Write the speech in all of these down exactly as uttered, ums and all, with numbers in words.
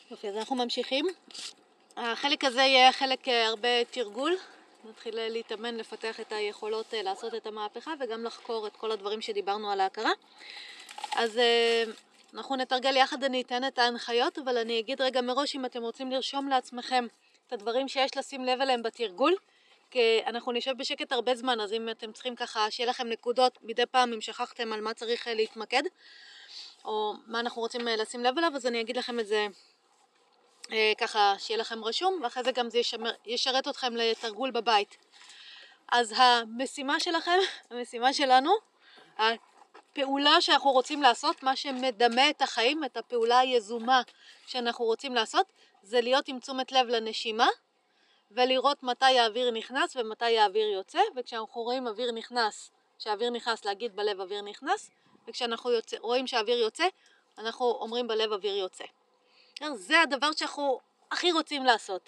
יופי, אז אנחנו ממשיכים. החלק הזה יהיה חלק הרבה תרגול. נתחיל להתאמן, לפתח את היכולות לעשות את המהפכה וגם לחקור את כל הדברים שדיברנו על ההכרה. אז אנחנו נתרגל יחד, אני אתן את ההנחיות, אבל אני אגיד רגע מראש אם אתם רוצים לרשום לעצמכם את הדברים שיש לשים לב אליהם בתרגול, כי אנחנו נשב בשקט הרבה זמן, אז אם אתם צריכים ככה שיהיה לכם נקודות מדי פעם אם שכחתם על מה צריך להתמקד או מה אנחנו רוצים לשים לב אליו, אז אני אגיד לכם את זה ככה שיהיה לכם רשום, ואחרי זה גם זה ישמר, ישרת אתכם לתרגול בבית. אז המשימה שלכם, המשימה שלנו, הפעולה שאנחנו רוצים לעשות, מה שמדמה את החיים, את הפעולה היזומה שאנחנו רוצים לעשות, זה להיות עם תשומת לב לנשימה, ולראות מתי האוויר נכנס ומתי האוויר יוצא, וכשאנחנו רואים אוויר נכנס, שהאוויר נכנס להגיד בלב אוויר נכנס, וכשאנחנו יוצא, רואים שהאוויר יוצא, אנחנו אומרים בלב אוויר יוצא. זה הדבר שאנחנו הכי רוצים לעשות.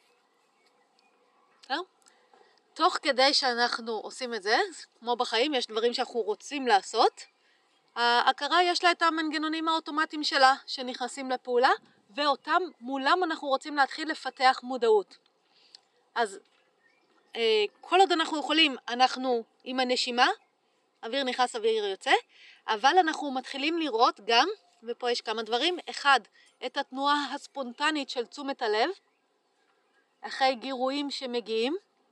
תוך כדי שאנחנו עושים את זה, כמו בחיים, יש דברים שאנחנו רוצים לעשות. ההכרה יש לה את המנגנונים האוטומטיים שלה שנכנסים לפעולה, ואותם מולם אנחנו רוצים להתחיל לפתח מודעות. אז כל עוד אנחנו יכולים, אנחנו עם הנשימה, אוויר נכנס, אוויר יוצא, אבל אנחנו מתחילים לראות גם, ופה יש כמה דברים, אחד, את התנועה הספונטנית של תשומת הלב, אחרי גירויים שמגיעים,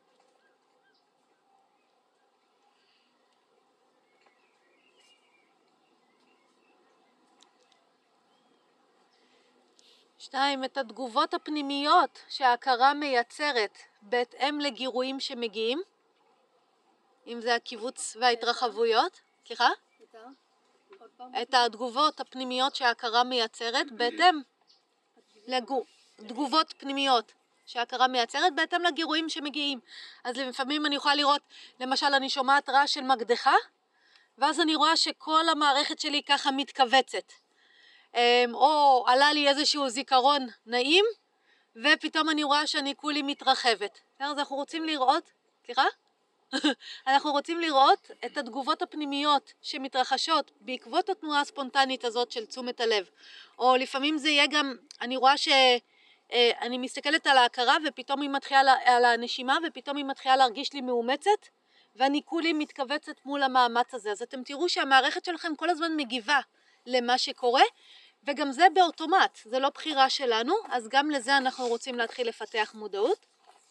שתיים, את התגובות הפנימיות שההכרה מייצרת בהתאם לגירויים שמגיעים, אם זה הקיבוץ וההתרחבויות, סליחה? את התגובות הפנימיות שההכרה מייצרת בהתאם לתגובות פנימיות שההכרה מייצרת בהתאם לגירויים שמגיעים. אז לפעמים אני יכולה לראות, למשל אני שומעת רעש של מקדחה, ואז אני רואה שכל המערכת שלי ככה מתכווצת. או עלה לי איזשהו זיכרון נעים, ופתאום אני רואה שאני כולי מתרחבת. אז אנחנו רוצים לראות, סליחה? אנחנו רוצים לראות את התגובות הפנימיות שמתרחשות בעקבות התנועה הספונטנית הזאת של תשומת הלב. או לפעמים זה יהיה גם, אני רואה שאני מסתכלת על ההכרה ופתאום היא מתחילה על הנשימה ופתאום היא מתחילה להרגיש לי מאומצת, ואני כולי מתכווצת מול המאמץ הזה. אז אתם תראו שהמערכת שלכם כל הזמן מגיבה למה שקורה, וגם זה באוטומט, זה לא בחירה שלנו, אז גם לזה אנחנו רוצים להתחיל לפתח מודעות.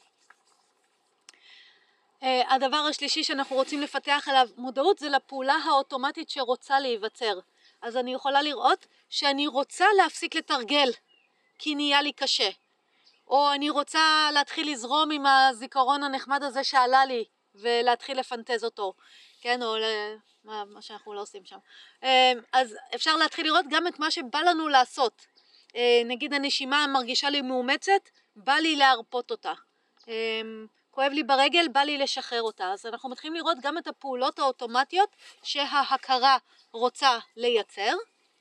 הדבר השלישי שאנחנו רוצים לפתח עליו מודעות זה לפעולה האוטומטית שרוצה להיווצר. אז אני יכולה לראות שאני רוצה להפסיק לתרגל כי נהיה לי קשה, או אני רוצה להתחיל לזרום עם הזיכרון הנחמד הזה שעלה לי ולהתחיל לפנטז אותו, כן, או מה, מה שאנחנו לא עושים שם. אז אפשר להתחיל לראות גם את מה שבא לנו לעשות. נגיד הנשימה מרגישה לי מאומצת, בא לי להרפות אותה. כואב לי ברגל, בא לי לשחרר אותה. אז אנחנו מתחילים לראות גם את הפעולות האוטומטיות שההכרה רוצה לייצר.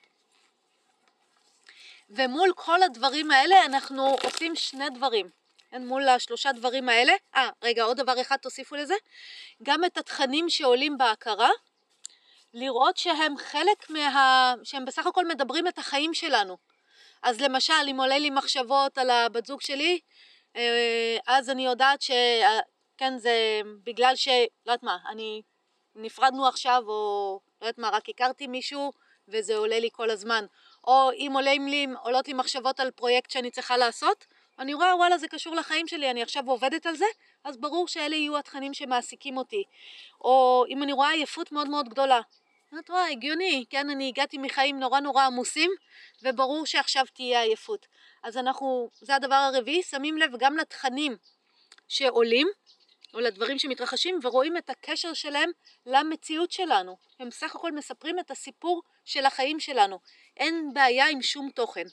ומול כל הדברים האלה אנחנו עושים שני דברים. מול השלושה דברים האלה, אה, רגע, עוד דבר אחד תוסיפו לזה. גם את התכנים שעולים בהכרה, לראות שהם חלק מה... שהם בסך הכל מדברים את החיים שלנו. אז למשל, אם עולה לי מחשבות על הבת זוג שלי, אז אני יודעת שכן, זה בגלל ש... לא יודעת מה, אני נפרדנו עכשיו, או לא יודעת מה, רק הכרתי מישהו, וזה עולה לי כל הזמן. או אם עולים לי, עולות לי מחשבות על פרויקט שאני צריכה לעשות, אני רואה, וואלה, זה קשור לחיים שלי, אני עכשיו עובדת על זה, אז ברור שאלה יהיו התכנים שמעסיקים אותי. או אם אני רואה עייפות מאוד מאוד גדולה, את רואה, הגיוני, כן, אני הגעתי מחיים נורא נורא עמוסים, וברור שעכשיו תהיה עייפות. אז אנחנו, זה הדבר הרביעי, שמים לב גם לתכנים שעולים, או לדברים שמתרחשים, ורואים את הקשר שלהם למציאות שלנו. הם סך הכל מספרים את הסיפור של החיים שלנו. אין בעיה עם שום תוכן.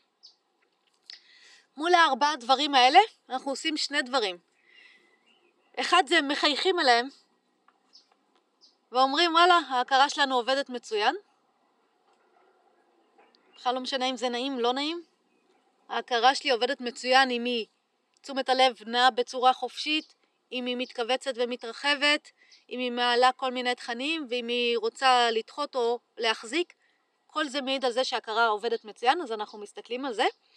מול הארבעה הדברים האלה, אנחנו עושים שני דברים. אחד זה מחייכים עליהם, ואומרים, וואלה, ההכרה שלנו עובדת מצוין. בכלל לא משנה אם זה נעים, לא נעים. ההכרה שלי עובדת מצוין אם היא תשומת הלב נעה בצורה חופשית, אם היא מתכווצת ומתרחבת, אם היא מעלה כל מיני תכנים, ואם היא רוצה לדחות או להחזיק. כל זה מעיד על זה שההכרה עובדת מצוין, אז אנחנו מסתכלים על זה.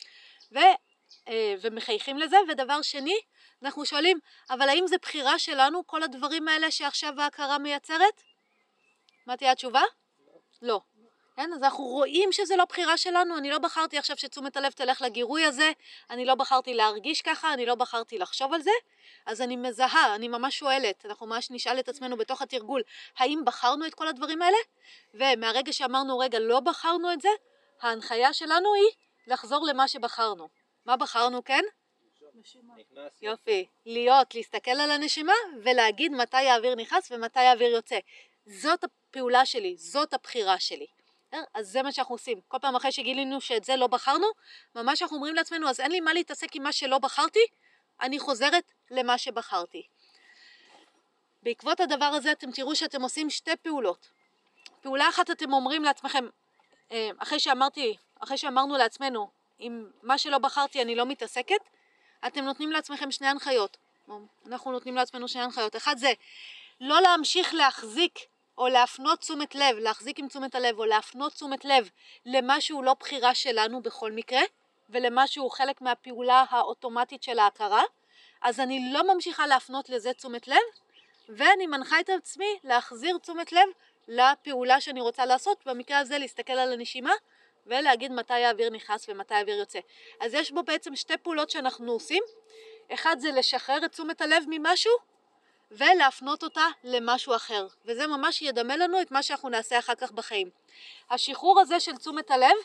ו, אה, ומחייכים לזה. ודבר שני, אנחנו שואלים, אבל האם זה בחירה שלנו, כל הדברים האלה שעכשיו ההכרה מייצרת? מה תהיה התשובה? לא. כן, אז אנחנו רואים שזה לא בחירה שלנו, אני לא בחרתי עכשיו שתשומת הלב תלך לגירוי הזה, אני לא בחרתי להרגיש ככה, אני לא בחרתי לחשוב על זה, אז אני מזהה, אני ממש שואלת, אנחנו ממש נשאל את עצמנו בתוך התרגול, האם בחרנו את כל הדברים האלה? ומהרגע שאמרנו, רגע, לא בחרנו את זה, ההנחיה שלנו היא לחזור למה שבחרנו. מה בחרנו, כן? נשימה. יופי, להיות, להסתכל על הנשימה ולהגיד מתי האוויר נכנס ומתי האוויר יוצא. זאת הפעולה שלי, זאת הבחירה שלי. אז זה מה שאנחנו עושים. כל פעם אחרי שגילינו שאת זה לא בחרנו, ממש אנחנו אומרים לעצמנו, אז אין לי מה להתעסק עם מה שלא בחרתי, אני חוזרת למה שבחרתי. בעקבות הדבר הזה אתם תראו שאתם עושים שתי פעולות. פעולה אחת אתם אומרים לעצמכם, אחרי שאמרתי, אחרי שאמרנו לעצמנו, עם מה שלא בחרתי אני לא מתעסקת, אתם נותנים לעצמכם שני הנחיות. אנחנו נותנים לעצמנו שני הנחיות. אחד זה, לא להמשיך להחזיק או להפנות תשומת לב, להחזיק עם תשומת הלב או להפנות תשומת לב למשהו לא בחירה שלנו בכל מקרה, ולמשהו חלק מהפעולה האוטומטית של ההכרה, אז אני לא ממשיכה להפנות לזה תשומת לב, ואני מנחה את עצמי להחזיר תשומת לב לפעולה שאני רוצה לעשות, במקרה הזה להסתכל על הנשימה, ולהגיד מתי האוויר נכנס ומתי האוויר יוצא. אז יש בו בעצם שתי פעולות שאנחנו עושים, אחד זה לשחרר את תשומת הלב ממשהו, ולהפנות אותה למשהו אחר, וזה ממש ידמה לנו את מה שאנחנו נעשה אחר כך בחיים. השחרור הזה של תשומת הלב,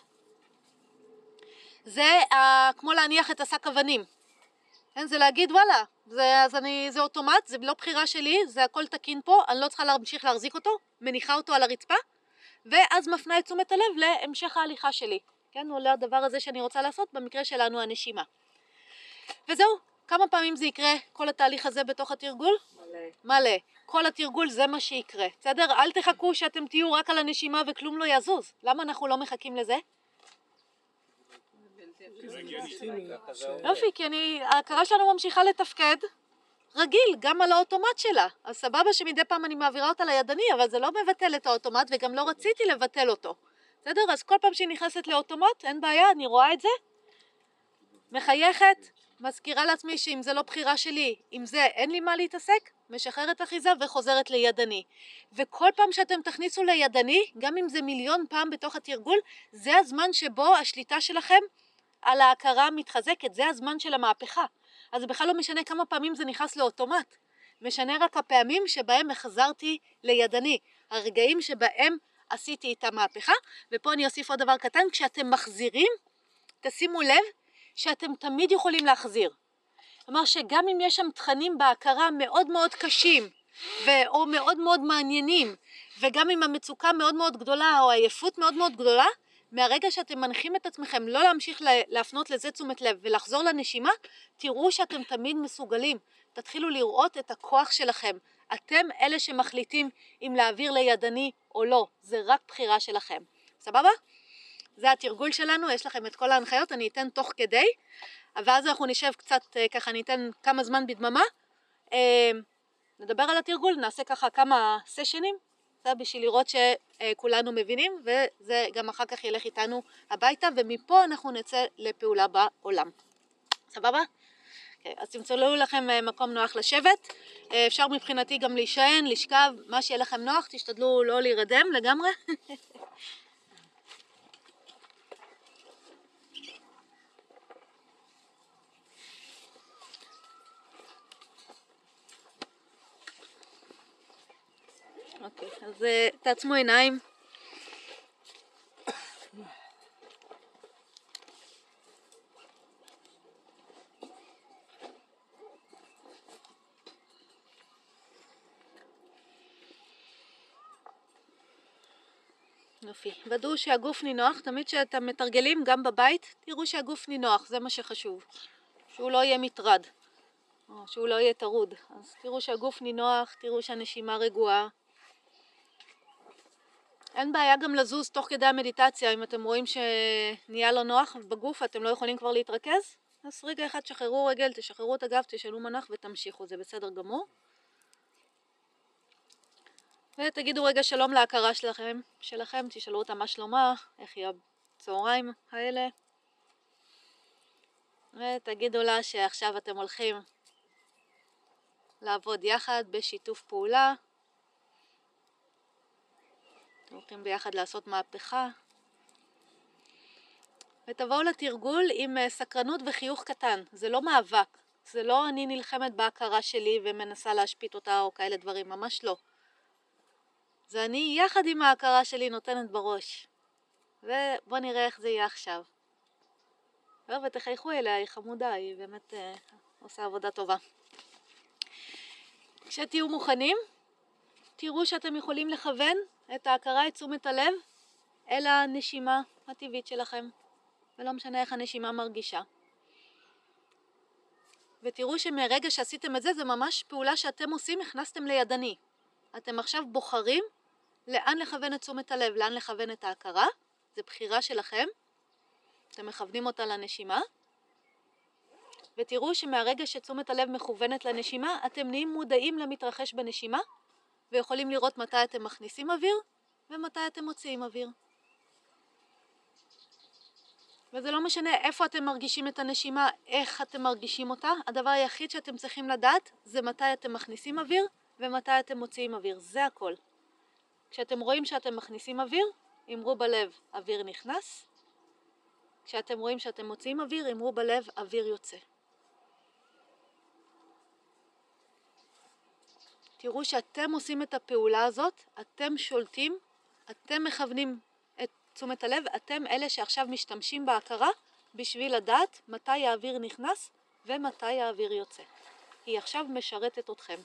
זה uh, כמו להניח את השק אבנים. כן, זה להגיד וואלה, זה, אז אני, זה אוטומט, זה לא בחירה שלי, זה הכל תקין פה, אני לא צריכה להמשיך להחזיק אותו, מניחה אותו על הרצפה, ואז מפנה את תשומת הלב להמשך ההליכה שלי. כן, או לדבר הזה שאני רוצה לעשות, במקרה שלנו הנשימה. וזהו, כמה פעמים זה יקרה, כל התהליך הזה בתוך התרגול? מלא. מלא. כל התרגול זה מה שיקרה. בסדר? אל תחכו שאתם תהיו רק על הנשימה וכלום לא יזוז. למה אנחנו לא מחכים לזה? יופי, כי אני, ההכרה שלנו ממשיכה לתפקד רגיל, גם על האוטומט שלה. אז סבבה שמדי פעם אני מעבירה אותה לידני, אבל זה לא מבטל את האוטומט וגם לא רציתי לבטל אותו. בסדר? אז כל פעם שהיא נכנסת לאוטומט, אין בעיה, אני רואה את זה, מחייכת, מזכירה לעצמי שאם זה לא בחירה שלי, אם זה אין לי מה להתעסק, משחררת אחיזה וחוזרת לידני. וכל פעם שאתם תכניסו לידני, גם אם זה מיליון פעם בתוך התרגול, זה הזמן שבו השליטה שלכם על ההכרה מתחזקת, זה הזמן של המהפכה. אז בכלל לא משנה כמה פעמים זה נכנס לאוטומט, משנה רק הפעמים שבהם החזרתי לידני, הרגעים שבהם עשיתי את המהפכה. ופה אני אוסיף עוד דבר קטן, כשאתם מחזירים, תשימו לב שאתם תמיד יכולים להחזיר. כלומר שגם אם יש שם תכנים בהכרה מאוד מאוד קשים, ו- או מאוד מאוד מעניינים, וגם אם המצוקה מאוד מאוד גדולה, או העייפות מאוד מאוד גדולה, מהרגע שאתם מנחים את עצמכם לא להמשיך להפנות לזה תשומת לב ולחזור לנשימה, תראו שאתם תמיד מסוגלים. תתחילו לראות את הכוח שלכם. אתם אלה שמחליטים אם להעביר לידני או לא. זה רק בחירה שלכם. סבבה? זה התרגול שלנו, יש לכם את כל ההנחיות, אני אתן תוך כדי, ואז אנחנו נשב קצת, ככה אני אתן כמה זמן בדממה, נדבר על התרגול, נעשה ככה כמה סשנים, זה בשביל לראות שכולנו מבינים, וזה גם אחר כך ילך איתנו הביתה, ומפה אנחנו נצא לפעולה בעולם. סבבה? Okay, אז תמצאו לכם מקום נוח לשבת, אפשר מבחינתי גם להישען, לשכב, מה שיהיה לכם נוח, תשתדלו לא להירדם לגמרי. אוקיי, okay, אז תעצמו עיניים. יופי, ודאו שהגוף נינוח, תמיד כשאתם מתרגלים גם בבית, תראו שהגוף נינוח, זה מה שחשוב. שהוא לא יהיה מטרד, או שהוא לא יהיה טרוד. אז תראו שהגוף נינוח, תראו שהנשימה רגועה. אין בעיה גם לזוז תוך כדי המדיטציה, אם אתם רואים שנהיה לא נוח בגוף, אתם לא יכולים כבר להתרכז, אז רגע אחד שחררו רגל, תשחררו את הגב, תשאלו מנח ותמשיכו, זה בסדר גמור. ותגידו רגע שלום להכרה שלכם, שלכם, תשאלו אותה מה שלומה, איך היא הצהריים האלה. ותגידו לה שעכשיו אתם הולכים לעבוד יחד בשיתוף פעולה. אתם הולכים ביחד לעשות מהפכה. ותבואו לתרגול עם סקרנות וחיוך קטן. זה לא מאבק. זה לא אני נלחמת בהכרה שלי ומנסה להשפיט אותה או כאלה דברים. ממש לא. זה אני יחד עם ההכרה שלי נותנת בראש. ובואו נראה איך זה יהיה עכשיו. ותחייכו אליה, היא חמודה, היא באמת אה, עושה עבודה טובה. כשתהיו מוכנים, תראו שאתם יכולים לכוון את ההכרה, את תשומת הלב, אל הנשימה הטבעית שלכם. ולא משנה איך הנשימה מרגישה. ותראו שמרגע שעשיתם את זה, זה ממש פעולה שאתם עושים, הכנסתם לידני. אתם עכשיו בוחרים לאן לכוון את תשומת הלב, לאן לכוון את ההכרה. זה בחירה שלכם. אתם מכוונים אותה לנשימה. ותראו שמהרגע שתשומת הלב מכוונת לנשימה, אתם נהיים מודעים למתרחש בנשימה, ויכולים לראות מתי אתם מכניסים אוויר, ומתי אתם מוציאים אוויר. וזה לא משנה איפה אתם מרגישים את הנשימה, איך אתם מרגישים אותה. הדבר היחיד שאתם צריכים לדעת זה מתי אתם מכניסים אוויר ומתי אתם מוציאים אוויר. זה הכל. כשאתם רואים שאתם מכניסים אוויר, אמרו בלב אוויר נכנס. כשאתם רואים שאתם מוציאים אוויר, אמרו בלב אוויר יוצא. תראו שאתם עושים את הפעולה הזאת, אתם שולטים, אתם מכוונים את תשומת הלב, אתם אלה שעכשיו משתמשים בהכרה בשביל לדעת מתי האוויר נכנס ומתי האוויר יוצא. היא עכשיו משרתת אתכם.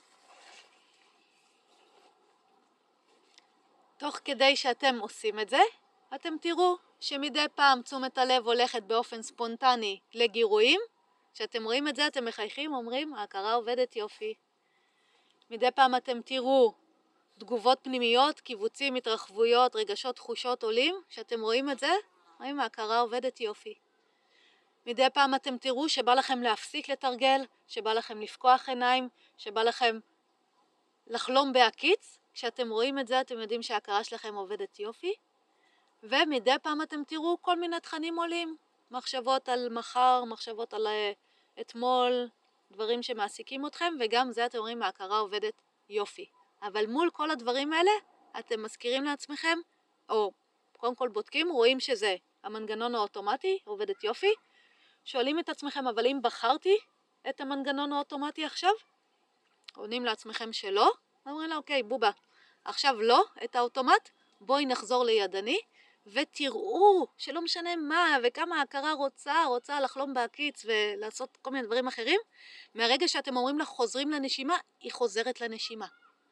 תוך כדי שאתם עושים את זה, אתם תראו שמדי פעם תשומת הלב הולכת באופן ספונטני לגירויים. כשאתם רואים את זה אתם מחייכים, אומרים ההכרה עובדת יופי. מדי פעם אתם תראו תגובות פנימיות, קיבוצים, התרחבויות, רגשות, תחושות עולים. כשאתם רואים את זה, רואים ההכרה עובדת יופי. מדי פעם אתם תראו שבא לכם להפסיק לתרגל, שבא לכם לפקוח עיניים, שבא לכם לחלום בהקיץ. כשאתם רואים את זה אתם יודעים שההכרה שלכם עובדת יופי. ומדי פעם אתם תראו כל מיני תכנים עולים. מחשבות על מחר, מחשבות על אתמול, דברים שמעסיקים אתכם, וגם זה אתם רואים ההכרה עובדת יופי. אבל מול כל הדברים האלה אתם מזכירים לעצמכם, או קודם כל בודקים, רואים שזה המנגנון האוטומטי, עובדת יופי. שואלים את עצמכם, אבל אם בחרתי את המנגנון האוטומטי עכשיו? עונים לעצמכם שלא, אומרים לה, אוקיי, בובה, עכשיו לא, את האוטומט, בואי נחזור לידני, ותראו שלא משנה מה וכמה ההכרה רוצה, רוצה לחלום בהקיץ ולעשות כל מיני דברים אחרים, מהרגע שאתם אומרים לה חוזרים לנשימה, היא חוזרת לנשימה.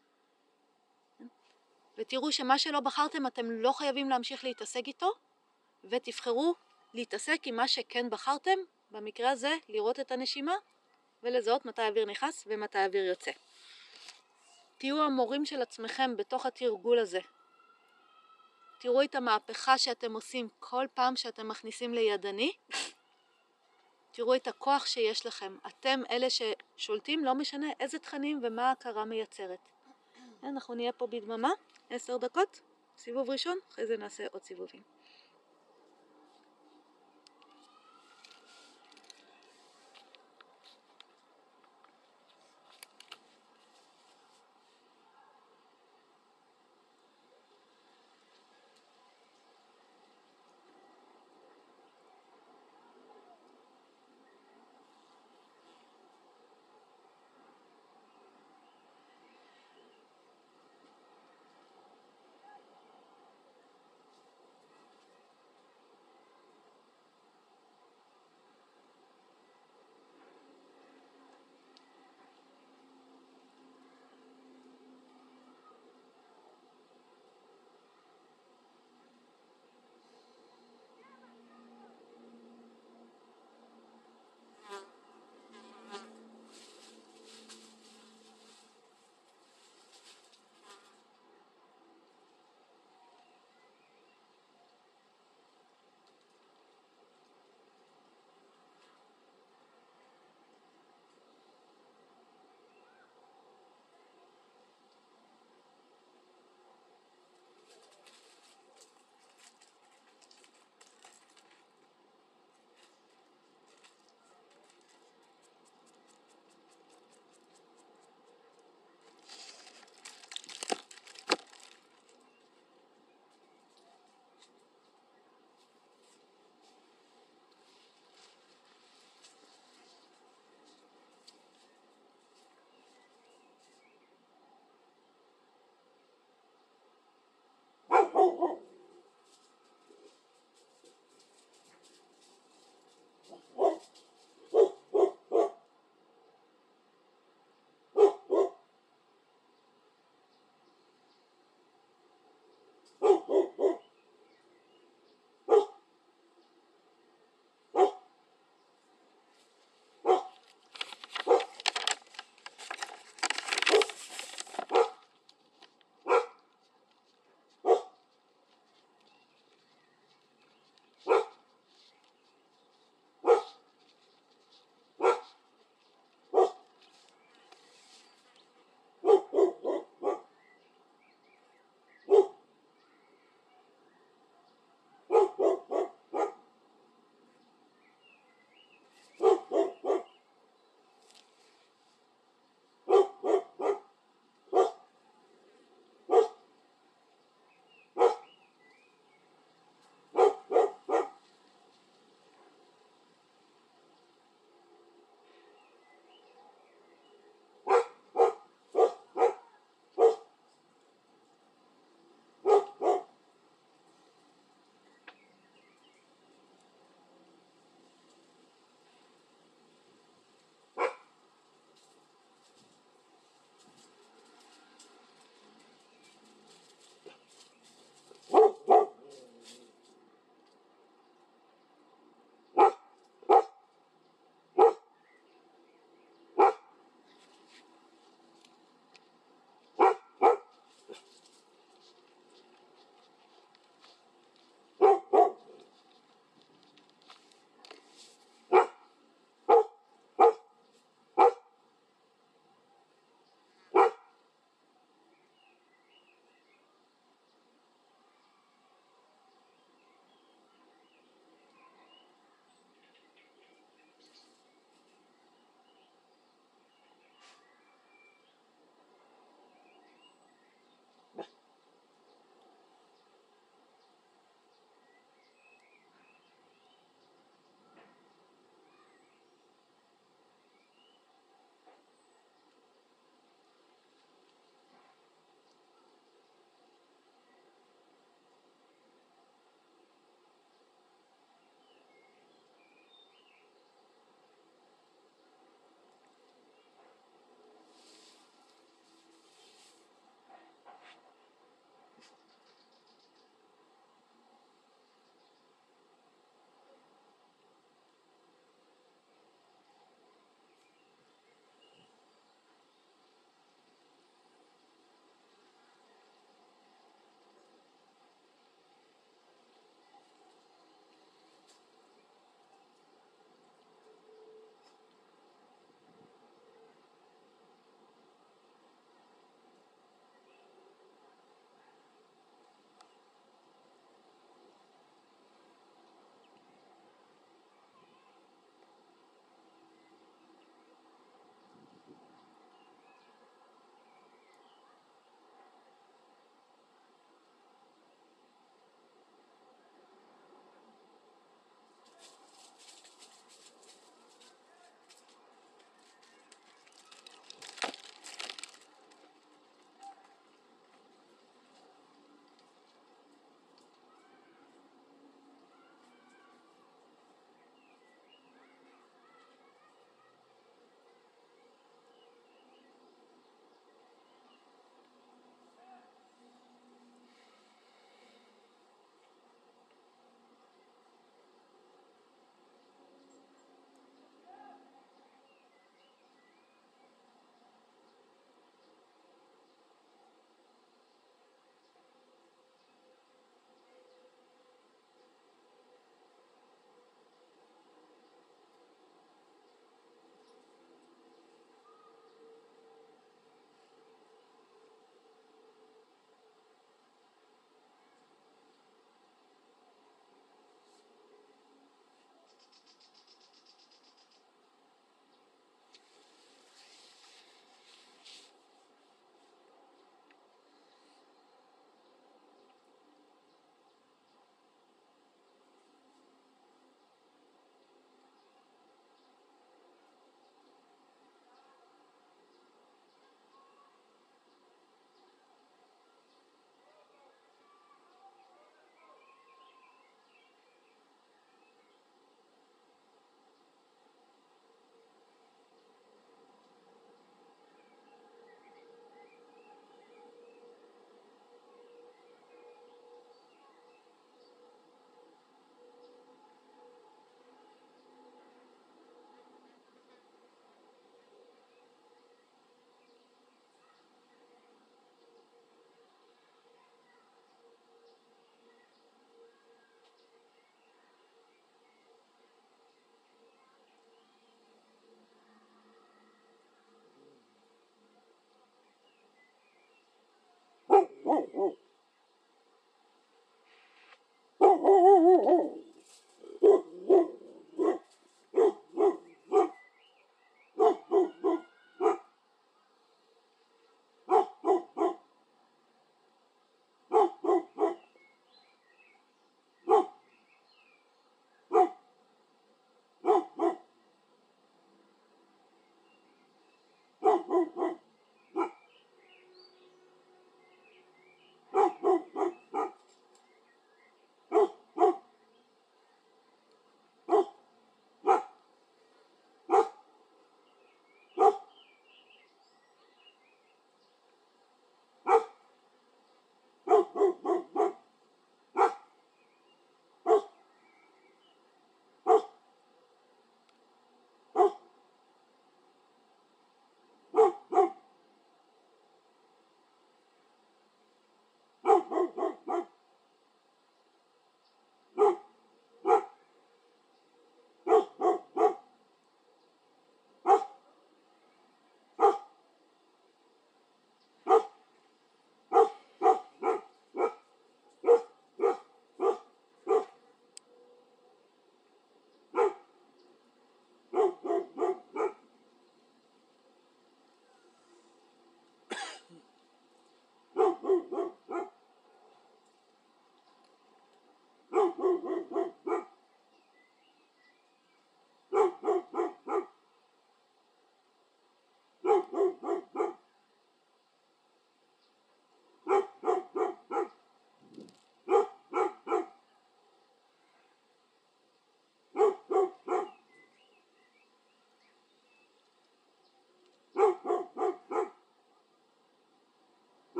ותראו שמה שלא בחרתם אתם לא חייבים להמשיך להתעסק איתו, ותבחרו להתעסק עם מה שכן בחרתם, במקרה הזה לראות את הנשימה ולזהות מתי האוויר נכנס ומתי האוויר יוצא. תהיו המורים של עצמכם בתוך התרגול הזה. תראו את המהפכה שאתם עושים כל פעם שאתם מכניסים לידני. תראו את הכוח שיש לכם. אתם אלה ששולטים, לא משנה איזה תכנים ומה ההכרה מייצרת. אנחנו נהיה פה בדממה, עשר דקות, סיבוב ראשון, אחרי זה נעשה עוד סיבובים.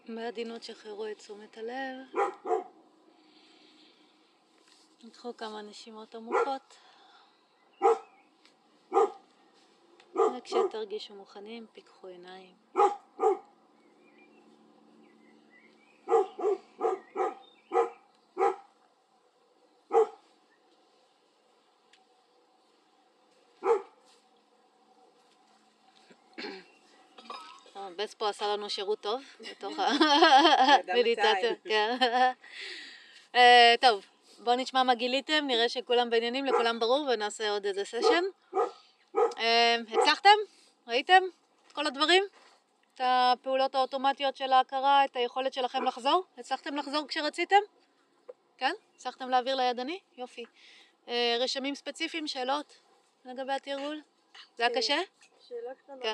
בעדינות שחררו את תשומת הלב. נקחו כמה נשימות עמוקות. וכשתרגישו מוכנים, פיקחו עיניים. בס פה עשה לנו שירות טוב בתוך המדיטציה. טוב, בואו נשמע מה גיליתם, נראה שכולם בעניינים, לכולם ברור, ונעשה עוד איזה סשן. הצלחתם? ראיתם את כל הדברים? את הפעולות האוטומטיות של ההכרה, את היכולת שלכם לחזור? הצלחתם לחזור כשרציתם? כן? הצלחתם להעביר לידני? יופי. רשמים ספציפיים, שאלות לגבי התרגול? זה היה קשה? שאלה קטנה. כן.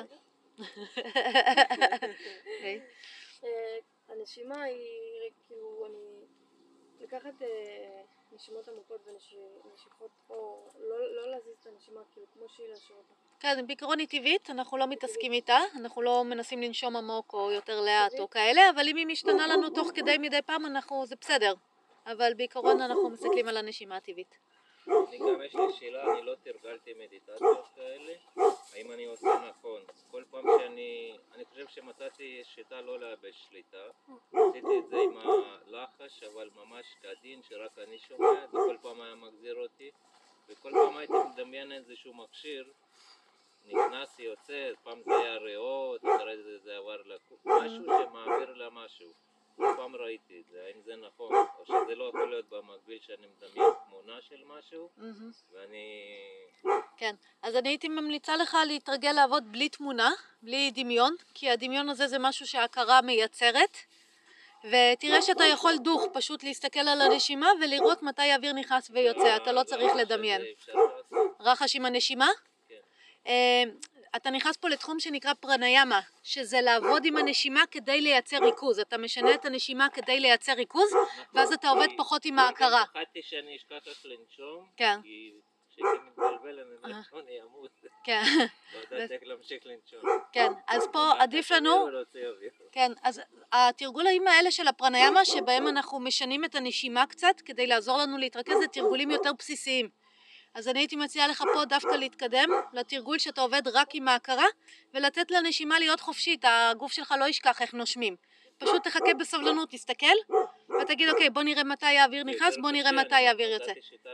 הנשימה היא כאילו, אני לקחת נשימות עמוקות ונשיפות או לא להזיז את הנשימה כאילו כמו שהיא להשאיר אותה. כן, בעיקרון היא טבעית, אנחנו לא מתעסקים איתה, אנחנו לא מנסים לנשום עמוק או יותר לאט או כאלה, אבל אם היא משתנה לנו תוך כדי מדי פעם, אנחנו, זה בסדר. אבל בעיקרון אנחנו מסתכלים על הנשימה הטבעית. אני גם יש לי שאלה, אני לא תרגלתי מדיטציות כאלה, האם אני עושה נכון? כל פעם שאני, אני חושב שמצאתי שיטה לא לאבד שליטה, עשיתי את זה עם הלחש, אבל ממש כדין שרק אני שומע, זה כל פעם היה מחזיר אותי, וכל פעם הייתי מדמיין איזשהו מכשיר, נכנס יוצא, פעם זה היה ריאות, אחרי זה זה עבר לקוף, משהו שמעביר לה משהו. כל פעם ראיתי את זה, האם זה נכון, או שזה לא יכול להיות במקביל שאני מדמיין תמונה של משהו, ואני... כן, אז אני הייתי ממליצה לך להתרגל לעבוד בלי תמונה, בלי דמיון, כי הדמיון הזה זה משהו שההכרה מייצרת, ותראה שאתה יכול דוך פשוט להסתכל על הנשימה ולראות מתי האוויר נכנס ויוצא, אתה לא צריך לדמיין. רחש עם הנשימה? כן. אתה נכנס פה לתחום שנקרא פרניאמה, שזה לעבוד עם הנשימה כדי לייצר ריכוז. אתה משנה את הנשימה כדי לייצר ריכוז, ואז אתה עובד פחות עם ההכרה. פחדתי שאני אשכח איך לנשום, כן. כי כשאני מתבלבל אני אני אמות. כן. לא יודעת איך להמשיך לנשום. כן, אז פה עדיף לנו... כן, אז התרגולים האלה של הפרניאמה, שבהם אנחנו משנים את הנשימה קצת, כדי לעזור לנו להתרכז, זה תרגולים יותר בסיסיים. אז אני הייתי מציעה לך פה דווקא להתקדם לתרגול שאתה עובד רק עם ההכרה ולתת לנשימה להיות חופשית, הגוף שלך לא ישכח איך נושמים. פשוט תחכה בסבלנות, תסתכל ותגיד אוקיי בוא נראה מתי האוויר נכנס, בוא נראה מתי האוויר יוצא.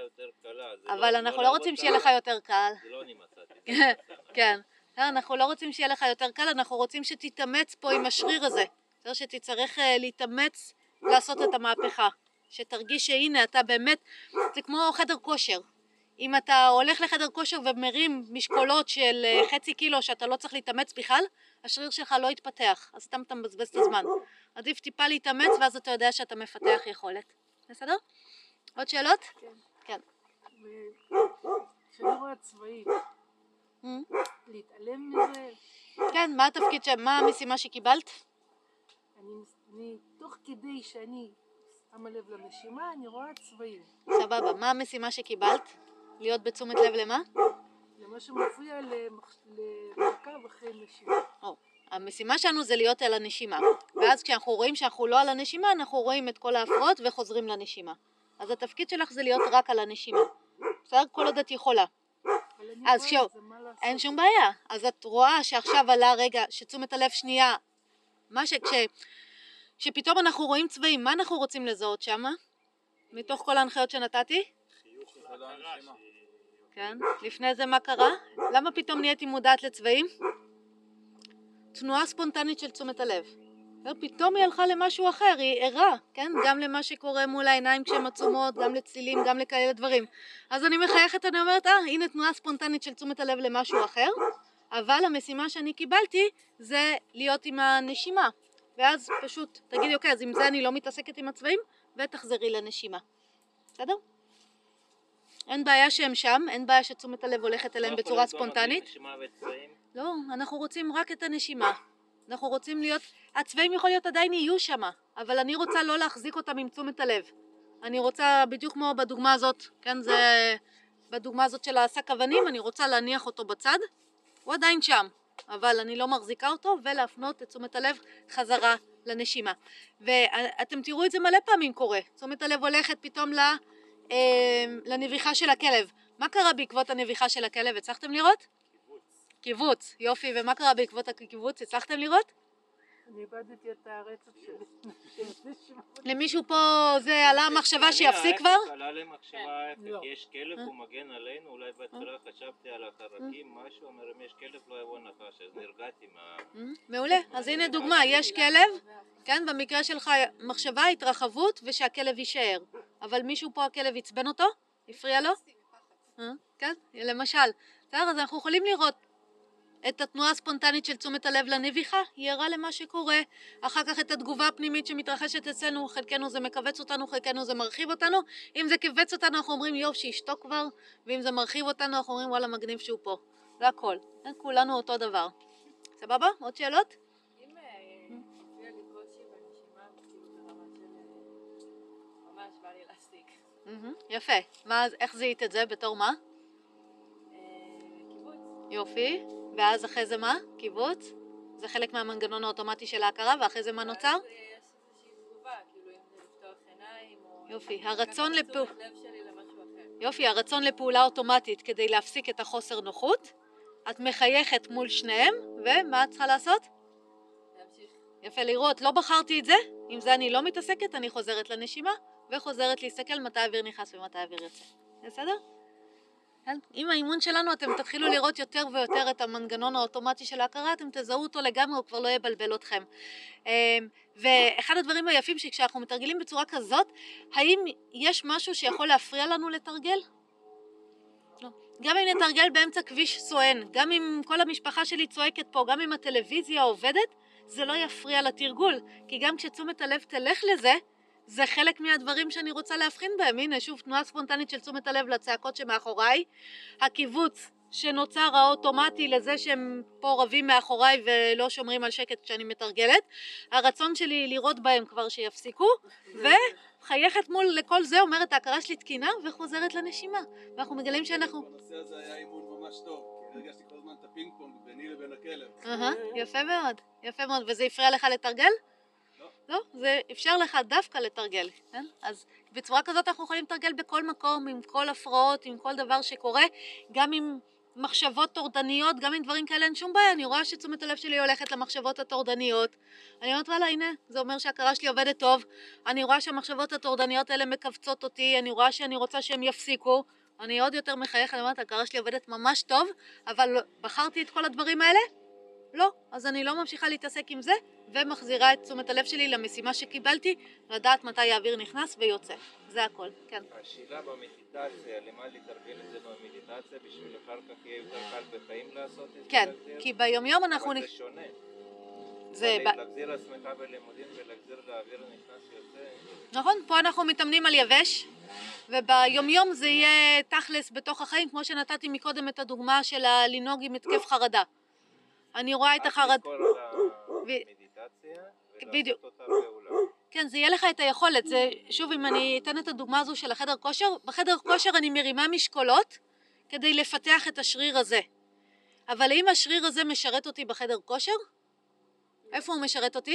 אבל אנחנו לא רוצים שיהיה לך יותר קל. זה לא אני מצאתי. כן, אנחנו לא רוצים שיהיה לך יותר קל, אנחנו רוצים שתתאמץ פה עם השריר הזה. שתצטרך להתאמץ לעשות את המהפכה. שתרגיש שהנה אתה באמת, זה כמו חדר כושר. אם אתה הולך לחדר כושר ומרים משקולות של חצי קילו שאתה לא צריך להתאמץ בכלל, השריר שלך לא יתפתח, אז סתם אתה מבזבז את הזמן. עדיף טיפה להתאמץ ואז אתה יודע שאתה מפתח יכולת. בסדר? עוד שאלות? כן. כן. כשאני רואה צבעים, להתעלם מזה? כן, מה התפקיד, מה המשימה שקיבלת? אני, תוך כדי שאני שמה לב לנשימה, אני רואה צבעים. סבבה, מה המשימה שקיבלת? להיות בתשומת לב למה? למה שמופיע למעקב אחרי נשימה. או, המשימה שלנו זה להיות על הנשימה. ואז כשאנחנו רואים שאנחנו לא על הנשימה, אנחנו רואים את כל ההפרעות וחוזרים לנשימה. אז התפקיד שלך זה להיות רק על הנשימה. בסדר? כל עוד את יכולה. אז שואו, אין שום בעיה. אז את רואה שעכשיו עלה רגע, שתשומת הלב שנייה, מה ש... כש... שפתאום אנחנו רואים צבעים, מה אנחנו רוצים לזהות שמה? מתוך כל ההנחיות שנתתי? כן, לפני זה מה קרה? למה פתאום נהייתי מודעת לצבעים? תנועה ספונטנית של תשומת הלב. פתאום היא הלכה למשהו אחר, היא ערה, כן? גם למה שקורה מול העיניים כשהן עצומות, גם לצלילים, גם לכאלה דברים. אז אני מחייכת, אני אומרת, אה, הנה תנועה ספונטנית של תשומת הלב למשהו אחר, אבל המשימה שאני קיבלתי זה להיות עם הנשימה. ואז פשוט תגידי, אוקיי, אז עם זה אני לא מתעסקת עם הצבעים, ותחזרי לנשימה. בסדר? אין בעיה שהם שם, אין בעיה שתשומת הלב הולכת אליהם בצורה ספונטנית. לא, אנחנו רוצים רק את הנשימה. אנחנו רוצים להיות, הצבעים יכול להיות עדיין יהיו שם, אבל אני רוצה לא להחזיק אותם עם תשומת הלב. אני רוצה, בדיוק כמו בדוגמה הזאת, כן, זה בדוגמה הזאת של השק אבנים, אני רוצה להניח אותו בצד, הוא עדיין שם, אבל אני לא מחזיקה אותו, ולהפנות את תשומת הלב חזרה לנשימה. ואתם תראו את זה מלא פעמים קורה. תשומת הלב הולכת פתאום ל, אה, לנביחה של הכלב. מה קרה בעקבות הנביחה של הכלב? הצלחתם לראות? קיבוץ. קיבוץ, יופי. ומה קרה בעקבות הקיבוץ? הצלחתם לראות? אני איבדתי את הרצף שלי. למישהו פה זה עלה המחשבה שיפסיק כבר? אני עלה למחשבה ההפך, לא. יש כלב, הוא מגן עלינו, אולי בהתחלה חשבתי על החרקים, משהו, אומר אם יש כלב לא יבוא נחש, אז נרגעתי מה... מעולה, אז הנה דוגמה, יש כלב, כן, במקרה שלך מחשבה, התרחבות ושהכלב יישאר, אבל מישהו פה הכלב עצבן אותו? הפריע לו? אה, כן, למשל, בסדר, אז אנחנו יכולים לראות את התנועה הספונטנית של תשומת הלב לנביחה, היא ערה למה שקורה, אחר כך את התגובה הפנימית שמתרחשת אצלנו, חלקנו זה מכווץ אותנו, חלקנו זה מרחיב אותנו, אם זה כווץ אותנו אנחנו אומרים יוב שישתוק כבר, ואם זה מרחיב אותנו אנחנו אומרים וואלה מגניב שהוא פה, זה הכל, כולנו אותו דבר. סבבה? עוד שאלות? אם מופיע לי קושי בנשימה, כאילו ברמה של ממש בא לי להפסיק. יפה, מה, איך זיהית את זה? בתור מה? קיבוץ. יופי, ואז אחרי זה מה? קיבוץ? זה חלק מהמנגנון האוטומטי של ההכרה, ואחרי זה מה נוצר? ואז יש איזושהי תגובה, כאילו אם זה לפתוח עיניים או... יופי, הרצון לפעול... לקחת תשומת לב שלי למשהו אחר. יופי, הרצון לפעולה אוטומטית כדי להפסיק את החוסר נוחות. את מחייכת מול שניהם, ומה את צריכה לעשות? להמשיך. יפה לראות, לא בחרתי את זה, עם זה אני לא מתעסקת, אני חוזרת לנשימה, וחוזרת להסתכל מתי האוויר נכנס ומתי האוויר יוצא. בסדר? כן? עם האימון שלנו אתם תתחילו לראות יותר ויותר את המנגנון האוטומטי של ההכרה, אתם תזהו אותו לגמרי, הוא כבר לא יבלבל אתכם. ואחד הדברים היפים שכשאנחנו מתרגלים בצורה כזאת, האם יש משהו שיכול להפריע לנו לתרגל? לא. גם אם נתרגל באמצע כביש סואן, גם אם כל המשפחה שלי צועקת פה, גם אם הטלוויזיה עובדת, זה לא יפריע לתרגול, כי גם כשתשומת הלב תלך לזה, זה חלק מהדברים שאני רוצה להבחין בהם. הנה שוב תנועה ספונטנית של תשומת הלב לצעקות שמאחוריי, הקיבוץ שנוצר האוטומטי לזה שהם פה רבים מאחוריי ולא שומרים על שקט כשאני מתרגלת, הרצון שלי לראות בהם כבר שיפסיקו, וחייכת מול לכל זה, אומרת ההכרה שלי תקינה וחוזרת לנשימה, ואנחנו מגלים שאנחנו... בנושא הזה היה אימון ממש טוב, כי הרגשתי כל הזמן את הפינג פונג ביני לבין הכלב. אהה, יפה מאוד, יפה מאוד, וזה הפריע לך לתרגל? לא, זה אפשר לך דווקא לתרגל, כן? אז בצורה כזאת אנחנו יכולים לתרגל בכל מקום, עם כל הפרעות, עם כל דבר שקורה, גם עם מחשבות טורדניות, גם עם דברים כאלה, אין שום בעיה, אני רואה שתשומת הלב שלי הולכת למחשבות הטורדניות, אני אומרת וואלה הנה, זה אומר שההכרה שלי עובדת טוב, אני רואה שהמחשבות הטורדניות האלה מכווצות אותי, אני רואה שאני רוצה שהם יפסיקו, אני עוד יותר מחייך, אני אומרת ההכרה שלי עובדת ממש טוב, אבל בחרתי את כל הדברים האלה? לא, אז אני לא ממשיכה להתעסק עם זה, ומחזירה את תשומת הלב שלי למשימה שקיבלתי, לדעת מתי האוויר נכנס ויוצא. זה הכל, כן. השאלה במדיטציה, למה לתרגל את זה במדיטציה, בשביל אחר כך יהיה יותר קל בחיים לעשות את זה? כן, להחזיר? כי ביומיום אנחנו... אבל נ... זה שונה. זה... ב... להחזיר עצמך בלימודים ולהחזיר לאוויר נכנס יוצא. נכון, פה אנחנו מתאמנים על יבש, וביומיום זה יהיה תכלס בתוך החיים, כמו שנתתי מקודם את הדוגמה של לנהוג עם התקף חרדה. אני רואה את החרד... תזכור על המדיטציה בדיוק. ולעשות אותה פעולה. כן, זה יהיה לך את היכולת. זה, שוב, אם אני אתן את הדוגמה הזו של החדר כושר, בחדר כושר אני מרימה משקולות כדי לפתח את השריר הזה. אבל האם השריר הזה משרת אותי בחדר כושר? איפה הוא משרת אותי?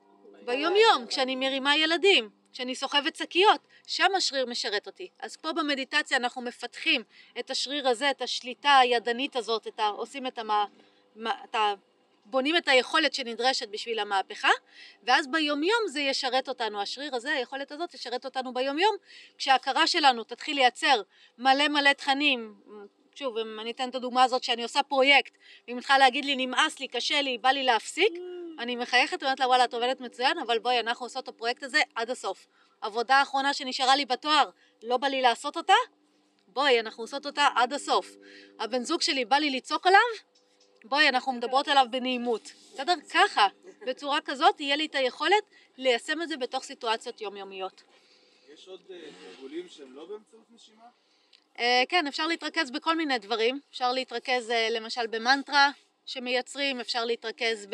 ביום יום, כשאני מרימה ילדים, כשאני סוחבת שקיות, שם השריר משרת אותי. אז פה במדיטציה אנחנו מפתחים את השריר הזה, את השליטה הידנית הזאת, את ה... עושים את המה... אתה בונים את היכולת שנדרשת בשביל המהפכה, ואז ביומיום זה ישרת אותנו, השריר הזה, היכולת הזאת ישרת אותנו ביומיום, כשההכרה שלנו תתחיל לייצר מלא מלא תכנים. שוב, אם אני אתן את הדוגמה הזאת שאני עושה פרויקט, ואם מתחילה להגיד לי נמאס לי, קשה לי, בא לי להפסיק, אני מחייכת ואומרת לה וואלה את עובדת מצוין, אבל בואי אנחנו עושות את הפרויקט הזה עד הסוף. עבודה האחרונה שנשארה לי בתואר, לא בא לי לעשות אותה, בואי אנחנו עושות אותה עד הסוף. הבן זוג שלי בא לי לצעוק עליו, בואי, אנחנו מדברות עליו בנעימות. בסדר? ככה, בצורה כזאת, יהיה לי את היכולת ליישם את זה בתוך סיטואציות יומיומיות. יש עוד תרגולים שהם לא באמצעות נשימה? Uh, כן, אפשר להתרכז בכל מיני דברים. אפשר להתרכז uh, למשל במנטרה שמייצרים, אפשר להתרכז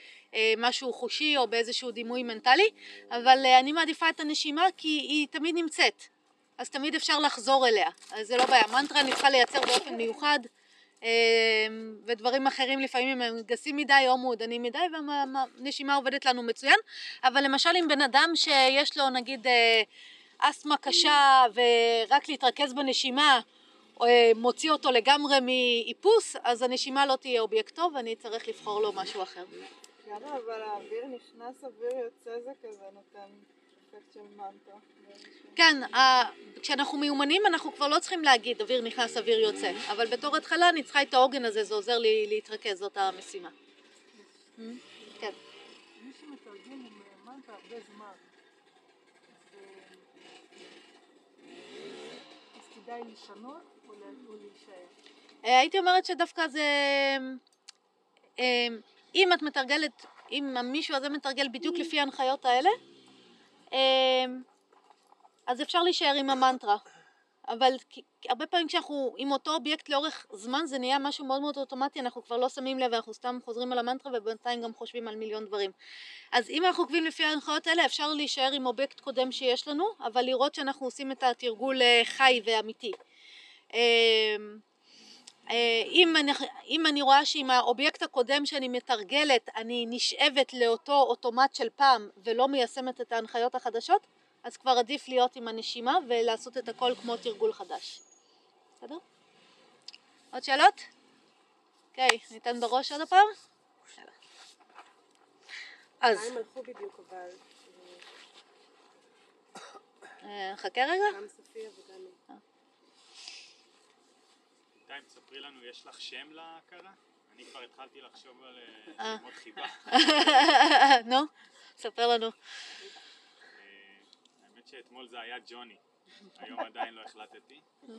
במשהו חושי או באיזשהו דימוי מנטלי, אבל uh, אני מעדיפה את הנשימה כי היא תמיד נמצאת. אז תמיד אפשר לחזור אליה. אז זה לא בעיה. מנטרה אני צריכה לייצר באופן מיוחד, ודברים אחרים לפעמים הם גסים מדי או מעודנים מדי, והנשימה עובדת לנו מצוין. אבל למשל אם בן אדם שיש לו נגיד אסתמה קשה ורק להתרכז בנשימה מוציא אותו לגמרי מאיפוס, אז הנשימה לא תהיה אובייקט טוב ואני צריך לבחור לו משהו אחר. למה אבל האוויר נכנס, אוויר יוצא, זה כזה נותן אפקט של מנטרה. כן, כשאנחנו מיומנים אנחנו כבר לא צריכים להגיד אוויר נכנס, אוויר יוצא, אבל בתור התחלה אני צריכה את העוגן הזה, זה עוזר לי להתרכז, זאת המשימה. כן. מי שמתרגל עם מנטרה הרבה זמן, אז כדאי לשנות או להישאר? הייתי אומרת שדווקא זה, אם את מתרגלת, אם מישהו הזה מתרגל בדיוק לפי ההנחיות האלה, אז אפשר להישאר עם המנטרה. אבל הרבה פעמים כשאנחנו עם אותו אובייקט לאורך זמן זה נהיה משהו מאוד מאוד אוטומטי, אנחנו כבר לא שמים לב ואנחנו סתם חוזרים על המנטרה ובינתיים גם חושבים על מיליון דברים. אז אם אנחנו עוקבים לפי ההנחיות האלה אפשר להישאר עם אובייקט קודם שיש לנו, אבל לראות שאנחנו עושים את התרגול חי ואמיתי. אם אני, אם אני רואה שעם האובייקט הקודם שאני מתרגלת אני נשאבת לאותו אוטומט של פעם ולא מיישמת את ההנחיות החדשות, אז כבר עדיף להיות עם הנשימה ולעשות את הכל כמו תרגול חדש. בסדר? עוד שאלות? אוקיי, ניתן בראש עוד הפעם? אז מה הם הלכו בדיוק אבל? חכה רגע. גם סופיה וגם... בינתיים תספרי לנו, יש לך שם להכרה? אני כבר התחלתי לחשוב על שמות חיבה. נו, ספר לנו. האמת שאתמול זה היה ג'וני, היום עדיין לא החלטתי.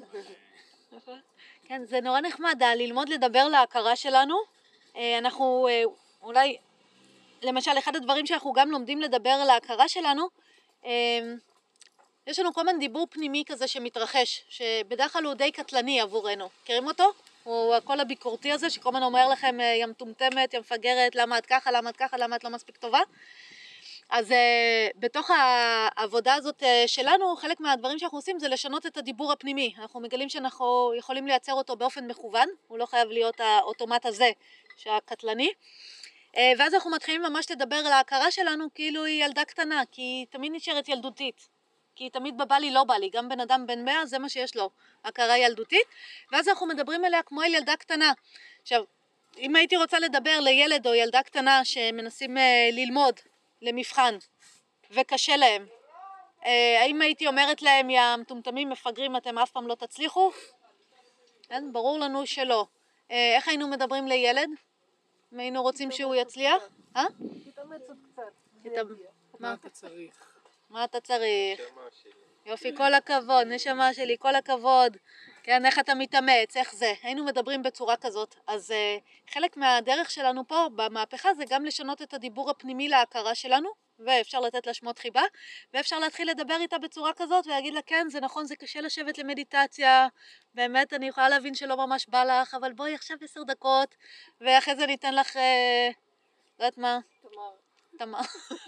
כן, זה נורא נחמד ללמוד לדבר להכרה שלנו. אנחנו אולי, למשל אחד הדברים שאנחנו גם לומדים לדבר להכרה שלנו, יש לנו כל מיני דיבור פנימי כזה שמתרחש, שבדרך כלל הוא די קטלני עבורנו. מכירים אותו? הוא הקול הביקורתי הזה שכל הזמן אומר לכם יא מטומטמת, יא מפגרת, למה את ככה, למה את ככה, למה את לא מספיק טובה. אז uh, בתוך העבודה הזאת uh, שלנו, חלק מהדברים שאנחנו עושים זה לשנות את הדיבור הפנימי. אנחנו מגלים שאנחנו יכולים לייצר אותו באופן מכוון, הוא לא חייב להיות האוטומט הזה שהקטלני. Uh, ואז אנחנו מתחילים ממש לדבר על ההכרה שלנו כאילו היא ילדה קטנה, כי היא תמיד נשארת ילדותית. כי היא תמיד בבא לי לא בא לי, גם בן אדם בן מאה זה מה שיש לו, הכרה ילדותית. ואז אנחנו מדברים אליה כמו אל ילדה קטנה. עכשיו, אם הייתי רוצה לדבר לילד או ילדה קטנה שמנסים uh, ללמוד, למבחן, וקשה להם. האם הייתי אומרת להם, יא מטומטמים מפגרים, אתם אף פעם לא תצליחו? כן, ברור לנו שלא. איך היינו מדברים לילד? אם היינו רוצים שהוא יצליח? אה? תתאמץ עוד קצת. מה אתה צריך? מה אתה צריך? יופי, כל הכבוד, נשמה שלי, כל הכבוד. כן, איך אתה מתאמץ, איך זה? היינו מדברים בצורה כזאת. אז uh, חלק מהדרך שלנו פה במהפכה זה גם לשנות את הדיבור הפנימי להכרה שלנו, ואפשר לתת לה שמות חיבה, ואפשר להתחיל לדבר איתה בצורה כזאת ולהגיד לה כן, זה נכון, זה קשה לשבת למדיטציה, באמת אני יכולה להבין שלא ממש בא לך, אבל בואי עכשיו עשר דקות, ואחרי זה ניתן לך, uh, לא יודעת מה, תמר. תמר.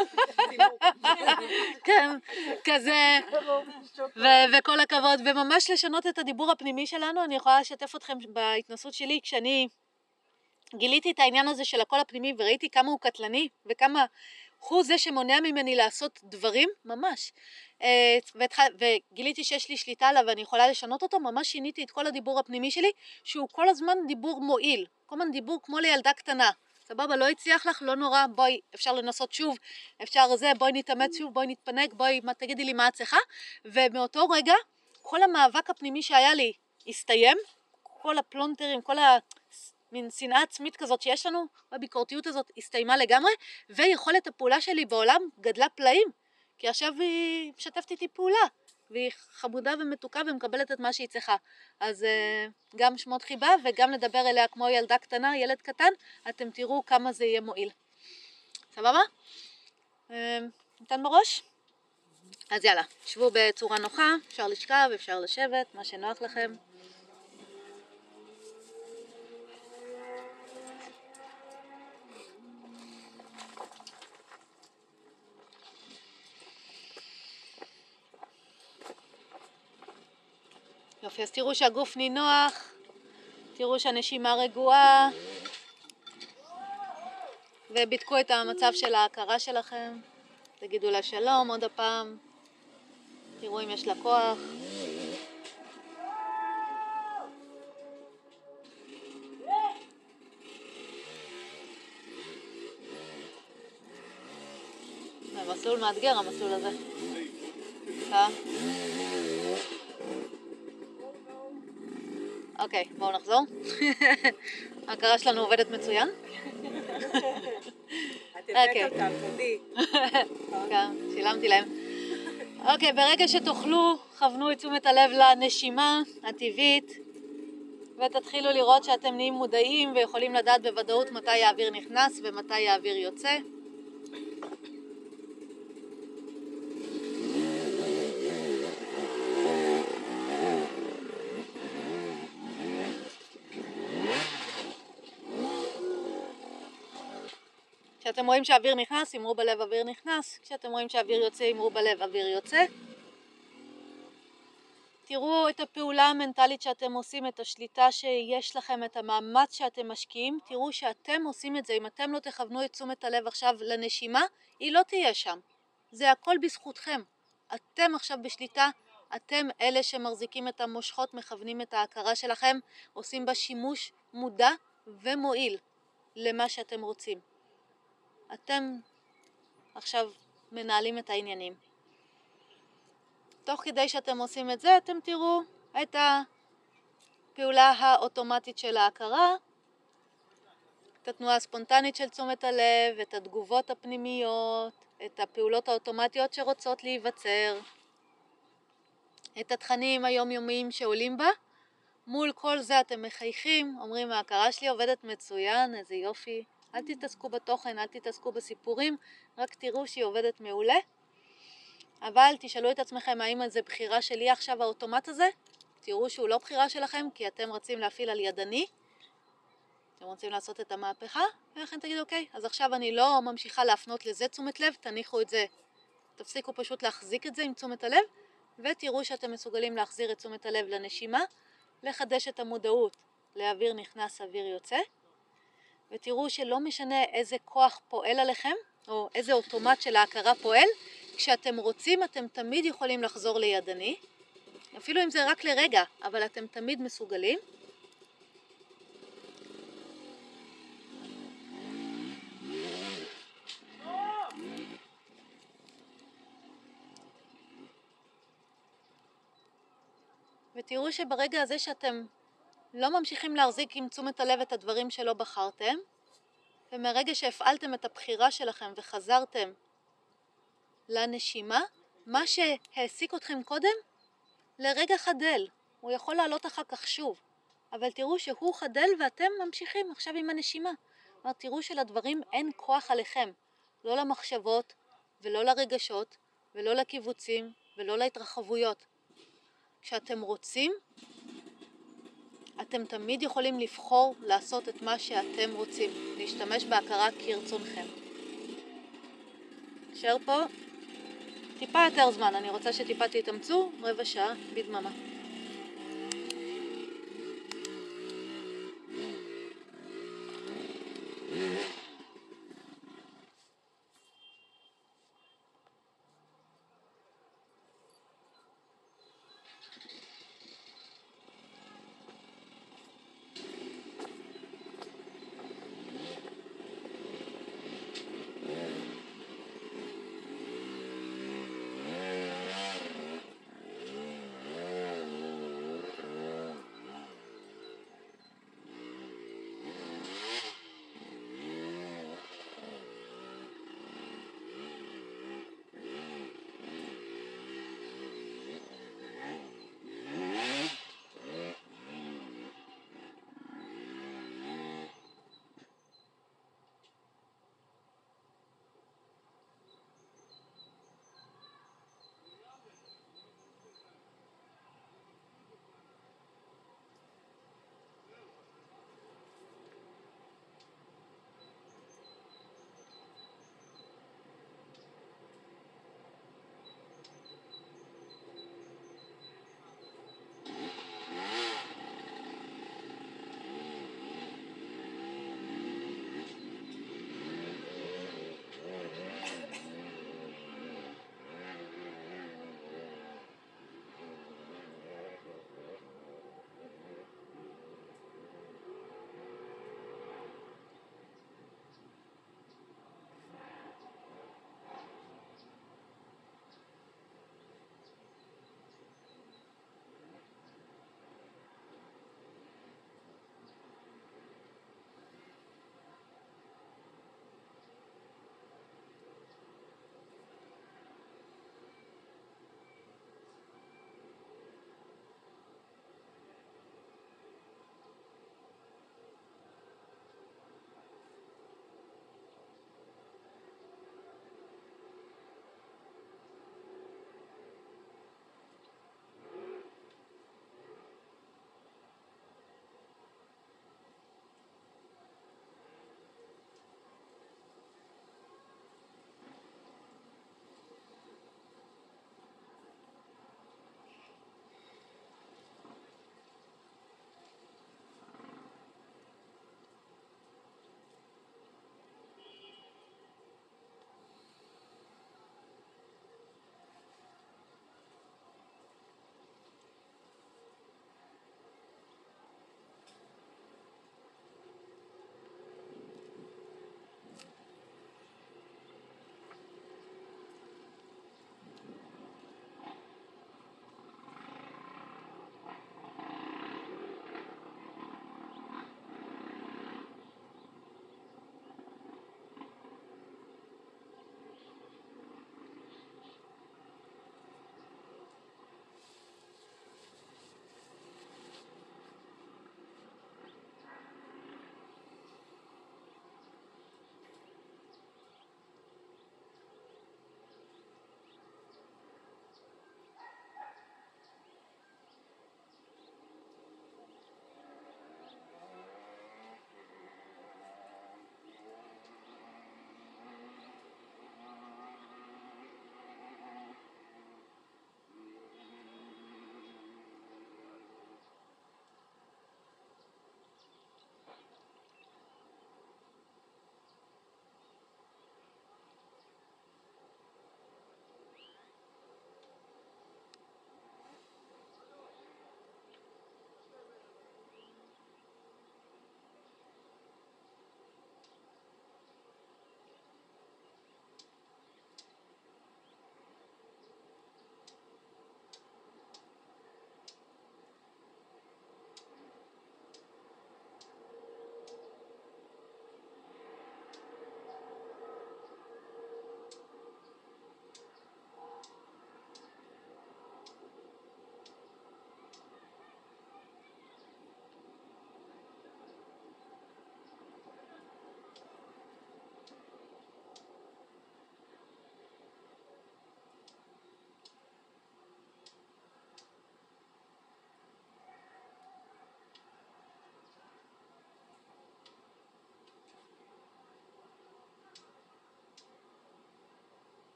כן, כזה, וכל הכבוד, וממש לשנות את הדיבור הפנימי שלנו. אני יכולה לשתף אתכם בהתנסות שלי, כשאני גיליתי את העניין הזה של הקול הפנימי וראיתי כמה הוא קטלני וכמה הוא זה שמונע ממני לעשות דברים, ממש. וגיליתי שיש לי שליטה עליו ואני יכולה לשנות אותו, ממש שיניתי את כל הדיבור הפנימי שלי, שהוא כל הזמן דיבור מועיל, כל הזמן דיבור כמו לילדה קטנה. סבבה, לא הצליח לך, לא נורא, בואי, אפשר לנסות שוב, אפשר זה, בואי נתאמץ שוב, בואי נתפנק, בואי, מה, תגידי לי מה את צריכה. ומאותו רגע, כל המאבק הפנימי שהיה לי הסתיים, כל הפלונטרים, כל המין שנאה עצמית כזאת שיש לנו, הביקורתיות הזאת הסתיימה לגמרי, ויכולת הפעולה שלי בעולם גדלה פלאים, כי עכשיו היא משתפת איתי פעולה, והיא חמודה ומתוקה ומקבלת את מה שהיא צריכה. אז גם שמות חיבה וגם לדבר אליה כמו ילדה קטנה, ילד קטן, אתם תראו כמה זה יהיה מועיל. סבבה? ניתן בראש? אז יאללה, שבו בצורה נוחה, אפשר לשכב, אפשר לשבת, מה שנוח לכם. יופי, אז תראו שהגוף נינוח, תראו שהנשימה רגועה, ובדקו את המצב של ההכרה שלכם. תגידו לה שלום עוד הפעם, תראו אם יש לה כוח. זה מסלול מאתגר המסלול הזה. אה? אוקיי, בואו נחזור. ההכרה שלנו עובדת מצוין. את הבאת אותם, תודי. כן, שילמתי להם. אוקיי, ברגע שתוכלו, כוונו את תשומת הלב לנשימה הטבעית, ותתחילו לראות שאתם נהיים מודעים ויכולים לדעת בוודאות מתי האוויר נכנס ומתי האוויר יוצא. כשאתם רואים שהאוויר נכנס, אמרו בלב אוויר נכנס. כשאתם רואים שהאוויר יוצא, אמרו בלב אוויר יוצא. תראו את הפעולה המנטלית שאתם עושים, את השליטה שיש לכם, את המאמץ שאתם משקיעים. תראו שאתם עושים את זה. אם אתם לא תכוונו את תשומת הלב עכשיו לנשימה, היא לא תהיה שם. זה הכל בזכותכם. אתם עכשיו בשליטה, אתם אלה שמחזיקים את המושכות, מכוונים את ההכרה שלכם, עושים בה שימוש מודע ומועיל למה שאתם רוצים. אתם עכשיו מנהלים את העניינים. תוך כדי שאתם עושים את זה, אתם תראו את הפעולה האוטומטית של ההכרה, את התנועה הספונטנית של תשומת הלב, את התגובות הפנימיות, את הפעולות האוטומטיות שרוצות להיווצר, את התכנים היומיומיים שעולים בה. מול כל זה אתם מחייכים, אומרים ההכרה שלי עובדת מצוין, איזה יופי. אל תתעסקו בתוכן, אל תתעסקו בסיפורים, רק תראו שהיא עובדת מעולה. אבל תשאלו את עצמכם האם זה בחירה שלי עכשיו האוטומט הזה. תראו שהוא לא בחירה שלכם, כי אתם רוצים להפעיל על ידני. אתם רוצים לעשות את המהפכה, ולכן תגידו אוקיי, אז עכשיו אני לא ממשיכה להפנות לזה תשומת לב, תניחו את זה. תפסיקו פשוט להחזיק את זה עם תשומת הלב, ותראו שאתם מסוגלים להחזיר את תשומת הלב לנשימה, לחדש את המודעות לאוויר נכנס, אוויר יוצא. ותראו שלא משנה איזה כוח פועל עליכם, או איזה אוטומט של ההכרה פועל, כשאתם רוצים אתם תמיד יכולים לחזור לידני, אפילו אם זה רק לרגע, אבל אתם תמיד מסוגלים. ותראו שברגע הזה שאתם לא ממשיכים להחזיק עם תשומת הלב את הדברים שלא בחרתם, ומרגע שהפעלתם את הבחירה שלכם וחזרתם לנשימה, מה שהעסיק אתכם קודם, לרגע חדל. הוא יכול לעלות אחר כך שוב, אבל תראו שהוא חדל ואתם ממשיכים עכשיו עם הנשימה. כלומר, תראו שלדברים אין כוח עליכם, לא למחשבות ולא לרגשות ולא לקיבוצים ולא להתרחבויות. כשאתם רוצים, אתם תמיד יכולים לבחור לעשות את מה שאתם רוצים, להשתמש בהכרה כרצונכם. נשאר פה טיפה יותר זמן, אני רוצה שטיפה תתאמצו, רבע שעה בדממה.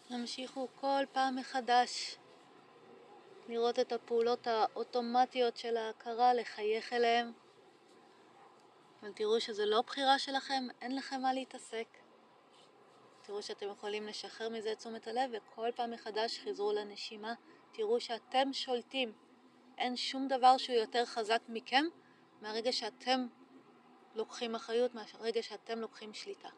תמשיכו כל פעם מחדש לראות את הפעולות האוטומטיות של ההכרה, לחייך אליהם. אבל תראו שזה לא בחירה שלכם, אין לכם מה להתעסק. תראו שאתם יכולים לשחרר מזה את תשומת הלב, וכל פעם מחדש חזרו לנשימה. תראו שאתם שולטים. אין שום דבר שהוא יותר חזק מכם מהרגע שאתם לוקחים אחריות, מהרגע שאתם לוקחים שליטה.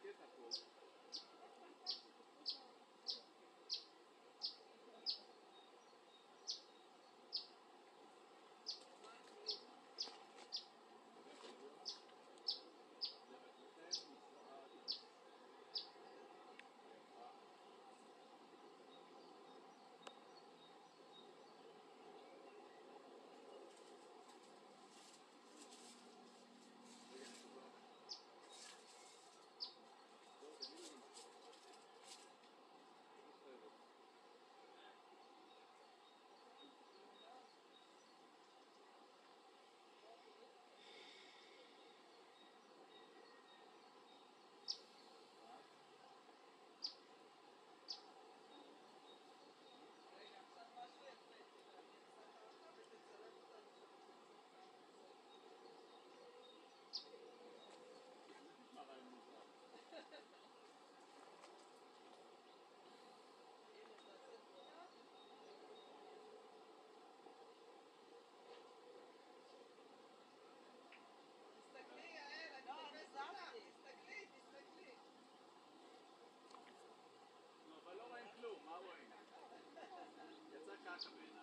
אבל לא רואים כלום, מה רואים? יצא ככה בעיניי.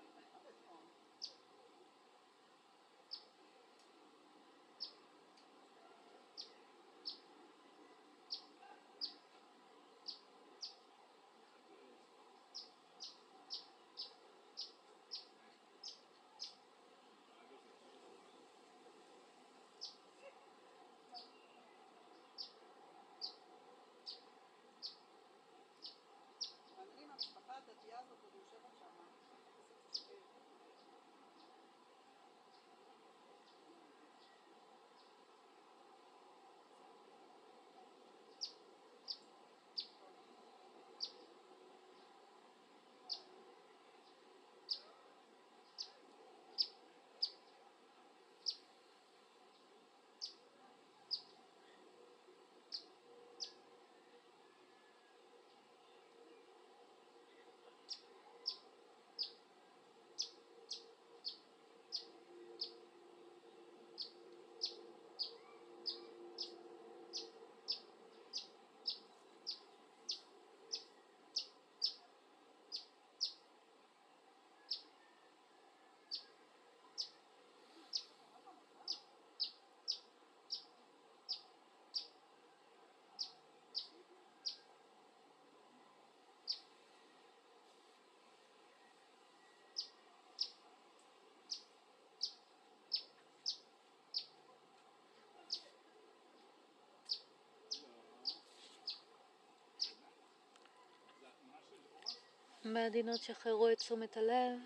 בעדינות שחררו את תשומת הלב.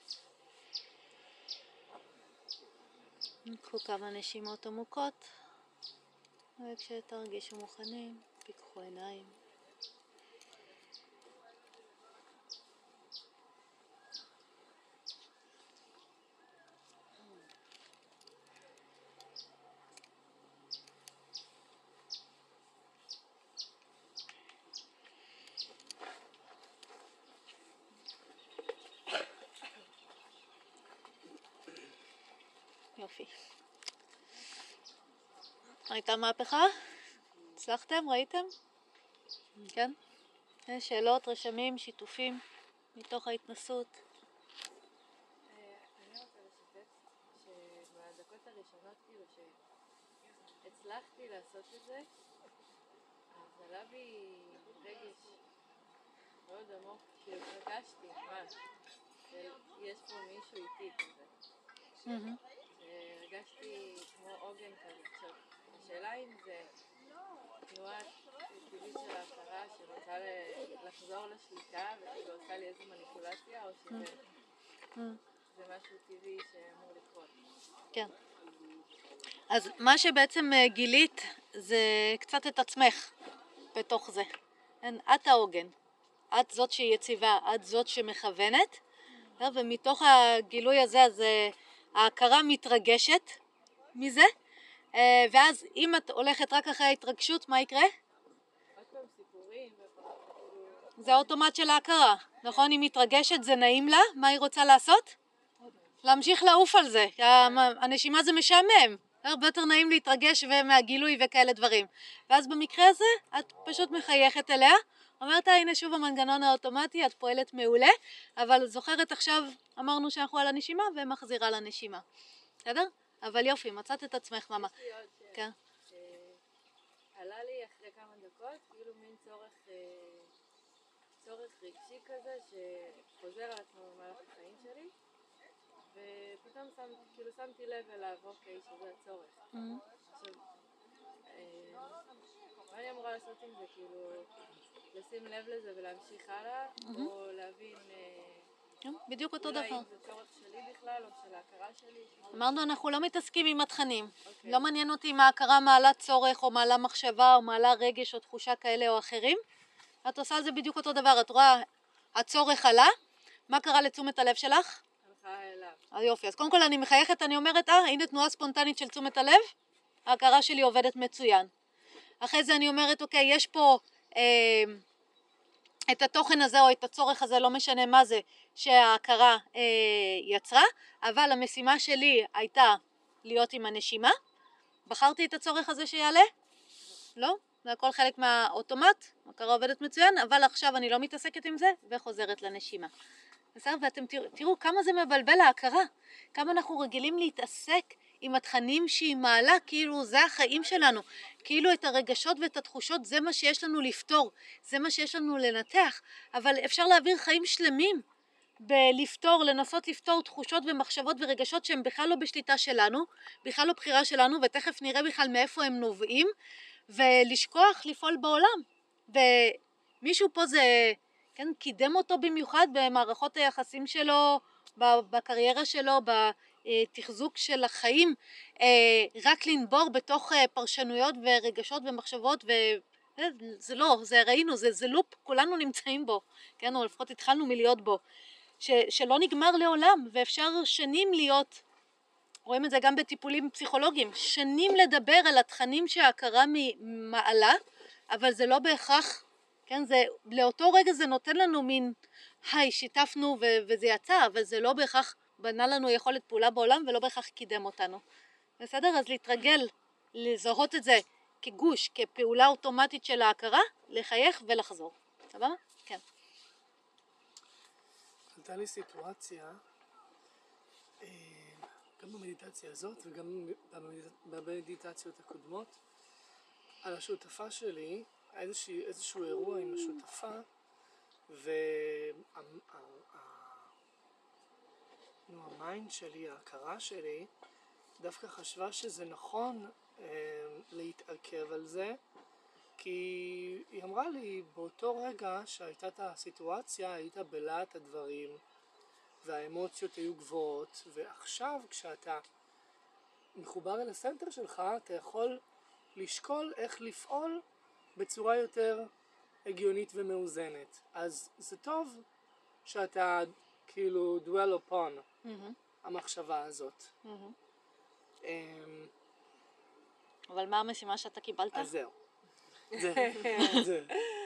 קחו כמה נשימות עמוקות, וכשתרגישו מוכנים, פיקחו עיניים. יופי. הייתה מהפכה? הצלחתם? ראיתם? כן? שאלות, רשמים, שיתופים מתוך ההתנסות. אני רוצה לשתף שבדקות הראשונות כאילו שהצלחתי לעשות את זה, אז עלה בי רגש מאוד עמוק, כאילו הרגשתי ממש שיש פה מישהו איתי כזה. הרגשתי כמו עוגן כזה. עכשיו, השאלה אם זה תנועה טבעית של ההכרה שרוצה לחזור לשליטה וכאילו עושה לי איזו מניפולציה, או שזה זה משהו טבעי שאמור לקרות. כן. אז מה שבעצם גילית זה קצת את עצמך בתוך זה. את העוגן, את זאת שהיא יציבה, את זאת שמכוונת, ומתוך הגילוי הזה, אז ההכרה מתרגשת מזה, ואז אם את הולכת רק אחרי ההתרגשות, מה יקרה? עוד פעם סיפורים זה האוטומט של ההכרה, נכון? היא מתרגשת, זה נעים לה, מה היא רוצה לעשות? להמשיך לעוף על זה, הנשימה זה משעמם, הרבה יותר נעים להתרגש מהגילוי וכאלה דברים. ואז במקרה הזה את פשוט מחייכת אליה, אומרת, הנה שוב המנגנון האוטומטי, את פועלת מעולה, אבל זוכרת עכשיו, אמרנו שאנחנו על הנשימה ומחזירה לנשימה. בסדר? אבל יופי, מצאת את עצמך, מאמה. יש לי עוד ש... כן. שעלה לי אחרי כמה דקות, כאילו מין צורך, אה, צורך רגשי כזה שחוזר על עצמו במהלך החיים שלי, ופתאום שם, כאילו שמתי לב אליו, אוקיי, שזה הצורך. עכשיו, אה, מה אני אמורה לעשות עם זה? כאילו, לשים לב לזה ולהמשיך הלאה, או להבין... אה, בדיוק אותו אולי דבר. אם זה צורך שלי בכלל, או של ההכרה שלי. אמרנו, אנחנו לא מתעסקים עם התכנים. אוקיי. לא מעניין אותי אם ההכרה מעלה צורך, או מעלה מחשבה, או מעלה רגש, או תחושה כאלה או אחרים. את עושה על זה בדיוק אותו דבר. את רואה, הצורך עלה, מה קרה לתשומת הלב שלך? הלכה אליו. אז יופי, אז קודם כל אני מחייכת, אני אומרת, אה, הנה תנועה ספונטנית של תשומת הלב, ההכרה שלי עובדת מצוין. אחרי זה אני אומרת, אוקיי, יש פה אה, את התוכן הזה או את הצורך הזה, לא משנה מה זה, שההכרה אה, יצרה, אבל המשימה שלי הייתה להיות עם הנשימה. בחרתי את הצורך הזה שיעלה? לא, זה הכל חלק מהאוטומט, ההכרה עובדת מצוין, אבל עכשיו אני לא מתעסקת עם זה וחוזרת לנשימה. בסדר? ואתם תראו, תראו כמה זה מבלבל ההכרה, כמה אנחנו רגילים להתעסק עם התכנים שהיא מעלה, כאילו זה החיים שלנו, כאילו את הרגשות ואת התחושות זה מה שיש לנו לפתור, זה מה שיש לנו לנתח, אבל אפשר להעביר חיים שלמים בלפתור, לנסות לפתור תחושות ומחשבות ורגשות שהם בכלל לא בשליטה שלנו, בכלל לא בחירה שלנו, ותכף נראה בכלל מאיפה הם נובעים, ולשכוח לפעול בעולם. ומישהו פה זה, כן, קידם אותו במיוחד במערכות היחסים שלו, בקריירה שלו, בתחזוק של החיים, רק לנבור בתוך פרשנויות ורגשות ומחשבות, וזה לא, זה ראינו, זה, זה לופ, כולנו נמצאים בו, כן, או לפחות התחלנו מלהיות בו, ש, שלא נגמר לעולם, ואפשר שנים להיות, רואים את זה גם בטיפולים פסיכולוגיים, שנים לדבר על התכנים שההכרה מעלה, אבל זה לא בהכרח, כן, זה, לאותו רגע זה נותן לנו מין, היי, שיתפנו ו- וזה יצא, אבל זה לא בהכרח בנה לנו יכולת פעולה בעולם, ולא בהכרח קידם אותנו. בסדר? אז להתרגל, לזהות את זה כגוש, כפעולה אוטומטית של ההכרה, לחייך ולחזור. סבבה? כן. עלתה לי סיטואציה, גם במדיטציה הזאת וגם במדיטציות הקודמות, על השותפה שלי, איזשהו, איזשהו אירוע עם השותפה, והמיינד שלי, ההכרה שלי, דווקא חשבה שזה נכון אה, להתעכב על זה, כי היא אמרה לי באותו רגע שהייתה את הסיטואציה, היית בלהט הדברים, והאמוציות היו גבוהות, ועכשיו כשאתה מחובר אל הסנטר שלך, אתה יכול לשקול איך לפעול בצורה יותר הגיונית ומאוזנת. אז זה טוב שאתה כאילו dwell upon mm-hmm. המחשבה הזאת. Mm-hmm. Um, אבל מה המשימה שאתה קיבלת? אז זהו. זה, זה.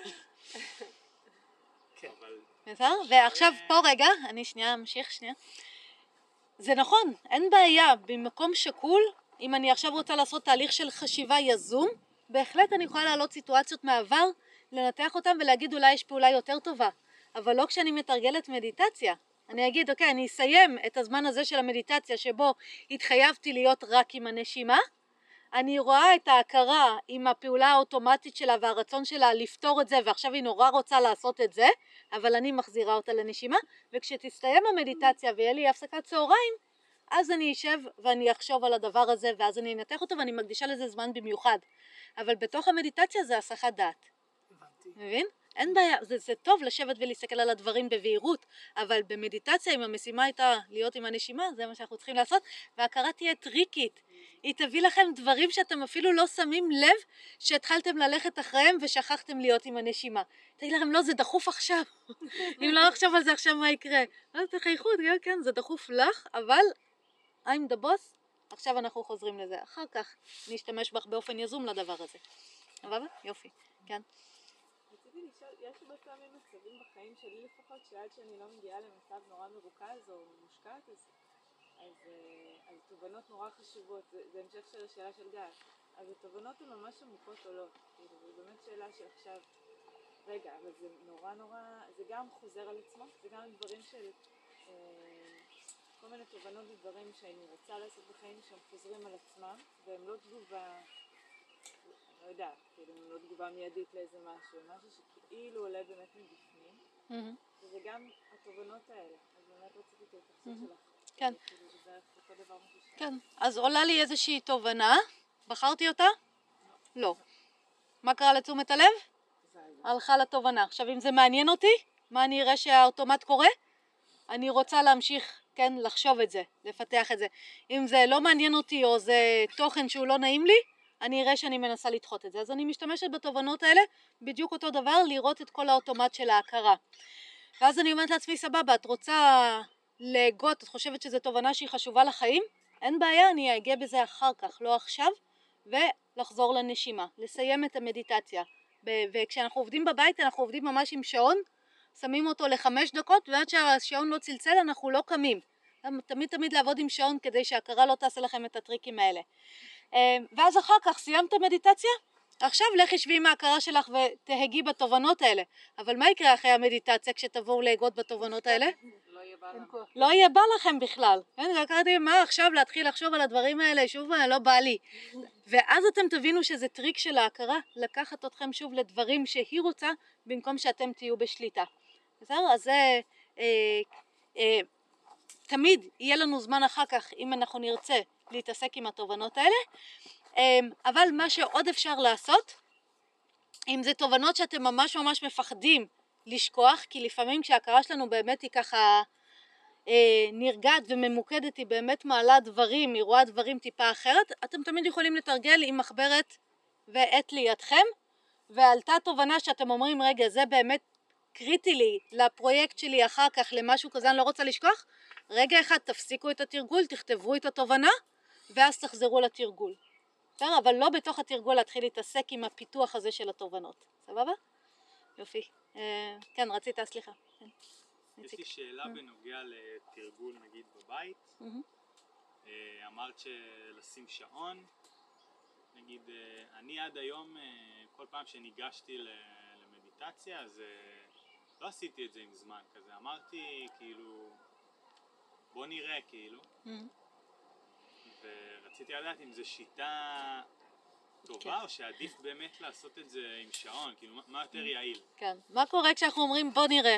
כן. בסדר? ועכשיו פה רגע, אני שנייה אמשיך שנייה. זה נכון, אין בעיה, במקום שקול, אם אני עכשיו רוצה לעשות תהליך של חשיבה יזום, בהחלט אני יכולה להעלות סיטואציות מהעבר, לנתח אותם ולהגיד אולי יש פעולה יותר טובה, אבל לא כשאני מתרגלת מדיטציה. אני אגיד, אוקיי, אני אסיים את הזמן הזה של המדיטציה שבו התחייבתי להיות רק עם הנשימה, אני רואה את ההכרה עם הפעולה האוטומטית שלה והרצון שלה לפתור את זה, ועכשיו היא נורא רוצה לעשות את זה, אבל אני מחזירה אותה לנשימה, וכשתסתיים המדיטציה ויהיה לי הפסקת צהריים, אז אני אשב ואני אחשוב על הדבר הזה, ואז אני אנתח אותו ואני מקדישה לזה זמן במיוחד. אבל בתוך המדיטציה זה הסחת דעת. הבנתי. מבין? אין בעיה, זה, זה טוב לשבת ולהסתכל על הדברים בבהירות, אבל במדיטציה, אם המשימה הייתה להיות עם הנשימה, זה מה שאנחנו צריכים לעשות, וההכרה תהיה טריקית. היא תביא לכם דברים שאתם אפילו לא שמים לב שהתחלתם ללכת אחריהם ושכחתם להיות עם הנשימה. תגיד לכם, לא, זה דחוף עכשיו. אם לא נחשוב על זה עכשיו, מה יקרה? אז תחייכו, כן, זה דחוף לך, אבל I'm the boss, עכשיו אנחנו חוזרים לזה. אחר כך נשתמש בך באופן יזום לדבר הזה. אבל יופי, כן. רציתי לשאול, יש הרבה פעמים מצבים בחיים שלי לפחות, שעד שאני לא מגיעה למצב נורא מרוכז או מושקעת, אז אז, אז תובנות נורא חשובות, זה, זה המשך של השאלה של גל. אז התובנות הן ממש עמוקות עולות, כאילו, זו באמת שאלה שעכשיו, רגע, אבל זה נורא נורא, זה גם חוזר על עצמו, זה גם דברים של אה, כל מיני תובנות ודברים שאני רוצה לעשות בחיים שהם חוזרים על עצמם, והם לא תגובה, אני לא יודעת, כאילו, הם לא תגובה מיידית לאיזה משהו, משהו שכאילו עולה באמת מבפנים, mm-hmm. וזה גם התובנות האלה, אז באמת רציתי את ההתייחסות שלך. כן. כאילו, זה אותו דבר משהו. כן, אז עולה לי איזושהי תובנה, בחרתי אותה? לא. מה קרה לתשומת הלב? הלכה לתובנה. עכשיו אם זה מעניין אותי, מה אני אראה שהאוטומט קורה? אני רוצה להמשיך, כן, לחשוב את זה, לפתח את זה. אם זה לא מעניין אותי או זה תוכן שהוא לא נעים לי, אני אראה שאני מנסה לדחות את זה. אז אני משתמשת בתובנות האלה, בדיוק אותו דבר, לראות את כל האוטומט של ההכרה. ואז אני אומרת לעצמי, סבבה, את רוצה להגות, את חושבת שזו תובנה שהיא חשובה לחיים? אין בעיה, אני אגע בזה אחר כך, לא עכשיו, ולחזור לנשימה, לסיים את המדיטציה. וכשאנחנו עובדים בבית, אנחנו עובדים ממש עם שעון, שמים אותו לחמש דקות, ועד שהשעון לא צלצל, אנחנו לא קמים. תמיד תמיד לעבוד עם שעון, כדי שההכרה לא תעשה לכם את הטריקים האלה. ואז אחר כך, סיימת המדיטציה? עכשיו לכי שבי עם ההכרה שלך ותהגי בתובנות האלה. אבל מה יקרה אחרי המדיטציה כשתבואו להגות בתובנות האלה? לא יהיה בא לכם בכלל. רק ראיתי מה עכשיו להתחיל לחשוב על הדברים האלה, שוב לא בא לי. ואז אתם תבינו שזה טריק של ההכרה, לקחת אתכם שוב לדברים שהיא רוצה, במקום שאתם תהיו בשליטה. בסדר? אז זה אה, אה, תמיד יהיה לנו זמן אחר כך, אם אנחנו נרצה להתעסק עם התובנות האלה. אה, אבל מה שעוד אפשר לעשות, אם זה תובנות שאתם ממש ממש מפחדים לשכוח, כי לפעמים כשההכרה שלנו באמת היא ככה אה, נרגעת וממוקדת, היא באמת מעלה דברים, היא רואה דברים טיפה אחרת, אתם תמיד יכולים לתרגל עם מחברת ועט לידכם, ועלתה תובנה שאתם אומרים, רגע, זה באמת קריטי לי לפרויקט שלי אחר כך, למשהו כזה אני לא רוצה לשכוח, רגע אחד תפסיקו את התרגול, תכתבו את התובנה, ואז תחזרו לתרגול. בסדר? אבל לא בתוך התרגול להתחיל להתעסק עם הפיתוח הזה של התובנות. סבבה? יופי. אה, כן, רצית, סליחה. כן. יש לי שאלה בנוגע לתרגול נגיד בבית. אה, אמרת שלשים שעון. נגיד, אה, אני עד היום, אה, כל פעם שניגשתי למדיטציה, אז אה, לא עשיתי את זה עם זמן כזה. אמרתי, כאילו, בוא נראה, כאילו. ורציתי לדעת אם זו שיטה טובה או שעדיף באמת לעשות את זה עם שעון, כאילו מה יותר יעיל? כן, מה קורה כשאנחנו אומרים בוא נראה?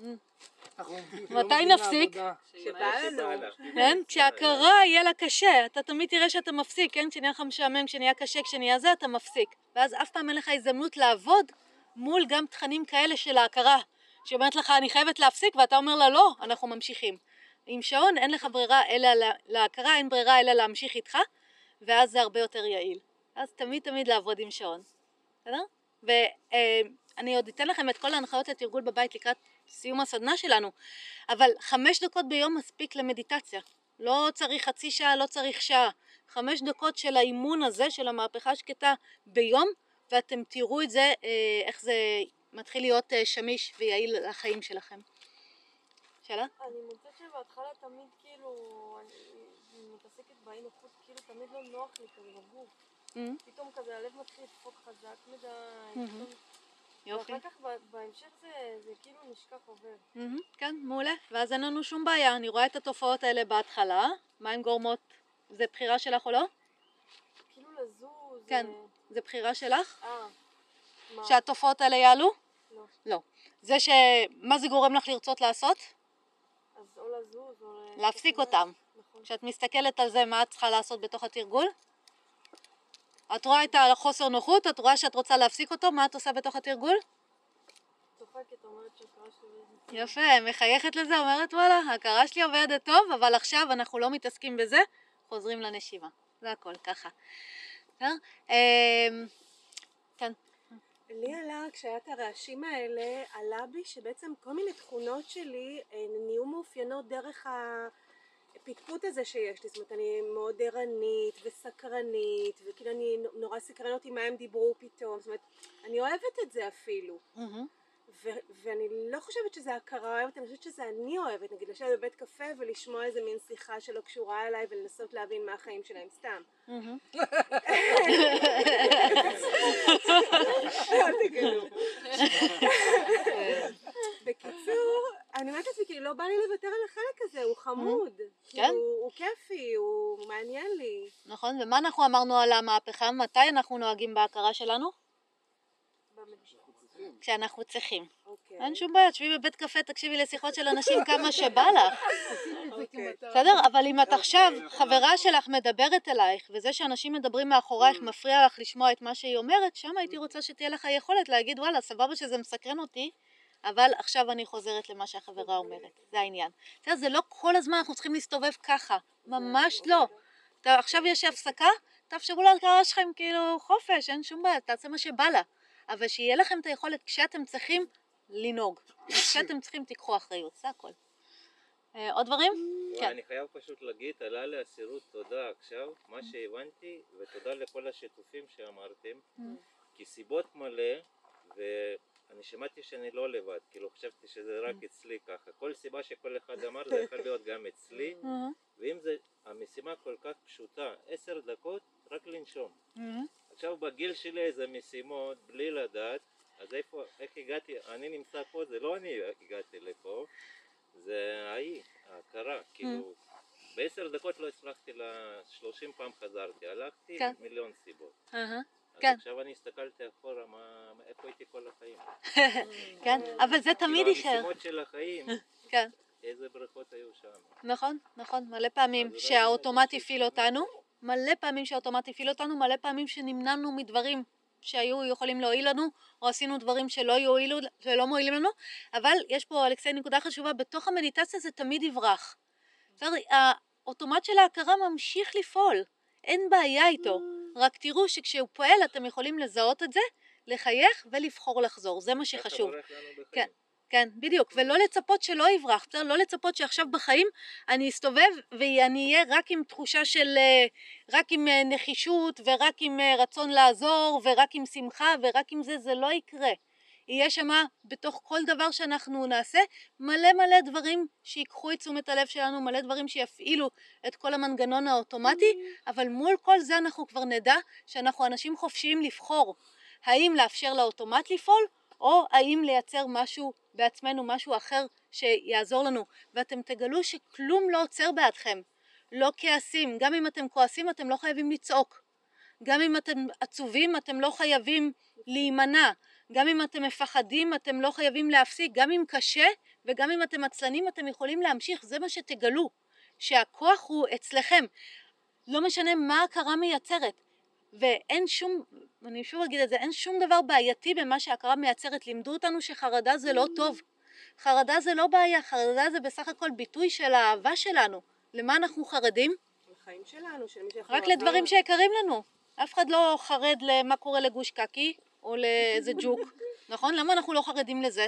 מתי נפסיק? כן, כשההכרה יהיה לה קשה, אתה תמיד תראה שאתה מפסיק, כן? כשנהיה לך משעמם, כשנהיה קשה, כשנהיה זה, אתה מפסיק. ואז אף פעם אין לך הזדמנות לעבוד מול גם תכנים כאלה של ההכרה, שאומרת לך אני חייבת להפסיק ואתה אומר לה לא, אנחנו ממשיכים. עם שעון אין לך ברירה אלא להכרה, אין ברירה אלא להמשיך איתך, ואז זה הרבה יותר יעיל. אז תמיד תמיד לעבוד עם שעון. בסדר? ואני עוד אתן לכם את כל ההנחיות לתרגול בבית לקראת סיום הסדנה שלנו, אבל חמש דקות ביום מספיק למדיטציה. לא צריך חצי שעה, לא צריך שעה. חמש דקות של האימון הזה, של המהפכה השקטה ביום, ואתם תראו את זה, איך זה מתחיל להיות שמיש ויעיל לחיים שלכם. שאלה? אני מוצאת שבהתחלה תמיד כאילו, אני מתעסקת באי נוחות, כאילו תמיד לא נוח לי כזה בגוף. פתאום כזה הלב מתחיל לדפוק חזק מדי, ואחר כך בהמשך זה כאילו נשכח עובר. כן, מעולה. ואז אין לנו שום בעיה. אני רואה את התופעות האלה בהתחלה. מה הן גורמות? זה בחירה שלך או לא? כאילו לזוז. כן, זה בחירה שלך? אה. מה? שהתופעות האלה יעלו? לא. לא. זה ש... מה זה גורם לך לרצות לעשות? אז או לזוז או... להפסיק אותם. נכון. כשאת מסתכלת על זה, מה את צריכה לעשות בתוך התרגול? את רואה את החוסר נוחות, את רואה שאת רוצה להפסיק אותו, מה את עושה בתוך התרגול? צוחקת, אומרת שההכרה שלי... יפה, מחייכת לזה, אומרת וואלה, ההכרה שלי עובדת טוב, אבל עכשיו אנחנו לא מתעסקים בזה, חוזרים לנשימה. זה הכל, ככה. כן. לי עלה, כשהיה את הרעשים האלה, עלה בי שבעצם כל מיני תכונות שלי נהיו מאופיינות דרך הפטפוט הזה שיש לי. זאת אומרת, אני מאוד ערנית וסקרנית, וכאילו אני נורא סקרן אותי מה הם דיברו פתאום. זאת אומרת, אני אוהבת את זה אפילו. ו- ואני לא חושבת שזה הכרה אוהבת, אני חושבת שזה אני אוהבת, נגיד לשבת בבית קפה ולשמוע איזה מין שיחה שלא קשורה אליי ולנסות להבין מה החיים שלהם סתם. בקיצור, אני אומרת לעצמי, כאילו לא בא לי לוותר על החלק הזה, הוא חמוד, הוא כיפי, הוא מעניין לי. נכון, ומה אנחנו אמרנו על המהפכה? מתי אנחנו נוהגים בהכרה שלנו? כשאנחנו צריכים. אין שום בעיה, תשבי בבית קפה, תקשיבי לשיחות של אנשים כמה שבא לך. בסדר? אבל אם את עכשיו, חברה שלך מדברת אלייך, וזה שאנשים מדברים מאחורייך מפריע לך לשמוע את מה שהיא אומרת, שם הייתי רוצה שתהיה לך היכולת להגיד, וואלה, סבבה שזה מסקרן אותי, אבל עכשיו אני חוזרת למה שהחברה אומרת. זה העניין. זה לא כל הזמן אנחנו צריכים להסתובב ככה. ממש לא. עכשיו יש הפסקה, תאפשרו להכרה שלכם כאילו חופש, אין שום בעיה, תעשה מה שבא לה. אבל שיהיה לכם את היכולת כשאתם צריכים לנהוג. כשאתם צריכים תיקחו אחריות, זה הכל. עוד דברים? כן. אני חייב פשוט להגיד, עלה לאסירות תודה עכשיו, מה שהבנתי, ותודה לכל השיתופים שאמרתם, כי סיבות מלא, ואני שמעתי שאני לא לבד, כאילו חשבתי שזה רק אצלי ככה. כל סיבה שכל אחד אמר זה יכול להיות גם אצלי, ואם זה המשימה כל כך פשוטה, עשר דקות רק לנשום. עכשיו בגיל שלי איזה משימות בלי לדעת, אז איפה, איך הגעתי, אני נמצא פה, זה לא אני הגעתי לפה, זה ההיא, ההכרה, כאילו בעשר דקות לא הצלחתי, לשלושים פעם חזרתי, הלכתי מיליון סיבות. אז עכשיו אני הסתכלתי אחורה, איפה הייתי כל החיים. כן, אבל זה תמיד יישאר. המשימות של החיים, איזה ברכות היו שם. נכון, נכון, מלא פעמים שהאוטומט הפעיל אותנו, מלא פעמים שהאוטומט הפעיל אותנו, מלא פעמים שנמנענו מדברים שהיו יכולים להועיל לנו, או עשינו דברים שלא יועילו, שלא מועילים לנו, אבל יש פה, אלכסי, נקודה חשובה, בתוך המדיטציה זה תמיד יברח. האוטומט של ההכרה ממשיך לפעול, אין בעיה איתו, רק תראו שכשהוא פועל אתם יכולים לזהות את זה, לחייך ולבחור לחזור, זה מה שחשוב. כן. כן, בדיוק, ולא לצפות שלא יברח, לא לצפות שעכשיו בחיים אני אסתובב ואני אהיה רק עם תחושה של, רק עם נחישות ורק עם רצון לעזור ורק עם שמחה ורק עם זה, זה לא יקרה. יהיה שמה בתוך כל דבר שאנחנו נעשה מלא מלא דברים שיקחו את תשומת הלב שלנו, מלא דברים שיפעילו את כל המנגנון האוטומטי, אבל מול כל זה אנחנו כבר נדע שאנחנו אנשים חופשיים לבחור, האם לאפשר לאוטומט לפעול, או האם לייצר משהו בעצמנו, משהו אחר שיעזור לנו, ואתם תגלו שכלום לא עוצר בעדכם, לא כעסים, גם אם אתם כועסים אתם לא חייבים לצעוק, גם אם אתם עצובים אתם לא חייבים להימנע, גם אם אתם מפחדים אתם לא חייבים להפסיק, גם אם קשה וגם אם אתם עצלנים אתם יכולים להמשיך, זה מה שתגלו, שהכוח הוא אצלכם, לא משנה מה ההכרה מייצרת, ואין שום, אני שוב אגיד את זה, אין שום דבר בעייתי במה שההכרה מייצרת. לימדו אותנו שחרדה זה לא טוב, חרדה זה לא בעיה, חרדה זה בסך הכל ביטוי של האהבה שלנו. למה אנחנו חרדים? לחיים שלנו, של מי שאנחנו רק אוהבים. לדברים שיקרים לנו. אף אחד לא חרד למה קורה לגוש קקי או לאיזה ג'וק, נכון? למה אנחנו לא חרדים לזה?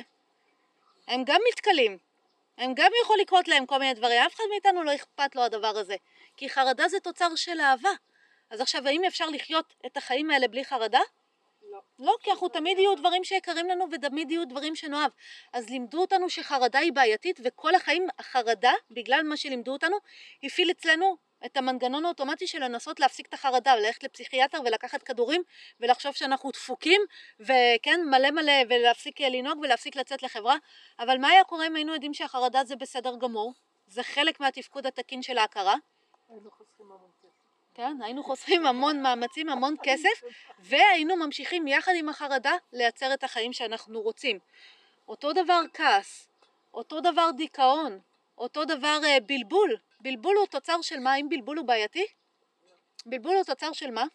הם גם מתקלים, הם גם יכול לקרות להם כל מיני דברים, אף אחד מאיתנו לא אכפת לו הדבר הזה, כי חרדה זה תוצר של אהבה. אז עכשיו, האם אפשר לחיות את החיים האלה בלי חרדה? לא. לא, כי אנחנו תמיד יהיו דברים שיקרים לנו ותמיד יהיו דברים שנאהב. אז לימדו אותנו שחרדה היא בעייתית, וכל החיים החרדה, בגלל מה שלימדו אותנו, הפעיל אצלנו את המנגנון האוטומטי של לנסות להפסיק את החרדה, וללכת לפסיכיאטר ולקחת כדורים, ולחשוב שאנחנו דפוקים, וכן, מלא מלא, ולהפסיק לנהוג ולהפסיק לצאת לחברה. אבל מה היה קורה אם היינו יודעים שהחרדה זה בסדר גמור? זה חלק מהתפקוד התקין של ההכרה. היינו חוסכים המון כסף. כן, היינו חוסכים המון מאמצים, המון כסף, והיינו ממשיכים יחד עם החרדה לייצר את החיים שאנחנו רוצים. אותו דבר כעס, אותו דבר דיכאון, אותו דבר uh, בלבול. בלבול הוא תוצר של מה? אם בלבול הוא בעייתי? בלבול הוא תוצר של מה?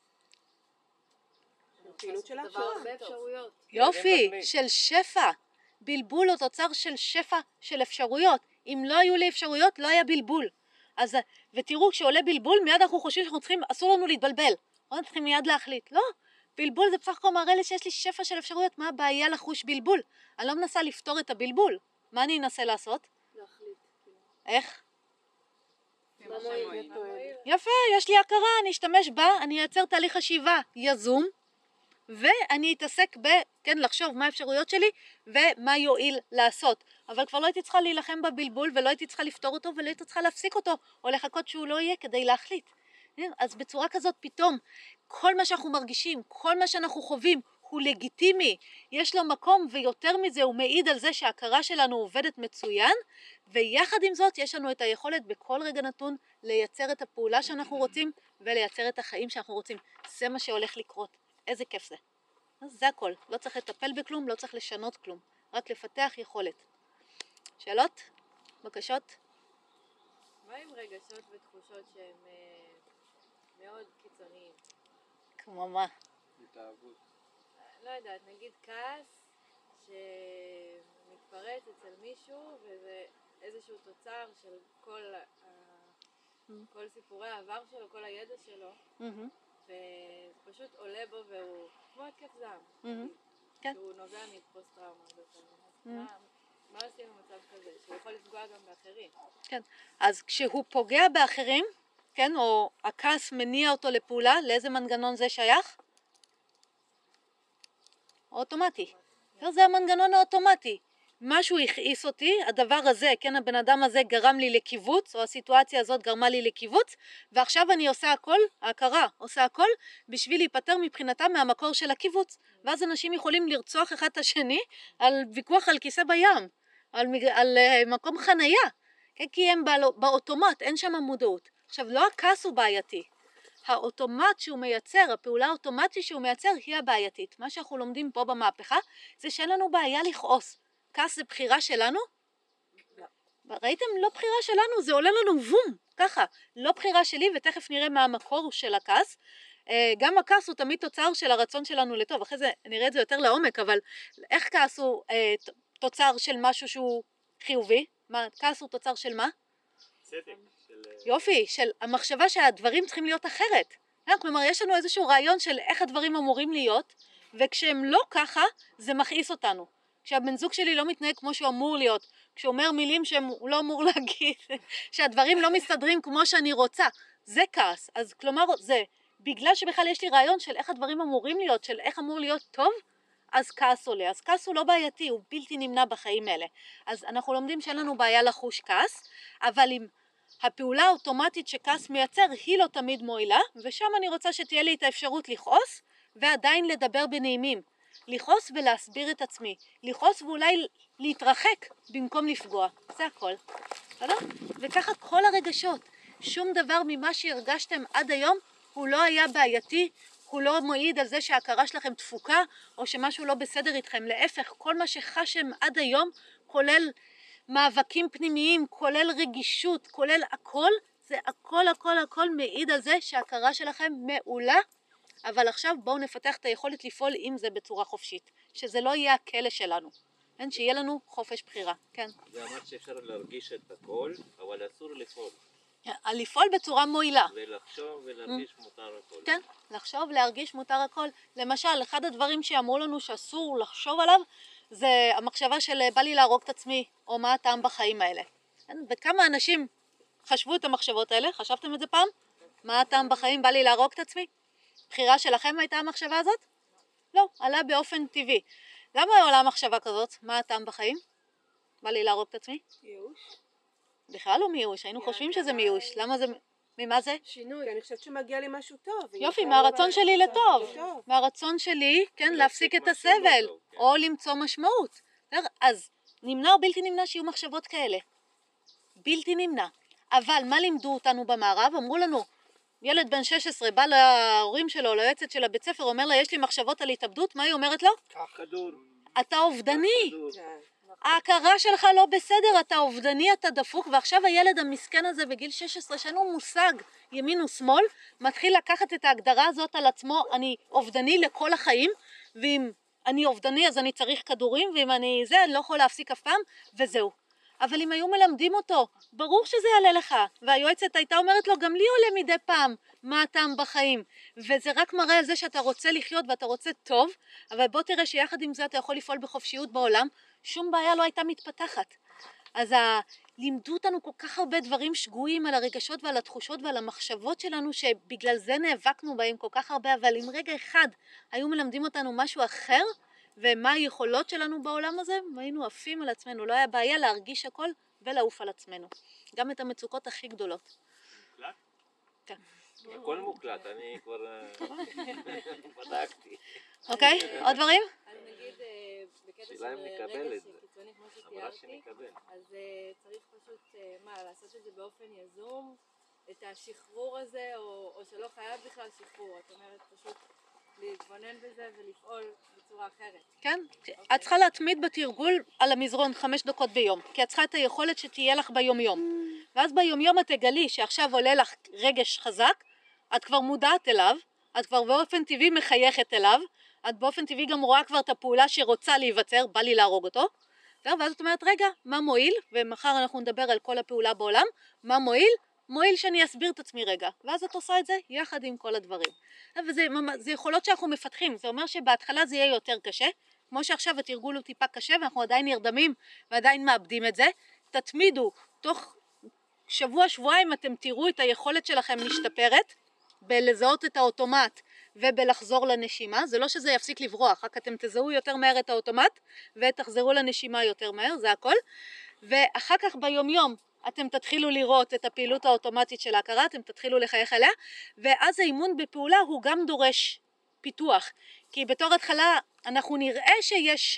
פעילות של דבר הרבה אפשרויות. יופי, של שפע. בלבול הוא תוצר של שפע של אפשרויות. אם לא היו לי אפשרויות, לא היה בלבול. אז, ותראו, כשעולה בלבול, מיד אנחנו חושבים שאנחנו צריכים, אסור לנו להתבלבל. אנחנו צריכים מיד להחליט. לא, בלבול זה בסך הכל מראה לי שיש לי שפע של אפשרויות. מה הבעיה לחוש בלבול? אני לא מנסה לפתור את הבלבול. מה אני אנסה לעשות? להחליט. איך? מה מועיל? יפה, יש לי הכרה, אני אשתמש בה, אני אייצר תהליך חשיבה יזום, ואני אתעסק ב, כן, לחשוב מה האפשרויות שלי ומה יועיל לעשות. אבל כבר לא הייתי צריכה להילחם בבלבול ולא הייתי צריכה לפתור אותו ולא הייתי צריכה להפסיק אותו או לחכות שהוא לא יהיה כדי להחליט. אז בצורה כזאת פתאום כל מה שאנחנו מרגישים, כל מה שאנחנו חווים הוא לגיטימי, יש לו מקום, ויותר מזה הוא מעיד על זה שההכרה שלנו עובדת מצוין, ויחד עם זאת יש לנו את היכולת בכל רגע נתון לייצר את הפעולה שאנחנו רוצים ולייצר את החיים שאנחנו רוצים. זה מה שהולך לקרות. איזה כיף זה. אז זה הכל. לא צריך לטפל בכלום, לא צריך לשנות כלום. רק לפתח יכולת. שאלות? בקשות? מה עם רגשות ותחושות שהם אה, מאוד קיצוניים? כמו מה? התאהבות. לא יודעת, נגיד כעס שמתפרץ אצל מישהו וזה איזשהו תוצר של כל, ה... כל סיפורי העבר שלו, כל הידע שלו, ופשוט עולה בו והוא כמו התקף זעם, שהוא נובע מפוסט טראומה. מה עושים במצב כזה? שהוא יכול לפגוע גם באחרים. כן, אז כשהוא פוגע באחרים, כן, או הכעס מניע אותו לפעולה, לאיזה מנגנון זה שייך? אוטומטי. זה המנגנון האוטומטי. משהו הכעיס אותי, הדבר הזה, כן, הבן אדם הזה גרם לי לקיבוץ, או הסיטואציה הזאת גרמה לי לקיבוץ, ועכשיו אני עושה הכל, ההכרה עושה הכל, בשביל להיפטר מבחינתה מהמקור של הקיבוץ. ואז אנשים יכולים לרצוח אחד את השני על ויכוח על כיסא בים, על, על uh, מקום חנייה, כן, כי הם בא, באוטומט, אין שם מודעות. עכשיו, לא הכעס הוא בעייתי. האוטומט שהוא מייצר, הפעולה האוטומטית שהוא מייצר היא הבעייתית. מה שאנחנו לומדים פה במהפכה זה שאין לנו בעיה לכעוס. כעס זה בחירה שלנו? לא. ראיתם? לא בחירה שלנו, זה עולה לנו וום, ככה. לא בחירה שלי, ותכף נראה מה המקור של הכעס. גם הכעס הוא תמיד תוצר של הרצון שלנו לטוב. אחרי זה נראה את זה יותר לעומק, אבל איך כעס הוא אה, תוצר של משהו שהוא חיובי? מה, כעס הוא תוצר של מה? צדק. יופי, של המחשבה שהדברים צריכים להיות אחרת. כלומר, יש לנו איזשהו רעיון של איך הדברים אמורים להיות, וכשהם לא ככה, זה מכעיס אותנו. כשהבן זוג שלי לא מתנהג כמו שהוא אמור להיות, כשהוא אומר מילים שהוא לא אמור להגיד, שהדברים לא מסתדרים כמו שאני רוצה, זה כעס. אז כלומר, זה בגלל שבכלל יש לי רעיון של איך הדברים אמורים להיות, של איך אמור להיות טוב, אז כעס עולה. אז כעס הוא לא בעייתי, הוא בלתי נמנע בחיים האלה. אז אנחנו לומדים שאין לנו בעיה לחוש כעס, אבל אם הפעולה האוטומטית שכעס מייצר היא לא תמיד מועילה, ושם אני רוצה שתהיה לי את האפשרות לכעוס ועדיין לדבר בנעימים. לכעוס ולהסביר את עצמי. לכעוס ואולי להתרחק במקום לפגוע. זה הכל. בסדר? וככה כל הרגשות. שום דבר ממה שהרגשתם עד היום הוא לא היה בעייתי, הוא לא מועיד על זה שההכרה שלכם דפוקה או שמשהו לא בסדר איתכם. להפך, כל מה שחשם עד היום כולל מאבקים פנימיים, כולל רגישות, כולל הכל, זה הכל הכל הכל מעיד על זה שההכרה שלכם מעולה, אבל עכשיו בואו נפתח את היכולת לפעול עם זה בצורה חופשית, שזה לא יהיה הכלא שלנו, כן? שיהיה לנו חופש בחירה, כן. זה אמרת שאפשר להרגיש את הכל, אבל אסור לפעול. לפעול בצורה מועילה. ולחשוב ולהרגיש מותר הכל. כן, לחשוב, להרגיש מותר הכל. למשל, אחד הדברים שאמרו לנו שאסור לחשוב עליו, זה המחשבה של בא לי להרוג את עצמי, או מה הטעם בחיים האלה. וכמה אנשים חשבו את המחשבות האלה? חשבתם את זה פעם? מה הטעם בחיים? בא לי להרוג את עצמי? בחירה שלכם הייתה המחשבה הזאת? לא, עלה באופן טבעי. למה עולה המחשבה כזאת? מה הטעם בחיים? בא לי להרוג את עצמי? ייאוש. בכלל לא מייאוש, היינו חושבים שזה מייאוש. למה זה... ממה זה? שינוי. אני חושבת שמגיע לי משהו טוב. יופי, מהרצון שלי לטוב. מהרצון שלי, כן, להפסיק את הסבל, או למצוא משמעות. אז נמנע או בלתי נמנע שיהיו מחשבות כאלה? בלתי נמנע. אבל מה לימדו אותנו במערב? אמרו לנו, ילד בן שש עשרה בא להורים שלו, ליועצת של הבית ספר, אומר לה, יש לי מחשבות על התאבדות, מה היא אומרת לו? כדור. אתה אובדני. ההכרה שלך לא בסדר, אתה אובדני, אתה דפוק, ועכשיו הילד המסכן הזה בגיל שש עשרה שאין לו מושג ימין ושמאל, מתחיל לקחת את ההגדרה הזאת על עצמו, אני אובדני לכל החיים, ואם אני אובדני אז אני צריך כדורים, ואם אני זה, אני לא יכול להפסיק אף פעם, וזהו. אבל אם היו מלמדים אותו, ברור שזה יעלה לך, והיועצת הייתה אומרת לו, גם לי עולה מדי פעם מה הטעם בחיים, וזה רק מראה על זה שאתה רוצה לחיות ואתה רוצה טוב, אבל בוא תראה שיחד עם זה אתה יכול לפעול בחופשיות בעולם, שום בעיה לא הייתה מתפתחת. אז לימדו אותנו כל כך הרבה דברים שגויים על הרגשות ועל התחושות ועל המחשבות שלנו, שבגלל זה נאבקנו בהם כל כך הרבה, אבל אם רגע אחד היו מלמדים אותנו משהו אחר, ומה היכולות שלנו בעולם הזה, היינו עפים על עצמנו, לא היה בעיה להרגיש הכל ולעוף על עצמנו. גם את המצוקות הכי גדולות. מוקלט? כן. הכל מוקלט, אני כבר אה, בדקתי. אוקיי, עוד דברים? אז נגיד אה, בקטע של שאלה אם נקבל רגש את זה. קיצוני כמו אמרה שתיארתי, שנקבל. אז אה, צריך פשוט, אה, מה, לעשות את זה באופן יזום, את השחרור הזה, או, או שלא חייב בכלל שחרור, את אומרת פשוט להתבונן בזה ולפעול בצורה אחרת. כן, את צריכה להתמיד בתרגול על המזרון חמש דקות ביום, כי את צריכה את היכולת שתהיה לך ביום יום. ואז ביום יום את תגלי שעכשיו עולה לך רגש חזק, את כבר מודעת אליו, את כבר באופן טבעי מחייכת אליו, את באופן טבעי גם רואה כבר את הפעולה שרוצה להיווצר, בא לי להרוג אותו, ואז את אומרת, רגע, מה מועיל? ומחר אנחנו נדבר על כל הפעולה בעולם, מה מועיל? מועיל שאני אסביר את עצמי רגע, ואז את עושה את זה יחד עם כל הדברים. וזה זה יכולות שאנחנו מפתחים, זה אומר שבהתחלה זה יהיה יותר קשה, כמו שעכשיו התרגול הוא טיפה קשה ואנחנו עדיין נרדמים ועדיין מאבדים את זה, תתמידו, תוך שבוע שבועיים אתם תראו את היכולת שלכם משתפרת, בלזהות את האוטומט ובלחזור לנשימה, זה לא שזה יפסיק לברוח, רק אתם תזהו יותר מהר את האוטומט ותחזרו לנשימה יותר מהר, זה הכל, ואחר כך ביום יום אתם תתחילו לראות את הפעילות האוטומטית של ההכרה, אתם תתחילו לחייך אליה, ואז האימון בפעולה הוא גם דורש פיתוח, כי בתור התחלה אנחנו נראה שיש,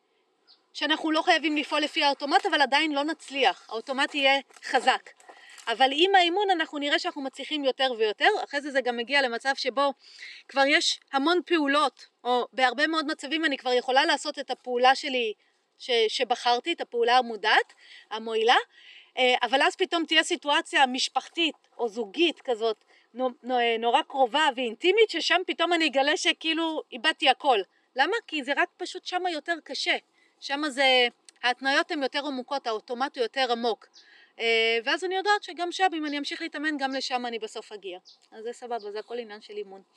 שאנחנו לא חייבים לפעול לפי האוטומט, אבל עדיין לא נצליח, האוטומט יהיה חזק. אבל עם האימון אנחנו נראה שאנחנו מצליחים יותר ויותר, אחרי זה זה גם מגיע למצב שבו כבר יש המון פעולות, או בהרבה מאוד מצבים אני כבר יכולה לעשות את הפעולה שלי ש, שבחרתי, את הפעולה המודעת, המועילה, אבל אז פתאום תהיה סיטואציה משפחתית או זוגית כזאת נורא קרובה ואינטימית, ששם פתאום אני אגלה שכאילו איבדתי הכל. למה? כי זה רק פשוט שמה יותר קשה, שמה זה, ההתניות הן יותר עמוקות, האוטומט הוא יותר עמוק. ואז אני יודעת שגם שם אם אני אמשיך להתאמן גם לשם אני בסוף אגיע. אז זה סבבה, זה הכל עניין של אימון.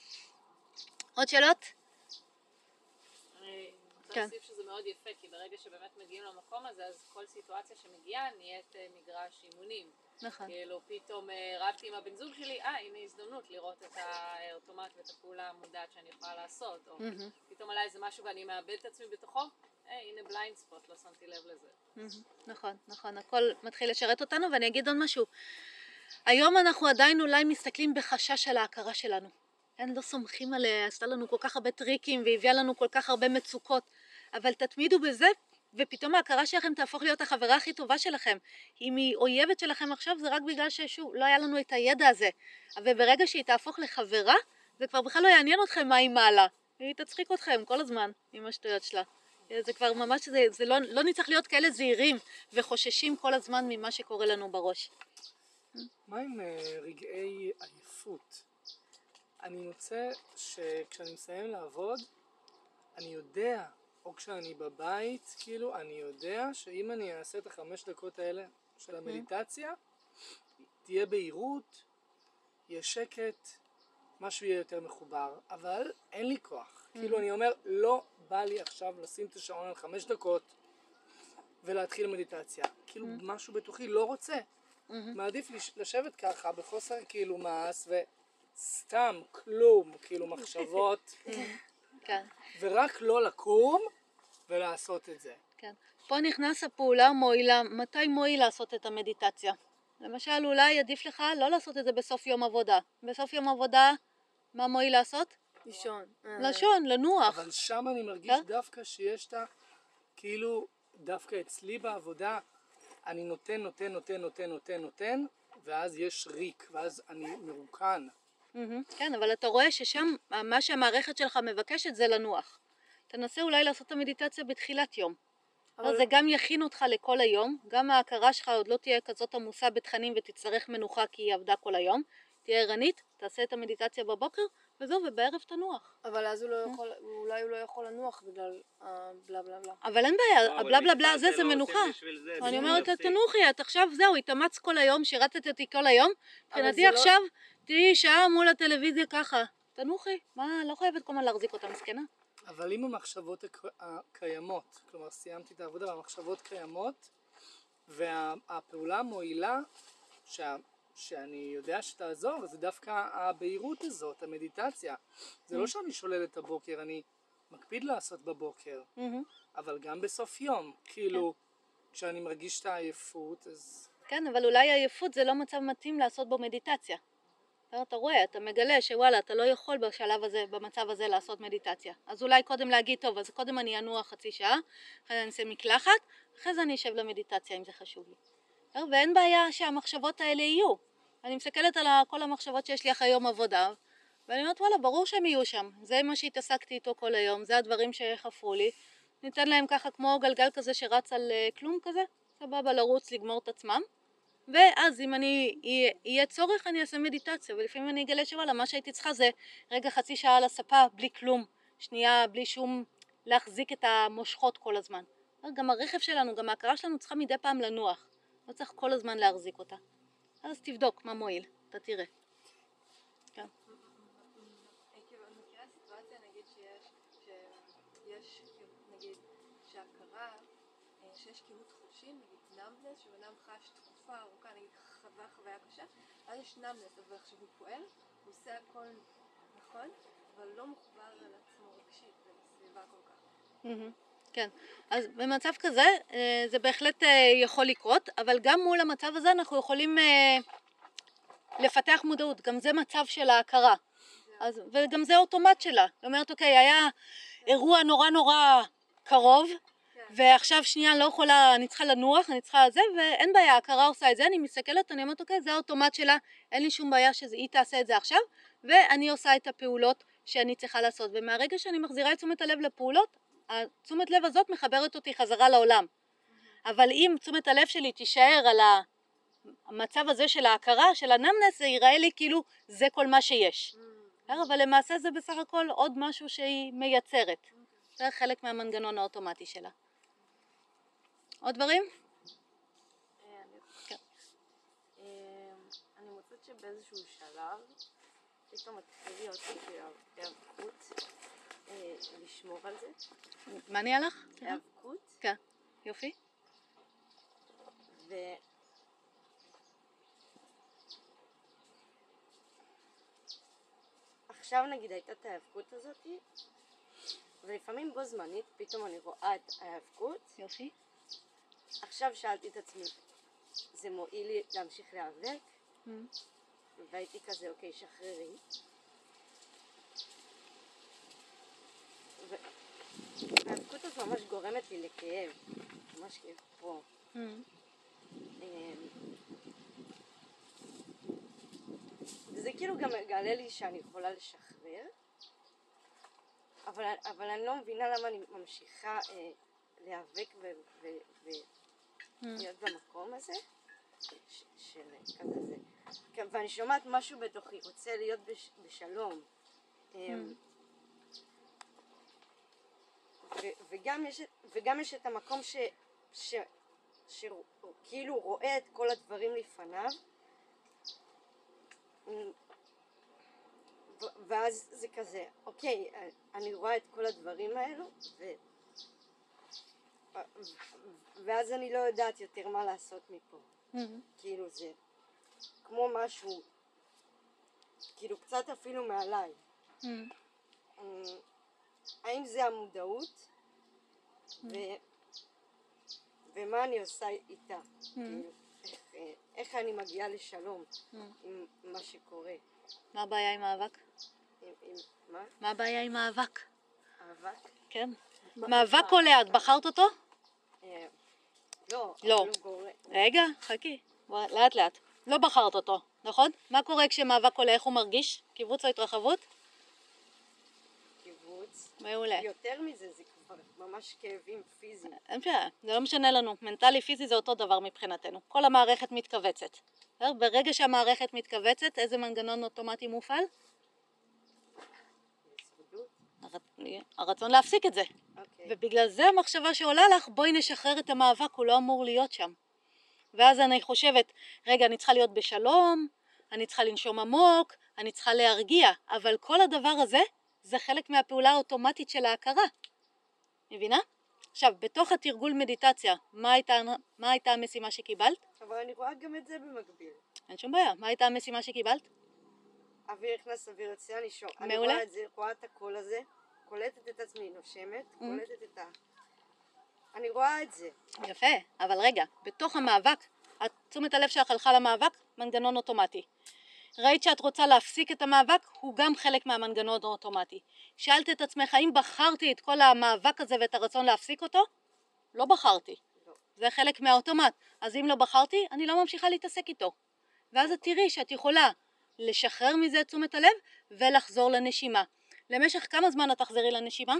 עוד שאלות? אני רוצה כן. להוסיף שזה מאוד יפה, כי ברגע שבאמת מגיעים למקום הזה, אז כל סיטואציה שמגיעה נהיית אה, מגרש אימונים. נכון. כאילו פתאום אה, רבתי עם הבן זוג שלי, אה הנה הזדמנות לראות את האוטומט ואת הפעולה המודעת שאני יכולה לעשות, או Mm-hmm. פתאום עליי איזה משהו ואני מאבד את עצמי בתוכו, אה הנה בליינד ספוט, לא שמתי לב לזה. Mm-hmm. נכון, נכון, הכל מתחיל לשרת אותנו, ואני אגיד עוד משהו. היום אנחנו עדיין אולי מסתכלים בחשש על ההכרה שלנו. אין, לא סומכים עליה, עשתה לנו כל כך הרבה טריקים והביאה לנו כל כך הרבה מצוקות, אבל תתמידו בזה, ופתאום ההכרה שלכם תהפוך להיות החברה הכי טובה שלכם. אם היא אויבת שלכם עכשיו, זה רק בגלל ששוב, לא היה לנו את הידע הזה. אבל ברגע שהיא תהפוך לחברה, זה כבר בכלל לא יעניין אתכם מה היא מעלה. היא תצחיק אתכם כל הזמן עם השטויות שלה. זה כבר ממש, זה, זה לא, לא נצטרך להיות כאלה זהירים וחוששים כל הזמן ממה שקורה לנו בראש. מה עם uh, רגעי עייפות? אני מוצא שכשאני מסיים לעבוד, אני יודע, או כשאני בבית, כאילו, אני יודע שאם אני אעשה את החמש דקות האלה של המדיטציה, תהיה בהירות, יהיה שקט, משהו יהיה יותר מחובר, אבל אין לי כוח. כאילו, אני אומר, לא בא לי עכשיו לשים את השעון על חמש דקות ולהתחיל מדיטציה. כאילו, משהו בתוכי לא רוצה. מעדיף לשבת ככה בחוסר כאילו מעש וסתם כלום כאילו מחשבות כן. ורק לא לקום ולעשות את זה. כן. פה נכנס הפעולה מועילה, מתי מועיל לעשות את המדיטציה? למשל אולי עדיף לך לא לעשות את זה בסוף יום עבודה. בסוף יום עבודה מה מועיל לעשות? לישון. לישון, לנוח. אבל שם אני מרגיש כן? דווקא שיש את ה... כאילו דווקא אצלי בעבודה אני נותן, נותן, נותן, נותן, נותן, נותן, ואז יש ריק, ואז אני מרוקן. כן, אבל אתה רואה ששם מה שהמערכת שלך מבקשת זה לנוח. תנסה אולי לעשות את המדיטציה בתחילת יום. אז זה גם יכין אותך לכל היום, גם ההכרה שלך עוד לא תהיה כזאת עמוסה בתכנים ותצטרך מנוחה כי היא עבדה כל היום. תהיה ערנית, תעשה את המדיטציה בבוקר, וזהו, ובערב תנוח. אבל אז הוא לא יכול, אולי הוא לא יכול לנוח בגלל הבלה בלה בלה. אבל אין בעיה, הבלה בלה בלה הזה זה מנוחה. אני אומרת, תנוחי, את עכשיו זהו, התאמץ כל היום, שירתת אותי כל היום, מבחינתי עכשיו תהיי שעה מול הטלוויזיה ככה, תנוחי, מה, לא חייבת כל מה להחזיק אותה מסכנה. אבל אם המחשבות הקיימות, כלומר סיימתי את העבודה והמחשבות קיימות, והפעולה המועילה שה, שאני יודע שתעזור זה דווקא הבהירות הזאת, המדיטציה. זה לא שאני שולל את הבוקר, אני מקפיד לעשות בבוקר, אבל גם בסוף יום, כאילו כשאני מרגיש את העייפות אז... כן, אבל אולי העייפות זה לא מצב מתאים לעשות בו מדיטציה. אתה רואה, אתה מגלה שוואלה, אתה לא יכול בשלב הזה, במצב הזה לעשות מדיטציה. אז אולי קודם להגיד, טוב, אז קודם אני אנוח חצי שעה, אחרי זה אני אעשה מקלחת, אחרי זה אני אשב למדיטציה אם זה חשוב לי. ואין בעיה שהמחשבות האלה יהיו. אני מסתכלת על כל המחשבות שיש לי אחרי יום עבודה, ואני אומרת, וואלה, ברור שהם יהיו שם. זה מה שהתעסקתי איתו כל היום, זה הדברים שחפרו לי. ניתן להם ככה כמו גלגל כזה שרץ על כלום כזה, סבבה לרוץ, לגמור את עצמם. ואז אם אני יהיה צורך אני אעשה מדיטציה, ולפעמים אני אגלה שוואלה מה שהייתי צריכה זה רגע חצי שעה על הספה בלי כלום, שנייה בלי שום להחזיק את המושכות כל הזמן. גם הרכב שלנו, גם ההכרה שלנו צריכה מדי פעם לנוח, לא צריך כל הזמן להחזיק אותה. אז תבדוק מה מועיל, אתה תראה. כן. כאילו, אני מכירה סיטואציה נגיד שיש, שיש נגיד שהכרה, שיש כאילו תחושים, נגיד נמבנס, שבנם חש תקופה ארוכה, נגיד חווה חוויה קשה, אז יש נמבנס, אבל עכשיו הוא פועל, הוא עושה הכל נכון, אבל לא מחובר על עצמו רגשית ולסביבה כל כך. כן, אז במצב כזה זה בהחלט יכול לקרות, אבל גם מול המצב הזה אנחנו יכולים לפתח מודעות, גם זה מצב של ההכרה, אז, וגם זה אוטומט שלה. זאת אומרת, אוקיי, היה אירוע נורא נורא קרוב, ועכשיו שנייה לא יכולה, אני צריכה לנוח, אני צריכה זה, ואין בעיה, ההכרה עושה את זה, אני מסתכלת, אני אומרת, אוקיי, זה האוטומט שלה, אין לי שום בעיה שהיא תעשה את זה עכשיו, ואני עושה את הפעולות שאני צריכה לעשות, ומהרגע שאני מחזירה את תשומת הלב לפעולות, התשומת לב הזאת מחברת אותי חזרה לעולם. אבל אם תשומת הלב שלי תישאר על המצב הזה של ההכרה, של הנמנס, זה ייראה לי כאילו זה כל מה שיש. אבל למעשה זה בסך הכל עוד משהו שהיא מייצרת. זה חלק מהמנגנון האוטומטי שלה. עוד דברים? אני מוצאת שבאיזשהו שלב פתאום מתחיל להיות לי היאבקות לשמור על זה. מה נהיה לך? היאבקות. כן, יופי. ו... עכשיו נגיד הייתה את ההיאבקות הזאת, ולפעמים בו זמנית פתאום אני רואה את ההיאבקות. יופי. עכשיו שאלתי את עצמי, זה מועיל לי להמשיך להיאבק? Mm. והייתי כזה, אוקיי, שחררי. וההיאבקות הזאת ממש גורמת לי לכאב, ממש כאב פה. Mm. וזה כאילו גם מגלה לי שאני יכולה לשחרר, אבל, אבל אני לא מבינה למה אני ממשיכה אה, להיאבק ולהיות mm. במקום הזה, ש, של כזה זה. ואני שומעת משהו בתוכי, רוצה להיות בש, בשלום. Mm. ו, וגם, יש, וגם יש את המקום ש, ש, שכאילו רואה את כל הדברים לפניו, ואז זה כזה, אוקיי, אני רואה את כל הדברים האלו, ו... ואז אני לא יודעת יותר מה לעשות מפה. Mm-hmm. כאילו זה כמו משהו, כאילו קצת אפילו מעליי. Mm-hmm. האם זה המודעות? Mm-hmm. ו... ומה אני עושה איתה? Mm-hmm. כאילו, איך, איך אני מגיעה לשלום mm-hmm. עם מה שקורה. מה הבעיה עם האבק? עם, עם, מה? מה הבעיה עם האבק? האבק? כן. מאבק עולה, את בחרת אותו? לא. לא. רגע, חכי. לאט לאט. לא בחרת אותו, נכון? מה קורה כשמאבק עולה? איך הוא מרגיש? קיבוץ או התרחבות? קיבוץ. מעולה. יותר מזה, זה כבר ממש כאבים פיזיים. אין בעיה, זה לא משנה לנו. מנטלי, פיזי זה אותו דבר מבחינתנו. כל המערכת מתכווצת. ברגע שהמערכת מתכווצת, איזה מנגנון אוטומטי מופעל? הרצון להפסיק את זה. Okay. ובגלל זה המחשבה שעולה לך, בואי נשחרר את המאבק, הוא לא אמור להיות שם. ואז אני חושבת, רגע, אני צריכה להיות בשלום, אני צריכה לנשום עמוק, אני צריכה להרגיע, אבל כל הדבר הזה, זה חלק מהפעולה האוטומטית של ההכרה. מבינה? עכשיו, בתוך התרגול מדיטציה, מה הייתה, מה הייתה המשימה שקיבלת? אבל אני רואה גם את זה במקביל. אין שום בעיה, מה הייתה המשימה שקיבלת? אוויר נכנס, אוויר יוצא, אני שומע. אני מעולה. רואה את זה, רואה את הקול הזה, קולטת את עצמי, נושמת, קולטת את ה... אני רואה את זה. יפה, אבל רגע, בתוך המאבק, תשומת הלב שלך הלכה למאבק, מנגנון אוטומטי. ראית שאת רוצה להפסיק את המאבק, הוא גם חלק מהמנגנון האוטומטי. שאלת את עצמך, האם בחרתי את כל המאבק הזה ואת הרצון להפסיק אותו? לא בחרתי. לא. זה חלק מהאוטומט. אז אם לא בחרתי, אני לא ממשיכה להתעסק איתו. ואז את תראי שאת יכולה לשחרר מזה את תשומת הלב ולחזור לנשימה. למשך כמה זמן את תחזרי לנשימה?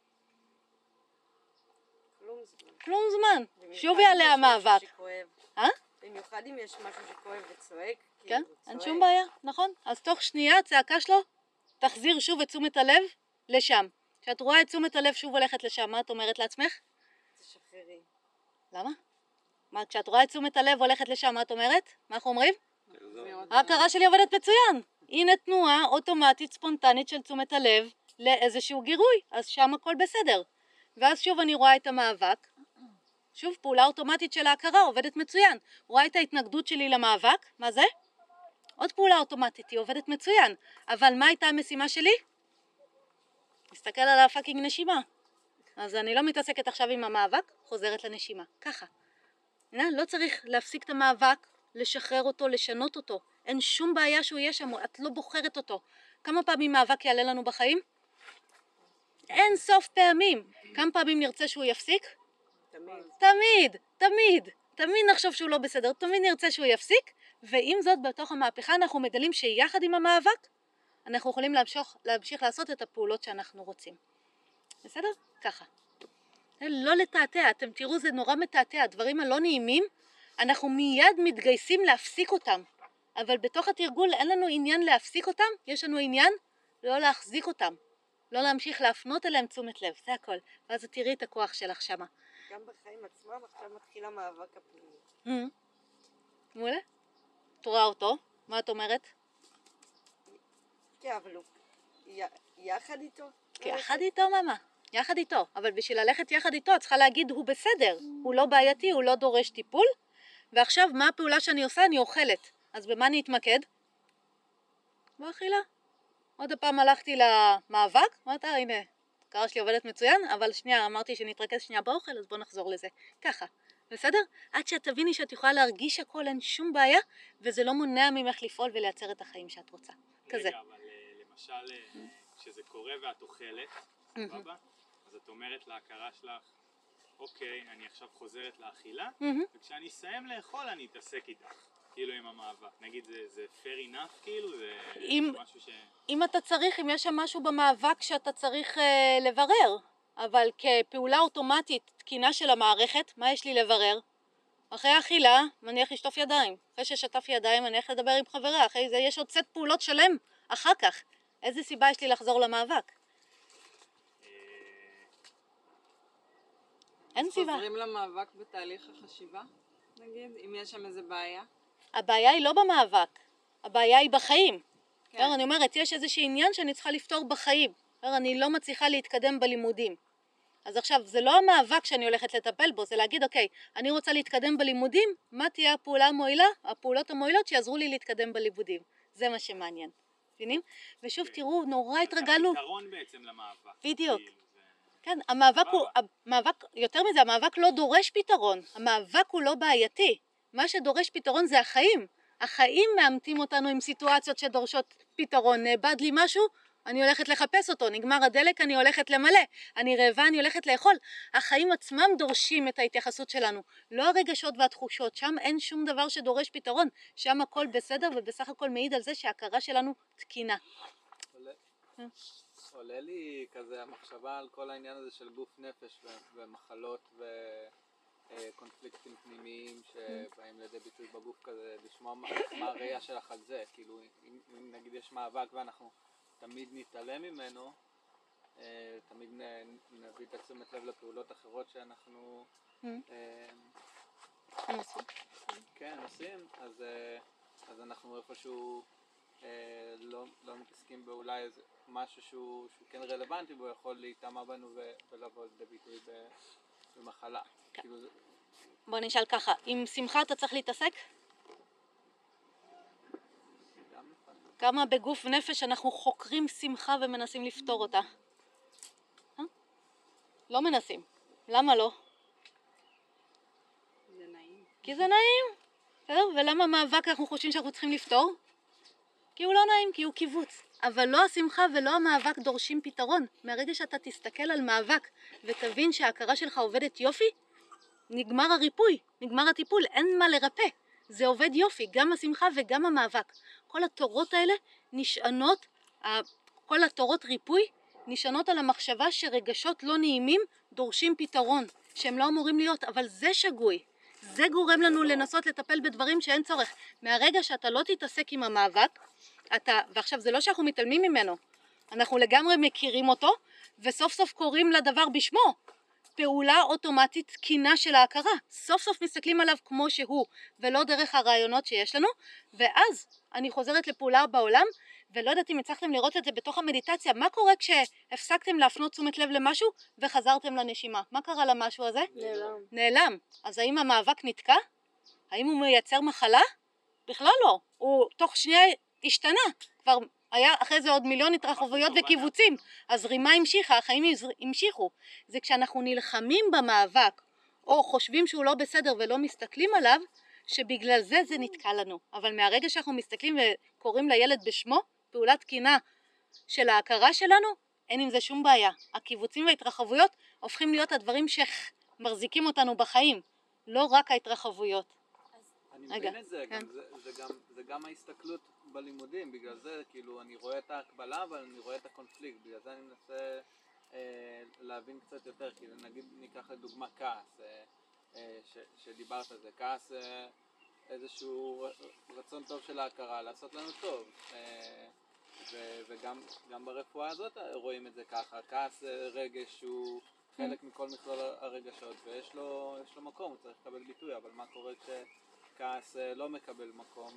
כלום זמן. כלום זמן. במיוחד שוב אם יעלה יש המאבק. משהו שכואב. אה? במיוחד אם יש משהו שכואב וצועק. כן, כאילו, אין צועק. שום בעיה, נכון? אז תוך שנייה הצעקה שלו, תחזיר שוב את תשומת הלב לשם. כשאת רואה את תשומת הלב שוב הולכת לשם, מה את אומרת לעצמך? תשחררי. למה? מה, כשאת רואה את תשומת הלב הולכת לשם, מה את אומרת? מה אנחנו אומרים? ההכרה שלי עובדת מצוין. הנה תנועה אוטומטית ספונטנית של תשומת הלב לאיזשהו גירוי, אז שם הכל בסדר. ואז שוב אני רואה את המאבק, שוב פעולה אוטומטית של ההכרה עובדת מצוין. רואה את ההתנגדות שלי למאבק, מה זה? עוד פעולה אוטומטית, היא עובדת מצוין. אבל מה הייתה המשימה שלי? להסתכל על הפאקינג נשימה. אז אני לא מתעסקת עכשיו עם המאבק, חוזרת לנשימה. ככה. לא צריך להפסיק את המאבק, לשחרר אותו, לשנות אותו. אין שום בעיה שהוא יהיה שם, את לא בוחרת אותו. כמה פעמים מאבק יעלה לנו בחיים? אין סוף פעמים. כמה פעמים נרצה שהוא יפסיק? תמיד. תמיד, תמיד. תמיד נחשוב שהוא לא בסדר, תמיד נרצה שהוא יפסיק. ועם זאת, בתוך המהפכה אנחנו מגלים שיחד עם המאבק, אנחנו יכולים להמשיך, להמשיך לעשות את הפעולות שאנחנו רוצים. בסדר? ככה. לא לתעתע, אתם תראו זה נורא מתעתע, הדברים הלא נעימים, אנחנו מיד מתגייסים להפסיק אותם. אבל בתוך התרגול אין לנו עניין להפסיק אותם, יש לנו עניין לא להחזיק אותם. לא להמשיך להפנות אליהם תשומת לב, זה הכל. ואז תראי את הכוח שלך שמה. גם בחיים עצמם עכשיו מתחיל המאבק הפנימי. מעולה? את רואה אותו, מה את אומרת? כן, אבל הוא יחד איתו? יחד איתו מאמה, יחד איתו, אבל בשביל ללכת יחד איתו את צריכה להגיד הוא בסדר, הוא לא בעייתי, הוא לא דורש טיפול, ועכשיו מה הפעולה שאני עושה? אני אוכלת, אז במה אני אתמקד? באכילה. עוד הפעם הלכתי למאבק, אמרת הנה, ההכרה שלי עובדת מצוין, אבל שנייה אמרתי שנתרכז שנייה באוכל, אז בוא נחזור לזה, ככה. בסדר? עד שאת תביני שאת יכולה להרגיש הכל, אין שום בעיה, וזה לא מונע ממך לפעול ולייצר את החיים שאת רוצה. כזה. רגע, אבל למשל, כשזה קורה ואת אוכלת, סבבה? אז את אומרת להכרה שלך, אוקיי, אני עכשיו חוזרת לאכילה, וכשאני אסיים לאכול אני אתעסק איתך, כאילו עם המאבק. נגיד, זה fair enough, כאילו? זה משהו ש... אם אתה צריך, אם יש שם משהו במאבק שאתה צריך לברר, אבל כפעולה אוטומטית, תקינה של המערכת, מה יש לי לברר? אחרי האכילה, אני הולך לשטוף ידיים. אחרי ששטף ידיים, אני הולך לדבר עם חברה. אחרי זה יש עוד סט פעולות שלם אחר כך. איזה סיבה יש לי לחזור למאבק? אין סיבה. חוזרים למאבק בתהליך החשיבה, נגיד, אם יש שם איזה בעיה? הבעיה היא לא במאבק, הבעיה היא בחיים. כן. אני אומרת, יש איזשהו עניין שאני צריכה לפתור בחיים. אני לא מצליחה להתקדם בלימודים. אז עכשיו, זה לא המאבק שאני הולכת לטפל בו, זה להגיד, אוקיי, אני רוצה להתקדם בלימודים, מה תהיה הפעולה המועילה, הפעולות המועילות שיעזרו לי להתקדם בלימודים. זה מה שמעניין. מבינים? ושוב, תראו, נורא התרגלנו. זה הפתרון בעצם למאבק. בדיוק. כן, המאבק הוא, המאבק, יותר מזה, המאבק לא דורש פתרון. המאבק הוא לא בעייתי. מה שדורש פתרון זה החיים. החיים מאמתים אותנו עם סיטואציות שדורשות פתרון. נאבד לי משהו, אני הולכת לחפש אותו. נגמר הדלק, אני הולכת למלא. אני רעבה, אני הולכת לאכול. החיים עצמם דורשים את ההתייחסות שלנו. לא הרגשות והתחושות. שם אין שום דבר שדורש פתרון. שם הכל בסדר ובסך הכל מעיד על זה שההכרה שלנו תקינה. עולה לי כזה המחשבה על כל העניין הזה של גוף נפש ומחלות וקונפליקטים פנימיים שבאים לידי ביטוי בגוף כזה, לשמוע מה הראייה שלך על זה, כאילו אם נגיד יש מאבק ואנחנו תמיד נתעלם ממנו, תמיד נביא את תשומת לב לפעולות אחרות שאנחנו כן עושים, אז אנחנו איפשהו לא מתעסקים באולי איזה משהו שהוא כן רלוונטי והוא יכול להיטמע בנו ולבוא לידי ביטוי במחלה. כאילו זה... בוא נשאל ככה, עם שמחה אתה צריך להתעסק? גם נכון. כמה בגוף נפש אנחנו חוקרים שמחה ומנסים לפתור אותה? אה? לא מנסים. למה לא? זה נעים. כי זה נעים. בסדר? ולמה מאבק אנחנו חושבים שאנחנו צריכים לפתור? כי הוא לא נעים, כי הוא קיבוץ. אבל לא השמחה ולא המאבק דורשים פתרון. מהרגע שאתה תסתכל על מאבק ותבין שההכרה שלך עובדת יופי, נגמר הריפוי, נגמר הטיפול, אין מה לרפא. זה עובד יופי, גם השמחה וגם המאבק. כל התורות האלה נשענות, כל התורות ריפוי נשענות על המחשבה שרגשות לא נעימים דורשים פתרון, שהם לא אמורים להיות, אבל זה שגוי. זה גורם לנו לנסות לטפל בדברים שאין צורך. מהרגע שאתה לא תתעסק עם המאבק, אתה, ועכשיו זה לא שאנחנו מתעלמים ממנו, אנחנו לגמרי מכירים אותו, וסוף סוף קוראים לדבר בשמו. פעולה אוטומטית תקינה של ההכרה. סוף סוף מסתכלים עליו כמו שהוא, ולא דרך הרעיונות שיש לנו, ואז אני חוזרת לפעולה בעולם, ולא יודעת אם הצלחתם לראות את זה בתוך המדיטציה, מה קורה כשהפסקתם להפנות תשומת לב למשהו וחזרתם לנשימה? מה קרה למשהו הזה? נעלם. נעלם. אז האם המאבק נתקע? האם הוא מייצר מחלה? בכלל לא. הוא תוך שנייה השתנה. כבר היה אחרי זה עוד מיליון התרחבויות וקיבוצים. הזרימה המשיכה, החיים המשיכו. זה כשאנחנו נלחמים במאבק, או חושבים שהוא לא בסדר ולא מסתכלים עליו, שבגלל זה זה נתקע לנו. אבל מהרגע שאנחנו מסתכלים וקוראים לילד בשמו, פעולת תקינה של ההכרה שלנו, אין עם זה שום בעיה. הקיבוצים וההתרחבויות הופכים להיות הדברים שמחזיקים אותנו בחיים, לא רק ההתרחבויות. אני מבין את זה, גם, זה, זה, גם, זה גם ההסתכלות בלימודים, בגלל זה כאילו אני רואה את ההקבלה אבל אני רואה את הקונפליקט, בגלל זה אני מנסה אה, להבין קצת יותר, כאילו נגיד ניקח לדוגמה כעס, אה, אה, ש, שדיברת על זה, כעס אה, איזשהו רצון טוב של ההכרה לעשות לנו טוב, אה, ו, וגם גם ברפואה הזאת רואים את זה ככה, כעס רגש שהוא חלק מכל מכלול הרגשות ויש לו, יש לו מקום, הוא צריך לקבל ביטוי, אבל מה קורה כש... כעס לא מקבל מקום,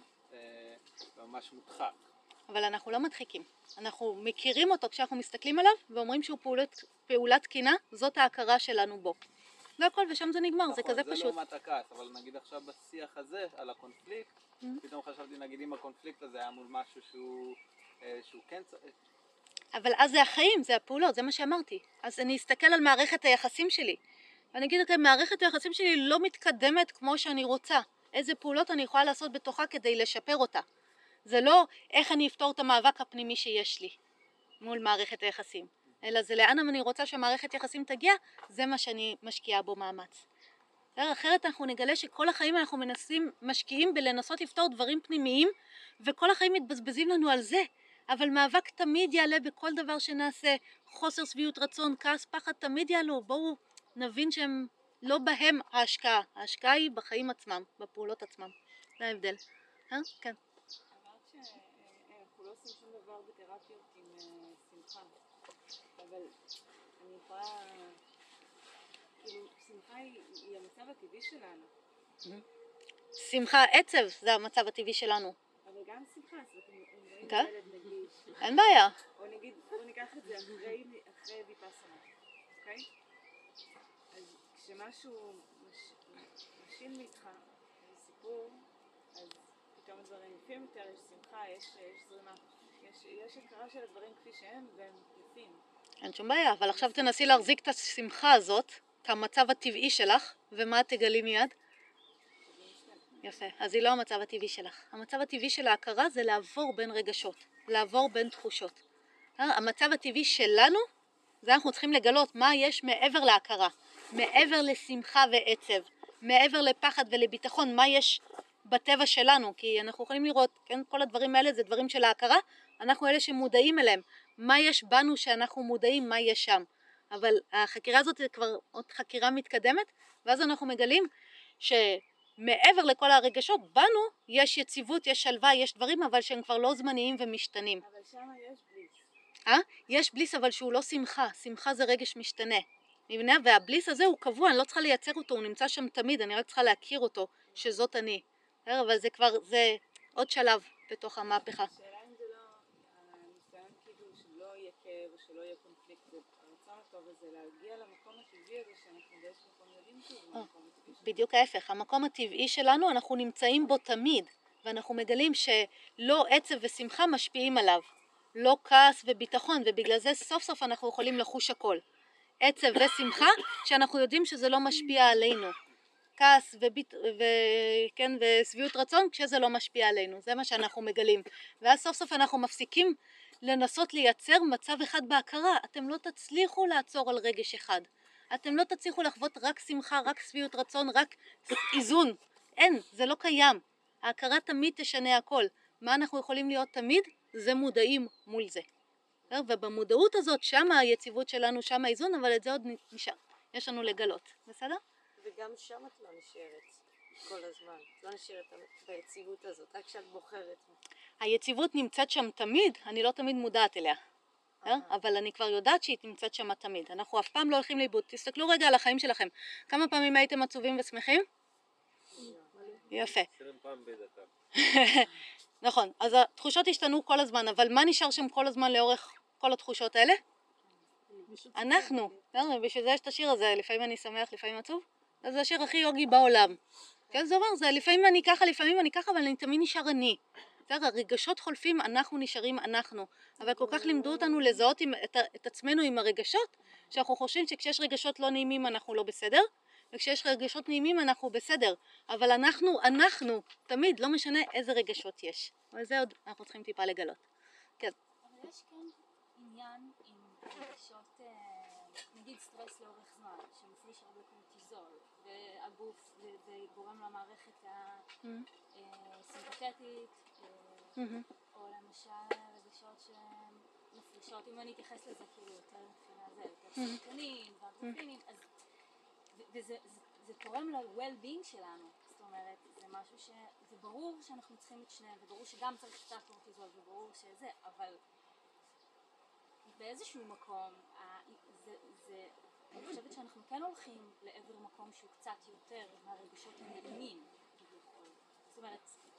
ממש מודחק. אבל אנחנו לא מדחיקים. אנחנו מכירים אותו כשאנחנו מסתכלים עליו ואומרים שהוא פעולת, פעולת תקינה, זאת ההכרה שלנו בו. זה הכל ושם זה נגמר, נכון, זה כזה זה פשוט. זה לעומת הכעס, אבל נגיד עכשיו בשיח הזה על הקונפליקט, mm-hmm. פתאום חשבתי נגיד אם הקונפליקט הזה היה מול משהו שהוא, שהוא כן צריך. אבל אז זה החיים, זה הפעולות, זה מה שאמרתי. אז אני אסתכל על מערכת היחסים שלי. ואני אגיד לכם, מערכת היחסים שלי לא מתקדמת כמו שאני רוצה. איזה פעולות אני יכולה לעשות בתוכה כדי לשפר אותה. זה לא איך אני אפתור את המאבק הפנימי שיש לי מול מערכת היחסים, אלא זה לאן אני רוצה שהמערכת יחסים תגיע, זה מה שאני משקיעה בו מאמץ. אחרת אנחנו נגלה שכל החיים אנחנו מנסים, משקיעים בלנסות לפתור דברים פנימיים, וכל החיים מתבזבזים לנו על זה. אבל מאבק תמיד יעלה בכל דבר שנעשה, חוסר שביעות רצון, כעס, פחד תמיד יעלו, בואו נבין שהם לא בהם ההשקעה, ההשקעה היא בחיים עצמם, בפעולות עצמם, זה ההבדל. אה? כן. אמרת שאנחנו לא עושים שום דבר בתרפיות עם שמחה, אבל אני יכולה, כאילו שמחה היא המצב הטבעי שלנו. שמחה, עצב זה המצב הטבעי שלנו. אבל גם שמחה, זאת אומרת, אם רואים ילד נגיד. אין בעיה. או נגיד, בוא ניקח את זה אחרי ויפאסנה, אוקיי? אז כשמשהו משיל מאיתך, זה סיפור, אז פתאום הדברים יפים יותר, יש שמחה, יש זרימה, יש הכרה של הדברים כפי שהם והם יפים. אין שום בעיה, אבל עכשיו תנסי להחזיק את השמחה הזאת, את המצב הטבעי שלך, ומה את תגלי מיד? יפה, אז היא לא המצב הטבעי שלך. המצב הטבעי של ההכרה זה לעבור בין רגשות, לעבור בין תחושות. המצב הטבעי שלנו, זה אנחנו צריכים לגלות מה יש מעבר להכרה, מעבר לשמחה ועצב, מעבר לפחד ולביטחון, מה יש בטבע שלנו, כי אנחנו יכולים לראות, כן, כל הדברים האלה זה דברים של ההכרה, אנחנו אלה שמודעים אליהם, מה יש בנו שאנחנו מודעים, מה יש שם. אבל החקירה הזאת זה כבר עוד חקירה מתקדמת, ואז אנחנו מגלים שמעבר לכל הרגשות, בנו יש יציבות, יש שלווה, יש דברים, אבל שהם כבר לא זמניים ומשתנים. אבל שם יש בליס. אה? יש בליס, אבל שהוא לא שמחה, שמחה זה רגש משתנה. מבינה? והבליס הזה הוא קבוע, אני לא צריכה לייצר אותו, הוא נמצא שם תמיד, אני רק צריכה להכיר אותו, שזאת אני. אבל זה כבר, זה עוד שלב בתוך המהפכה. השאלה אם זה לא, הניסיון כאילו שלא יהיה כאב, שלא יהיה קונפליקט, צ'ק, זה הרצון הטוב הזה, להגיע למקום הטבעי הזה שאנחנו באיזשהו מקום יודעים שהוא המקום הטבעי שלנו. בדיוק ההפך, המקום הטבעי שלנו אנחנו נמצאים בו תמיד, ואנחנו מגלים שלא עצב ושמחה משפיעים עליו, לא כעס וביטחון, ובגלל זה סוף סוף אנחנו יכולים לחוש הכל. עצב ושמחה שאנחנו יודעים שזה לא משפיע עלינו, כעס וביט... ו... כן, ושביעות רצון כשזה לא משפיע עלינו, זה מה שאנחנו מגלים, ואז סוף סוף אנחנו מפסיקים לנסות לייצר מצב אחד בהכרה. אתם לא תצליחו לעצור על רגש אחד, אתם לא תצליחו לחוות רק שמחה, רק שביעות רצון, רק איזון, אין, זה לא קיים. ההכרה תמיד תשנה הכל. מה אנחנו יכולים להיות תמיד? זה מודעים מול זה, ובמודעות הזאת שם היציבות שלנו, שם האיזון, אבל את זה עוד נשאר, יש לנו לגלות, בסדר? וגם שם את לא נשארת כל הזמן, את לא נשארת ביציבות הזאת, רק כשאת בוחרת. היציבות נמצאת שם תמיד, אני לא תמיד מודעת אליה, אבל אני כבר יודעת שהיא נמצאת שם תמיד. אנחנו אף פעם לא הולכים לאיבוד. תסתכלו רגע על החיים שלכם, כמה פעמים הייתם עצובים ושמחים? יפה. נכון, אז התחושות השתנו כל הזמן, אבל מה נשאר שם כל הזמן לאורך כל התחושות האלה? אנחנו, בשביל זה יש את השיר הזה, לפעמים אני שמח, לפעמים עצוב, אז זה השיר הכי יוגי בעולם. כן, זה אומר, זה לפעמים אני ככה, לפעמים אני ככה, אבל אני תמיד נשאר אני. הרגשות חולפים, אנחנו נשארים אנחנו, אבל כל כך לימדו אותנו לזהות עם, את, את עצמנו עם הרגשות, שאנחנו חושבים שכשיש רגשות לא נעימים אנחנו לא בסדר, וכשיש רגשות נעימים אנחנו בסדר, אבל אנחנו, אנחנו, תמיד, לא משנה איזה רגשות יש. אבל זה עוד אנחנו צריכים טיפה לגלות. כן. אבל יש כן עניין עם רגשות, נגיד סטרס לאורך זמן, שמפריש הרבה קורטיזול, והגוף, זה גורם למערכת הסימפתטית, או למשל רגשות שמפרישות, אם אני אתייחס לזה כאילו יותר מבחינה זה, יותר סרטונים והגופינים, אז וזה תורם ל-well-being שלנו, זאת אומרת, זה משהו ש... זה ברור שאנחנו צריכים את שניהם, וברור שגם צריך קצת קורטיזול, וברור שזה, אבל באיזשהו מקום, זה, זה, אני חושבת שאנחנו כן הולכים לעבר מקום שהוא קצת יותר מהרגשות הנעימים, זאת אומרת,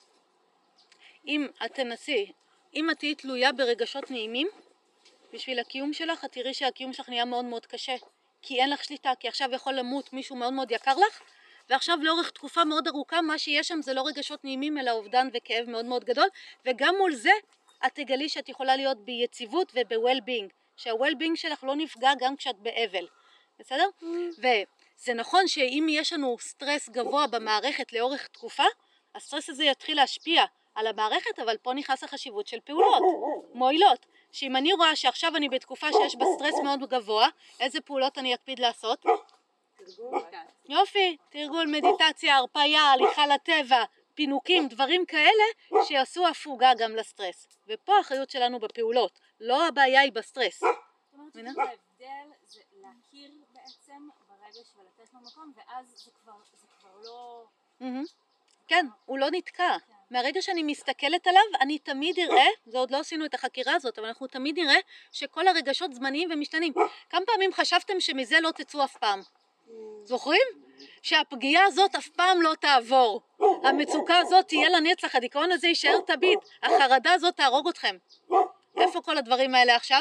אם את תנסי, אם את תהיי תלויה ברגשות נעימים, בשביל הקיום שלך, את תראי שהקיום שלך נהיה מאוד מאוד קשה. כי אין לך שליטה, כי עכשיו יכול למות מישהו מאוד מאוד יקר לך, ועכשיו לאורך תקופה מאוד ארוכה, מה שיש שם זה לא רגשות נעימים, אלא אובדן וכאב מאוד מאוד גדול, וגם מול זה את תגלי שאת יכולה להיות ביציבות וב-well-being, שה-well-being שלך לא נפגע גם כשאת באבל, בסדר? וזה נכון שאם יש לנו סטרס גבוה במערכת לאורך תקופה, הסטרס הזה יתחיל להשפיע על המערכת, אבל פה נכנס החשיבות של פעולות מועילות, שאם אני רואה שעכשיו אני בתקופה שיש בה סטרס מאוד גבוה, איזה פעולות אני אקפיד לעשות? תרגול. יופי, תרגול, מדיטציה, הרפאיה, הליכה לטבע, פינוקים, דברים כאלה שיעשו הפוגה גם לסטרס. ופה האחריות שלנו בפעולות, לא הבעיה היא בסטרס. זאת אומרת שההבדל זה להכיר בעצם ברגש ולתת לו מקום, ואז זה כבר, זה כבר לא... כן, הוא לא נתקע. מהרגע שאני מסתכלת עליו, אני תמיד אראה, זה עוד לא עשינו את החקירה הזאת, אבל אנחנו תמיד נראה שכל הרגשות זמניים ומשתנים. כמה פעמים חשבתם שמזה לא תצאו אף פעם? זוכרים? שהפגיעה הזאת אף פעם לא תעבור. המצוקה הזאת תהיה לנצח, הדיכאון הזה יישאר תמיד. החרדה הזאת תהרוג אתכם. איפה כל הדברים האלה עכשיו?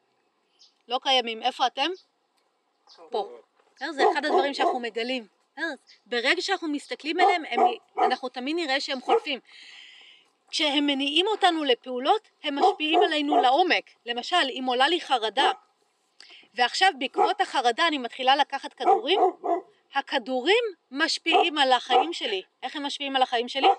לא קיימים. איפה אתם? פה. זה אחד הדברים שאנחנו מגלים. ברגע שאנחנו מסתכלים עליהם, הם, אנחנו תמיד נראה שהם חולפים. כשהם מניעים אותנו לפעולות, הם משפיעים עלינו לעומק. למשל, אם עולה לי חרדה, ועכשיו בעקבות החרדה אני מתחילה לקחת כדורים, הכדורים משפיעים על החיים שלי. איך הם משפיעים על החיים שלי?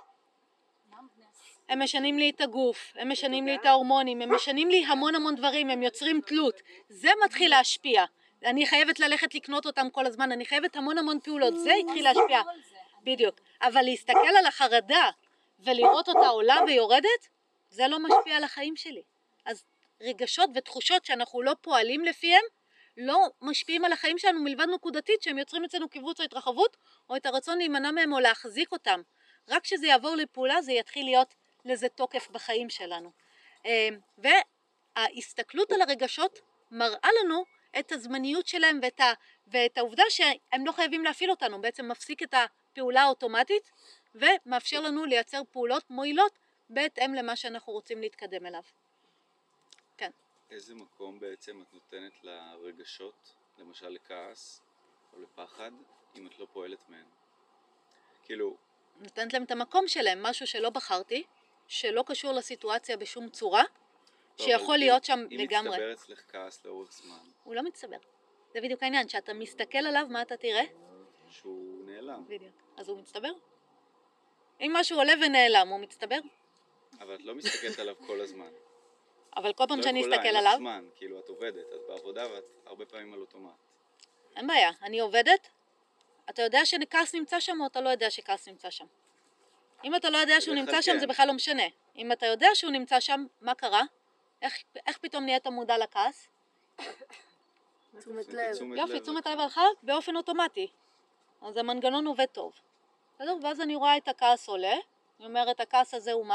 הם משנים לי את הגוף, הם משנים לי את ההורמונים, הם משנים לי המון המון דברים, הם יוצרים תלות. זה מתחיל להשפיע. אני חייבת ללכת לקנות אותם כל הזמן, אני חייבת המון המון פעולות, זה התחיל להשפיע. בדיוק. אבל להסתכל על החרדה ולראות אותה עולה ויורדת, זה לא משפיע על החיים שלי. אז רגשות ותחושות שאנחנו לא פועלים לפיהם, לא משפיעים על החיים שלנו מלבד נקודתית, שהם יוצרים אצלנו קיבוץ או התרחבות, או את הרצון להימנע מהם או להחזיק אותם. רק כשזה יעבור לפעולה, זה יתחיל להיות לזה תוקף בחיים שלנו. וההסתכלות על הרגשות מראה לנו את הזמניות שלהם ואת, ה, ואת העובדה שהם לא חייבים להפעיל אותנו, בעצם מפסיק את הפעולה האוטומטית ומאפשר לנו לייצר פעולות מועילות בהתאם למה שאנחנו רוצים להתקדם אליו. כן. איזה מקום בעצם את נותנת לרגשות, למשל לכעס או לפחד, אם את לא פועלת מהן? כאילו... נותנת להם את המקום שלהם, משהו שלא בחרתי, שלא קשור לסיטואציה בשום צורה, שיכול להיות שם לגמרי. אם מצטבר אצלך כעס לאורך זמן. הוא לא מצטבר. זה בדיוק העניין, שאתה מסתכל עליו, מה אתה תראה? שהוא נעלם. בדיוק. אז הוא מצטבר. אם משהו עולה ונעלם, הוא מצטבר. אבל את לא מסתכלת עליו כל הזמן. אבל כל פעם שאני אסתכל עליו... לא יכולה, אין לך זמן, כאילו את עובדת, את בעבודה ואת הרבה פעמים על אוטומט. אין בעיה, אני עובדת, אתה יודע שכעס נמצא שם או אתה לא יודע שכעס נמצא שם? אם אתה לא יודע שהוא נמצא שם זה בכלל לא משנה. אם אתה יודע שהוא נמצא שם, מה קרה? איך, איך פתאום נהיית מודע לכעס? תשומת לב. יופי, תשומת לב הלכה באופן אוטומטי. אז המנגנון עובד טוב. בסדר? ואז אני רואה את הכעס עולה, אני אומרת הכעס הזה הוא מה?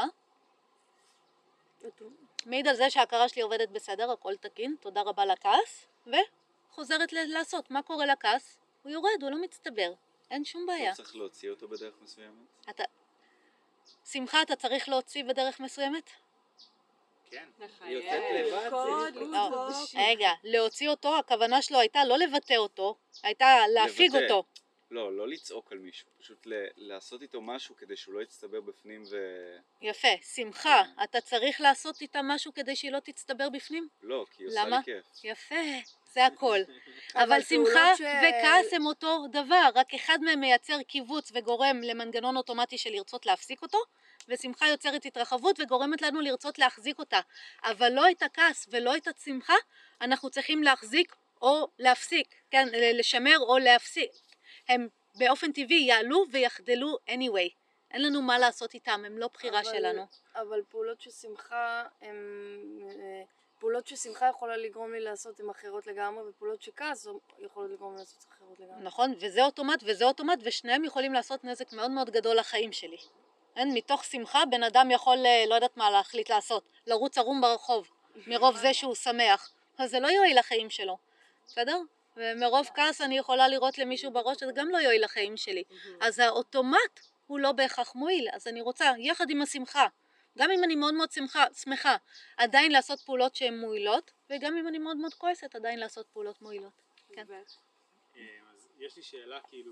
מעיד על זה שההכרה שלי עובדת בסדר, הכל תקין, תודה רבה לכעס, וחוזרת לעשות. מה קורה לכעס? הוא יורד, הוא לא מצטבר, אין שום בעיה. לא צריך להוציא אותו בדרך מסוימת? אתה... שמחה, אתה צריך להוציא בדרך מסוימת? כן. היא יוצאת לבד. רגע, להוציא אותו, הכוונה שלו הייתה לא לבטא אותו, הייתה להפיג אותו. לא, לא לצעוק על מישהו, פשוט לעשות איתו משהו כדי שהוא לא יצטבר בפנים ו... יפה, שמחה, אתה צריך לעשות איתה משהו כדי שהיא לא תצטבר בפנים? לא, כי היא עושה לי כיף. יפה, זה הכל. אבל שמחה וכעס הם אותו דבר, רק אחד מהם מייצר קיבוץ וגורם למנגנון אוטומטי של לרצות להפסיק אותו, ושמחה יוצרת התרחבות וגורמת לנו לרצות להחזיק אותה. אבל לא את הכעס ולא את השמחה, אנחנו צריכים להחזיק או להפסיק, כן, לשמר או להפסיק. הם באופן טבעי יעלו ויחדלו anyway. אין לנו מה לעשות איתם, הם לא בחירה אבל, שלנו. אבל פעולות ששמחה, הם, פעולות ששמחה יכולה לגרום לי לעשות הן אחרות לגמרי, ופעולות שכעס יכולות לגרום לי לעשות אחרות לגמרי. נכון, וזה אוטומט וזה אוטומט, ושניהם יכולים לעשות נזק מאוד מאוד גדול לחיים שלי. אין, מתוך שמחה בן אדם יכול, לא יודעת מה להחליט לעשות, לרוץ ערום ברחוב, מרוב זה שהוא שמח. אז זה לא יועיל לחיים שלו, בסדר? ומרוב כעס אני יכולה לראות למישהו בראש, זה גם לא יועיל לחיים שלי. אז האוטומט הוא לא בהכרח מועיל, אז אני רוצה, יחד עם השמחה, גם אם אני מאוד מאוד שמחה, שמחה, עדיין לעשות פעולות שהן מועילות, וגם אם אני מאוד מאוד כועסת, עדיין לעשות פעולות מועילות. כן. אז יש לי שאלה כאילו,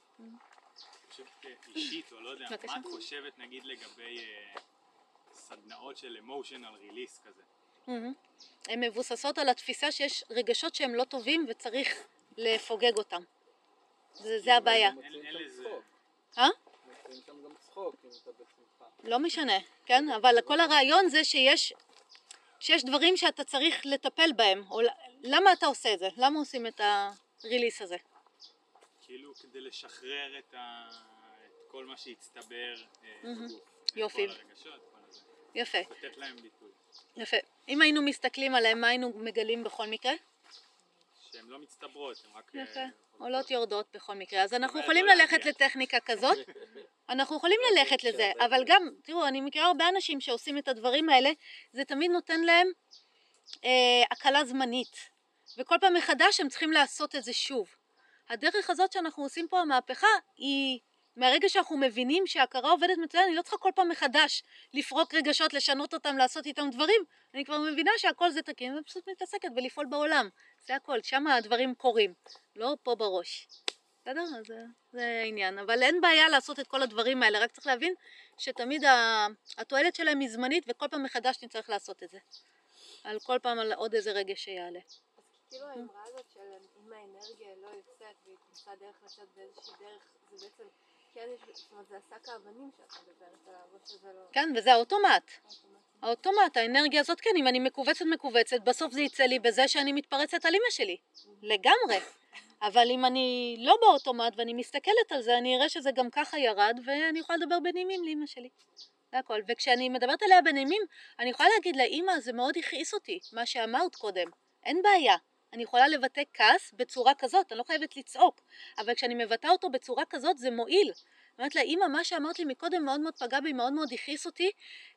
אישית או לא יודע, מה את חושבת נגיד לגבי סדנאות של emotional release כזה? הן מבוססות על התפיסה שיש רגשות שהם לא טובים וצריך לפוגג אותם. זה הבעיה. אין לזה... אה? יש שם גם צחוק אם אתה בשמחה. לא משנה, כן? אבל כל הרעיון זה שיש שיש דברים שאתה צריך לטפל בהם. למה אתה עושה את זה? למה עושים את הריליס הזה? כאילו כדי לשחרר את כל מה שהצטבר בגוף. יופי. כל הרגשות, כל הזה. יפה. לתת להם ביטוי. יפה. אם היינו מסתכלים עליהם, מה היינו מגלים בכל מקרה? שהן לא מצטברות, הן רק... יפה. עולות יורדות בכל מקרה. אז אנחנו יכולים ללכת לטכניקה כזאת. אנחנו יכולים ללכת לזה, אבל גם, תראו, אני מכירה הרבה אנשים שעושים את הדברים האלה, זה תמיד נותן להם אה, הקלה זמנית. וכל פעם מחדש הם צריכים לעשות את זה שוב. הדרך הזאת שאנחנו עושים פה, המהפכה, היא... מהרגע שאנחנו מבינים שההכרה עובדת מצוין, אני לא צריכה כל פעם מחדש לפרוק רגשות, לשנות אותם, לעשות איתם דברים. אני כבר מבינה שהכל זה תקין, ופשוט מתעסקת ולפעול בעולם. זה הכל, שם הדברים קורים, לא פה בראש. בסדר? אז זה, זה העניין. אבל אין בעיה לעשות את כל הדברים האלה, רק צריך להבין שתמיד התועלת שלהם היא זמנית, וכל פעם מחדש נצטרך לעשות את זה. על כל פעם על עוד איזה רגע שיעלה. אז כאילו האמרה הזאת של אם האנרגיה לא יוצאת והיא תמצא דרך לצאת באיזושהי דרך, זה בעצם... כן, זאת אומרת, זה השק האבנים שאת מדברת עליו, או שזה לא... כן, וזה האוטומט. האוטומט, האנרגיה הזאת, כן, אם אני מקובצת מקובצת, בסוף זה יצא לי בזה שאני מתפרצת על אמא שלי. לגמרי. אבל אם אני לא באוטומט ואני מסתכלת על זה, אני אראה שזה גם ככה ירד, ואני יכולה לדבר בנעימים לאמא שלי. זה הכל. וכשאני מדברת עליה בנעימים, אני יכולה להגיד לה, אמא, זה מאוד הכעיס אותי, מה שאמרת קודם. אין בעיה. אני יכולה לבטא כעס בצורה כזאת, אני לא חייבת לצעוק, אבל כשאני מבטא אותו בצורה כזאת זה מועיל. אני אומרת לה, אמא, מה שאמרת לי מקודם מאוד מאוד פגע בי, מאוד מאוד הכעיס אותי,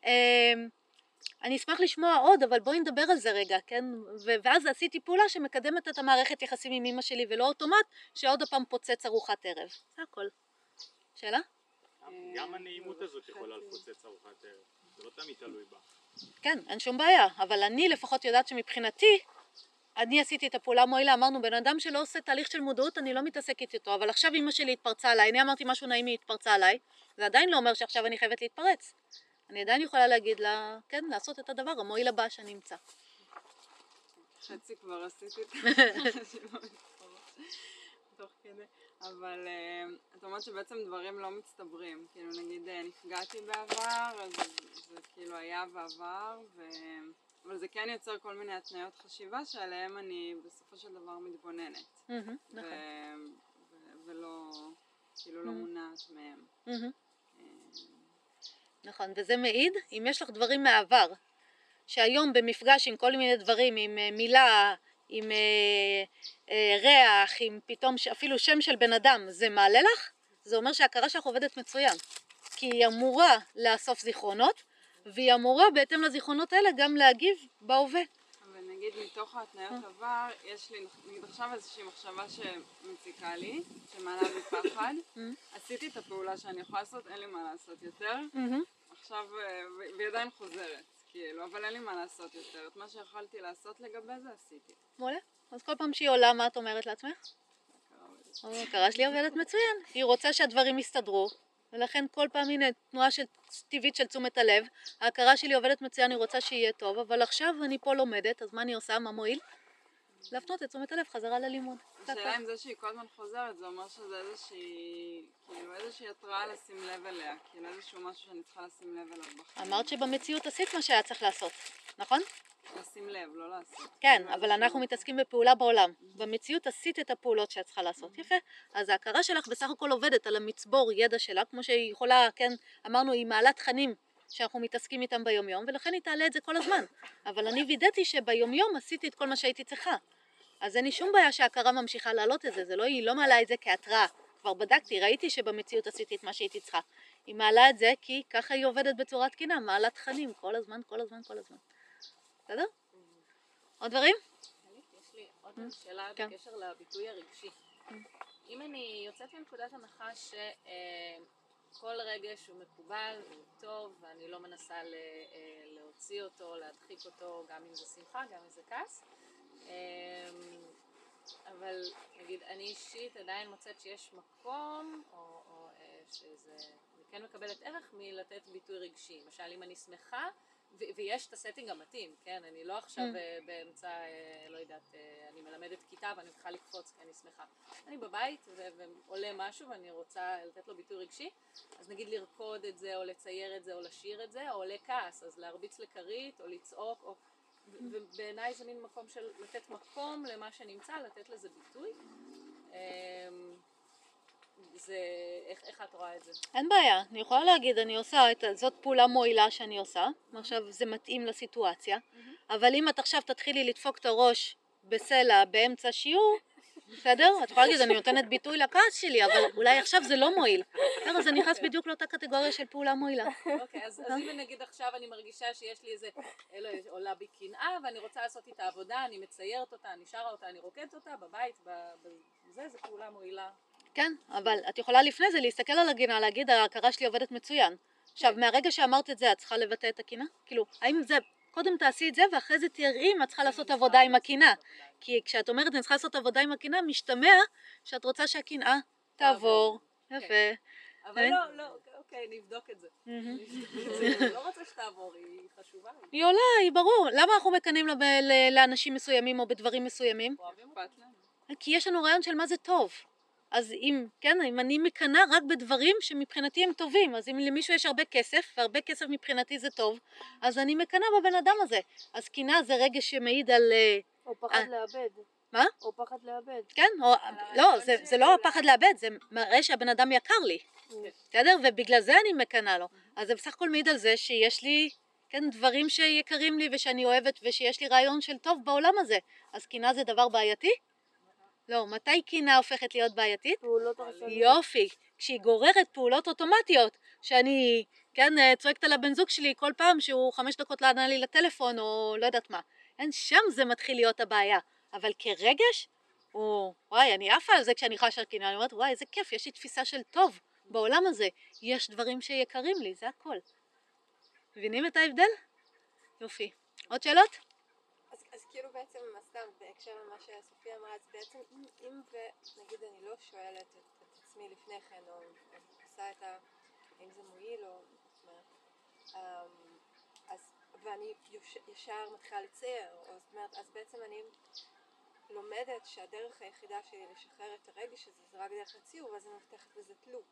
אני אשמח לשמוע עוד, אבל בואי נדבר על זה רגע, כן? ואז עשיתי פעולה שמקדמת את המערכת יחסים עם אמא שלי, ולא אוטומט שעוד הפעם פוצץ ארוחת ערב. זה הכל. שאלה? גם הנעימות הזאת יכולה לפוצץ ארוחת ערב, זה לא תמיד תלוי בה. כן, אין שום בעיה, אבל אני לפחות יודעת שמבחינתי, אני עשיתי את הפעולה מועילה, אמרנו, בן אדם שלא עושה תהליך של מודעות, אני לא מתעסקת איתו, אבל עכשיו אמא שלי התפרצה עליי, אני אמרתי משהו נעים, היא התפרצה עליי, זה עדיין לא אומר שעכשיו אני חייבת להתפרץ. אני עדיין יכולה להגיד לה, כן, לעשות את הדבר המועיל הבא שאני אמצא. חצי כבר עשיתי את זה, תוך כדי. אבל את אומרת שבעצם דברים לא מצטברים, כאילו נגיד נפגעתי בעבר, אז זה כאילו היה בעבר, ו... אבל זה כן יוצר כל מיני התניות חשיבה שעליהם אני בסופו של דבר מתבוננת. נכון. ולא, כאילו לא מונעת מהם. נכון, וזה מעיד, אם יש לך דברים מהעבר, שהיום במפגש עם כל מיני דברים, עם מילה, עם אה, אה, ריח, עם פתאום אפילו שם של בן אדם, זה מעלה לך, זה אומר שההכרה שלך עובדת מצוין. כי היא אמורה לאסוף זיכרונות, והיא אמורה בהתאם לזיכרונות האלה גם להגיב בהווה. אבל נגיד מתוך ההתניות עבר, יש לי נגיד עכשיו איזושהי מחשבה שמציקה לי, שמעלה לי פחד, עשיתי את הפעולה שאני יכולה לעשות, אין לי מה לעשות יותר, עכשיו, והיא עדיין חוזרת. כאילו, אבל אין לי מה לעשות יותר. את מה שיכולתי לעשות לגבי זה עשיתי. מעולה. אז כל פעם שהיא עולה, מה את אומרת לעצמך? ההכרה שלי עובדת מצוין. היא רוצה שהדברים יסתדרו, ולכן כל פעם, הנה, תנועה של, טבעית של תשומת הלב. ההכרה שלי עובדת מצוין, היא רוצה שיהיה טוב, אבל עכשיו אני פה לומדת, אז מה אני עושה? מה מועיל? להפנות את תשומת הלב חזרה ללימוד. השאלה אם זה שהיא כל הזמן חוזרת, זה אומר שזה איזושהי, כאילו איזושהי התראה לשים לב אליה, כאילו איזשהו משהו שאני צריכה לשים לב אליו בחיים. אמרת שבמציאות עשית מה שהיה צריך לעשות, נכון? לשים לב, לא לעשות. כן, אבל אנחנו מתעסקים בפעולה בעולם. במציאות עשית את הפעולות שאת צריכה לעשות. יפה. אז ההכרה שלך בסך הכל עובדת על המצבור ידע שלה, כמו שהיא יכולה, כן, אמרנו, היא מעלת תכנים שאנחנו מתעסקים איתם ביום יום, ולכן היא תעלה את זה כל הזמן. אבל אני וידאתי שביום יום עשיתי את כל מה שהייתי צריכה. אז אין לי שום בעיה שההכרה ממשיכה להעלות את זה, זה לא, היא לא מעלה את זה כהתראה. כבר בדקתי, ראיתי שבמציאות עשיתי את מה שהייתי צריכה. היא מעלה את זה כי ככה היא עובדת בצורה תקינה, מעלת תכנים כל הזמן, כל הזמן, כל הזמן. בסדר? עוד דברים? יש לי עוד שאלה בקשר לביטוי הרגשי. אם אני יוצאת מנקודת הנחה שכל רגש הוא מקובל, הוא טוב, ואני לא מנסה להוציא אותו, להדחיק אותו, גם אם זה שמחה, גם אם זה כעס, אבל נגיד אני אישית עדיין מוצאת שיש מקום, או, או שזה, אני כן מקבלת ערך מלתת ביטוי רגשי. למשל אם אני שמחה, ו- ויש את הסטינג המתאים, כן? אני לא עכשיו mm. באמצע, לא יודעת, אני מלמדת כיתה ואני צריכה לקפוץ כי אני שמחה. אני בבית ו- ועולה משהו ואני רוצה לתת לו ביטוי רגשי, אז נגיד לרקוד את זה או לצייר את זה או לשיר את זה, או עולה כעס, אז להרביץ לכרית או לצעוק, או... ובעיניי זה מין מקום של לתת מקום למה שנמצא, לתת לזה ביטוי. זה, איך, איך את רואה את זה? אין בעיה, אני יכולה להגיד, אני עושה את, זאת פעולה מועילה שאני עושה, עכשיו זה מתאים לסיטואציה, אבל אם את עכשיו תתחילי לדפוק את הראש בסלע באמצע שיעור, בסדר? את יכולה להגיד, אני נותנת ביטוי לכעס שלי, אבל אולי עכשיו זה לא מועיל. אז זה נכנס בדיוק לאותה קטגוריה של פעולה מועילה. אוקיי, אז אם נגיד עכשיו אני מרגישה שיש לי איזה, עולה בי קנאה, ואני רוצה לעשות איתה עבודה, אני מציירת אותה, אני שרה אותה, אני רוקדת אותה בבית, בזה, זה פעולה מועילה. כן, אבל את יכולה לפני זה להסתכל על הגינה, להגיד, ההכרה שלי עובדת מצוין. עכשיו, מהרגע שאמרת את זה, את צריכה לבטא את הקינה? כאילו, האם זה, קודם תעשי את זה, ואחרי זה תראי אם את צריכה לעשות עבודה עם הקינה. כי כשאת אומרת, אני צריכה לעשות עבודה עם הקינה, משתמע שאת רוצה שהקנאה תעבור. יפה. אבל לא, לא, אוקיי, נבדוק את זה. לא רוצה שתעבור, היא חשובה. היא עולה, היא ברור. למה אנחנו מקנאים לאנשים מסוימים או בדברים מסוימים? כי יש לנו רעיון של מה זה טוב. אז אם, כן, אם אני מקנה רק בדברים שמבחינתי הם טובים, אז אם למישהו יש הרבה כסף, והרבה כסף מבחינתי זה טוב, אז אני מקנה בבן אדם הזה. אז קנאה זה רגש שמעיד על... או פחד לאבד. מה? או פחד לאבד. כן, או... לא, זה, זה לא הפחד לאבד, זה מראה שהבן אדם יקר לי. בסדר? ובגלל זה אני מקנה לו. אז זה בסך הכל מעיד על זה שיש לי, כן, דברים שיקרים לי ושאני אוהבת ושיש לי רעיון של טוב בעולם הזה. אז קנאה זה דבר בעייתי? לא, מתי קנאה הופכת להיות בעייתית? פעולות הרסניות. יופי, כשהיא גוררת פעולות אוטומטיות, שאני, כן, צועקת על הבן זוג שלי כל פעם שהוא חמש דקות לא ענה לי לטלפון או לא יודעת מה. אין, שם זה מתחיל להיות הבעיה. אבל כרגש, או, וואי, אני עפה על זה כשאני חשה קנאה, אני אומרת, וואי, איזה כיף, יש לי תפיסה של טוב בעולם הזה. יש דברים שיקרים לי, זה הכל. מבינים את ההבדל? יופי. עוד שאלות? אז, אז כאילו בעצם, סתם, בהקשר למה שסופיה אמרה, אז בעצם אם, אם ונגיד אני לא שואלת את, את עצמי לפני כן, או עושה את ה... האם זה מועיל, או... זאת אומרת, אז, ואני יוש, ישר מתחילה לצייר, או זאת אומרת, אז בעצם אני לומדת שהדרך היחידה שלי לשחרר את הרגש הזה זה רק דרך הציור, ואז אני מבטחת בזה תלות.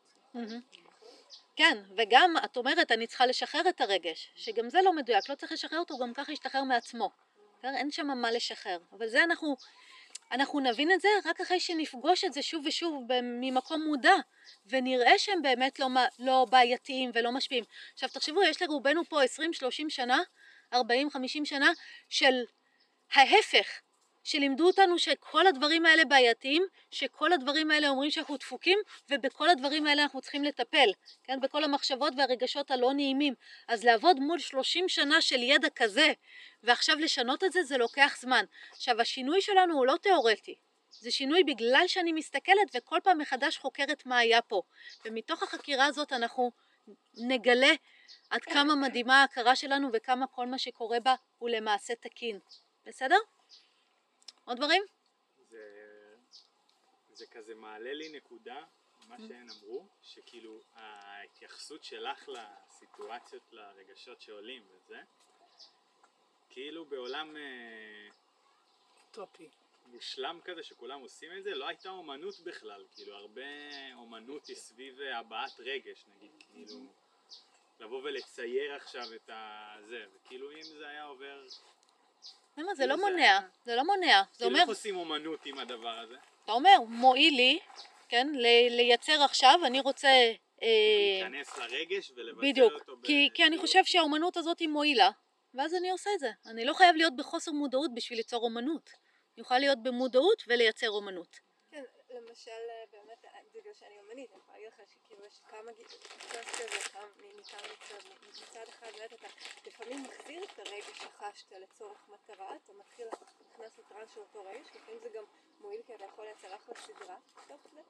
כן, וגם את אומרת אני צריכה לשחרר את הרגש, שגם זה לא מדויק, לא צריך לשחרר אותו, גם ככה ישתחרר מעצמו. אין שם מה לשחרר, אבל זה אנחנו, אנחנו נבין את זה רק אחרי שנפגוש את זה שוב ושוב ממקום מודע, ונראה שהם באמת לא, לא בעייתיים ולא משפיעים. עכשיו תחשבו, יש לרובנו פה עשרים שלושים שנה, ארבעים חמישים שנה, של ההפך, שלימדו אותנו שכל הדברים האלה בעייתיים, שכל הדברים האלה אומרים שאנחנו דפוקים, ובכל הדברים האלה אנחנו צריכים לטפל, כן? בכל המחשבות והרגשות הלא נעימים. אז לעבוד מול שלושים שנה של ידע כזה, ועכשיו לשנות את זה, זה לוקח זמן. עכשיו, השינוי שלנו הוא לא תיאורטי. זה שינוי בגלל שאני מסתכלת וכל פעם מחדש חוקרת מה היה פה. ומתוך החקירה הזאת אנחנו נגלה עד כמה מדהימה ההכרה שלנו וכמה כל מה שקורה בה הוא למעשה תקין. בסדר? עוד דברים? זה, זה כזה מעלה לי נקודה, מה שהן אמרו, שכאילו ההתייחסות שלך לסיטואציות, לרגשות שעולים וזה, כאילו בעולם טופי. מושלם כזה שכולם עושים את זה, לא הייתה אומנות בכלל, כאילו הרבה אומנות היא סביב הבעת רגש, נגיד, כאילו לבוא ולצייר עכשיו את זה, וכאילו אם זה היה עובר... למה? זה לא מונע, זה לא מונע. כאילו איך עושים אומנות עם הדבר הזה? אתה אומר, מועיל לי, כן, לייצר עכשיו, אני רוצה... להיכנס לרגש ולבצע בדיוק, אותו... בדיוק, כי אני חושב שהאומנות הזאת היא מועילה, ואז אני עושה את זה. אני לא חייב להיות בחוסר מודעות בשביל ליצור אומנות. אני יכולה להיות במודעות ולייצר אומנות. כן, למשל, באמת, בגלל שאני אומנית, אני יכולה להגיד לך שכאילו יש כמה גישות כזה, כמה ניתן לצד, מצד אחד באמת אתה לפעמים מחזיר את הרגש שחשת לצורך מטרה, אתה מתחיל להכנס לטרנס של אותו רגש, לפעמים זה גם מועיל כי אתה יכול לייצר אחלה סדרה תוך זה,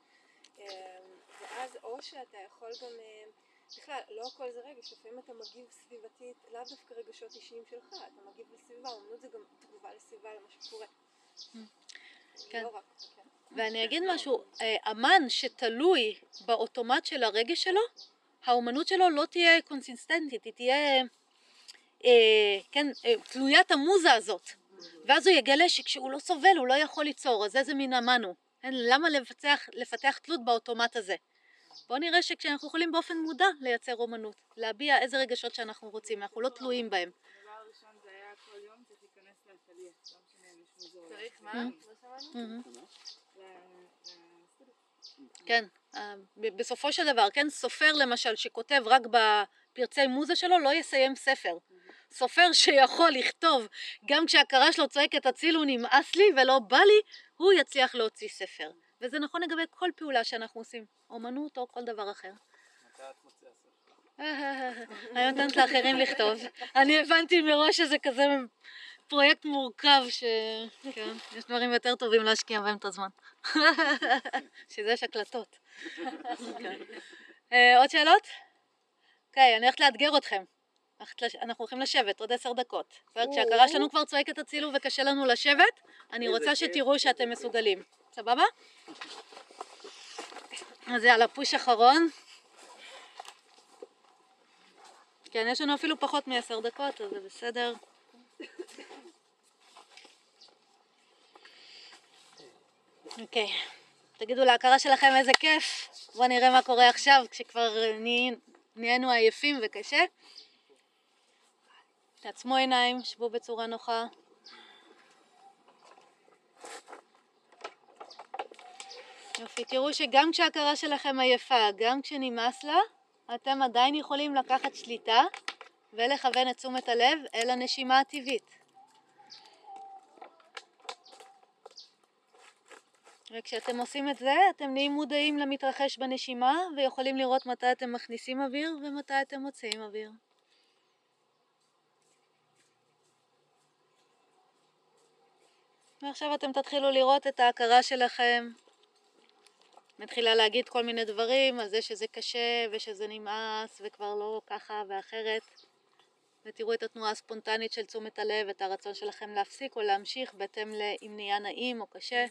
ואז או שאתה יכול גם, בכלל, לא הכל זה רגש, לפעמים אתה מגיב סביבתית, לאו דווקא רגשות אישיים שלך, אתה מגיב לסביבה, אומנות זה גם תגובה לסביבה למה שקורה. כן. ואני אגיד משהו, אמן שתלוי באוטומט של הרגש שלו, האומנות שלו לא תהיה קונסיסטנטית, היא תהיה אה, כן, אה, תלוית המוזה הזאת, ואז הוא יגלה שכשהוא לא סובל הוא לא יכול ליצור, אז איזה מין אמן הוא? כן? למה לפתח, לפתח תלות באוטומט הזה? בואו נראה שכשאנחנו יכולים באופן מודע לייצר אומנות, להביע איזה רגשות שאנחנו רוצים, אנחנו לא תלויים בהם. הדבר הראשון זה היה כל יום צריך להיכנס לאטליה, לא משנה אם יש מוזיאון. צריך מה? לא שמענו? כן, בסופו של דבר, כן, סופר למשל שכותב רק בפרצי מוזה שלו לא יסיים ספר. סופר שיכול לכתוב גם כשההכרה שלו צועקת הצילו נמאס לי ולא בא לי, הוא יצליח להוציא ספר. וזה נכון לגבי כל פעולה שאנחנו עושים, אומנות או כל דבר אחר. מתי את מוציאה ספר? אני נותנת לאחרים לכתוב. אני הבנתי מראש שזה כזה פרויקט מורכב ש... כן, יש דברים יותר טובים להשקיע בהם את הזמן. שזה יש הקלטות. עוד שאלות? אוקיי, אני הולכת לאתגר אתכם. אנחנו הולכים לשבת עוד עשר דקות. כשההכרה שלנו כבר צועקת הצילו וקשה לנו לשבת, אני רוצה שתראו שאתם מסוגלים. סבבה? אז יאללה, פוש אחרון. כן, יש לנו אפילו פחות מעשר דקות, אז זה בסדר. אוקיי, תגידו להכרה שלכם איזה כיף. בואו נראה מה קורה עכשיו כשכבר נהיינו עייפים וקשה. תעצמו עיניים, שבו בצורה נוחה. יופי, תראו שגם כשההכרה שלכם עייפה, גם כשנמאס לה, אתם עדיין יכולים לקחת שליטה ולכוון את תשומת הלב אל הנשימה הטבעית. וכשאתם עושים את זה, אתם נהיים מודעים למתרחש בנשימה ויכולים לראות מתי אתם מכניסים אוויר ומתי אתם מוציאים אוויר. ועכשיו אתם תתחילו לראות את ההכרה שלכם. מתחילה להגיד כל מיני דברים על זה שזה קשה ושזה נמאס וכבר לא ככה ואחרת. ותראו את התנועה הספונטנית של תשומת הלב, את הרצון שלכם להפסיק או להמשיך בהתאם לאם נהיה נעים או קשה.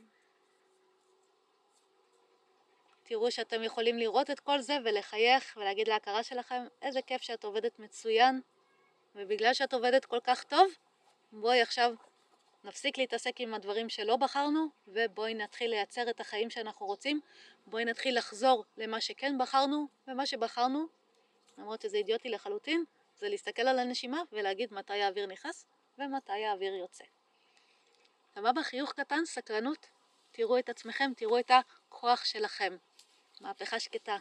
תראו שאתם יכולים לראות את כל זה ולחייך ולהגיד להכרה שלכם איזה כיף שאת עובדת מצוין, ובגלל שאת עובדת כל כך טוב, בואי עכשיו נפסיק להתעסק עם הדברים שלא בחרנו, ובואי נתחיל לייצר את החיים שאנחנו רוצים. בואי נתחיל לחזור למה שכן בחרנו, ומה שבחרנו, למרות שזה אידיוטי לחלוטין, זה להסתכל על הנשימה ולהגיד מתי האוויר נכנס ומתי האוויר יוצא. סבבה? חיוך קטן, סקרנות, תראו את עצמכם, תראו את הכוח שלכם. מהפכה שקטה.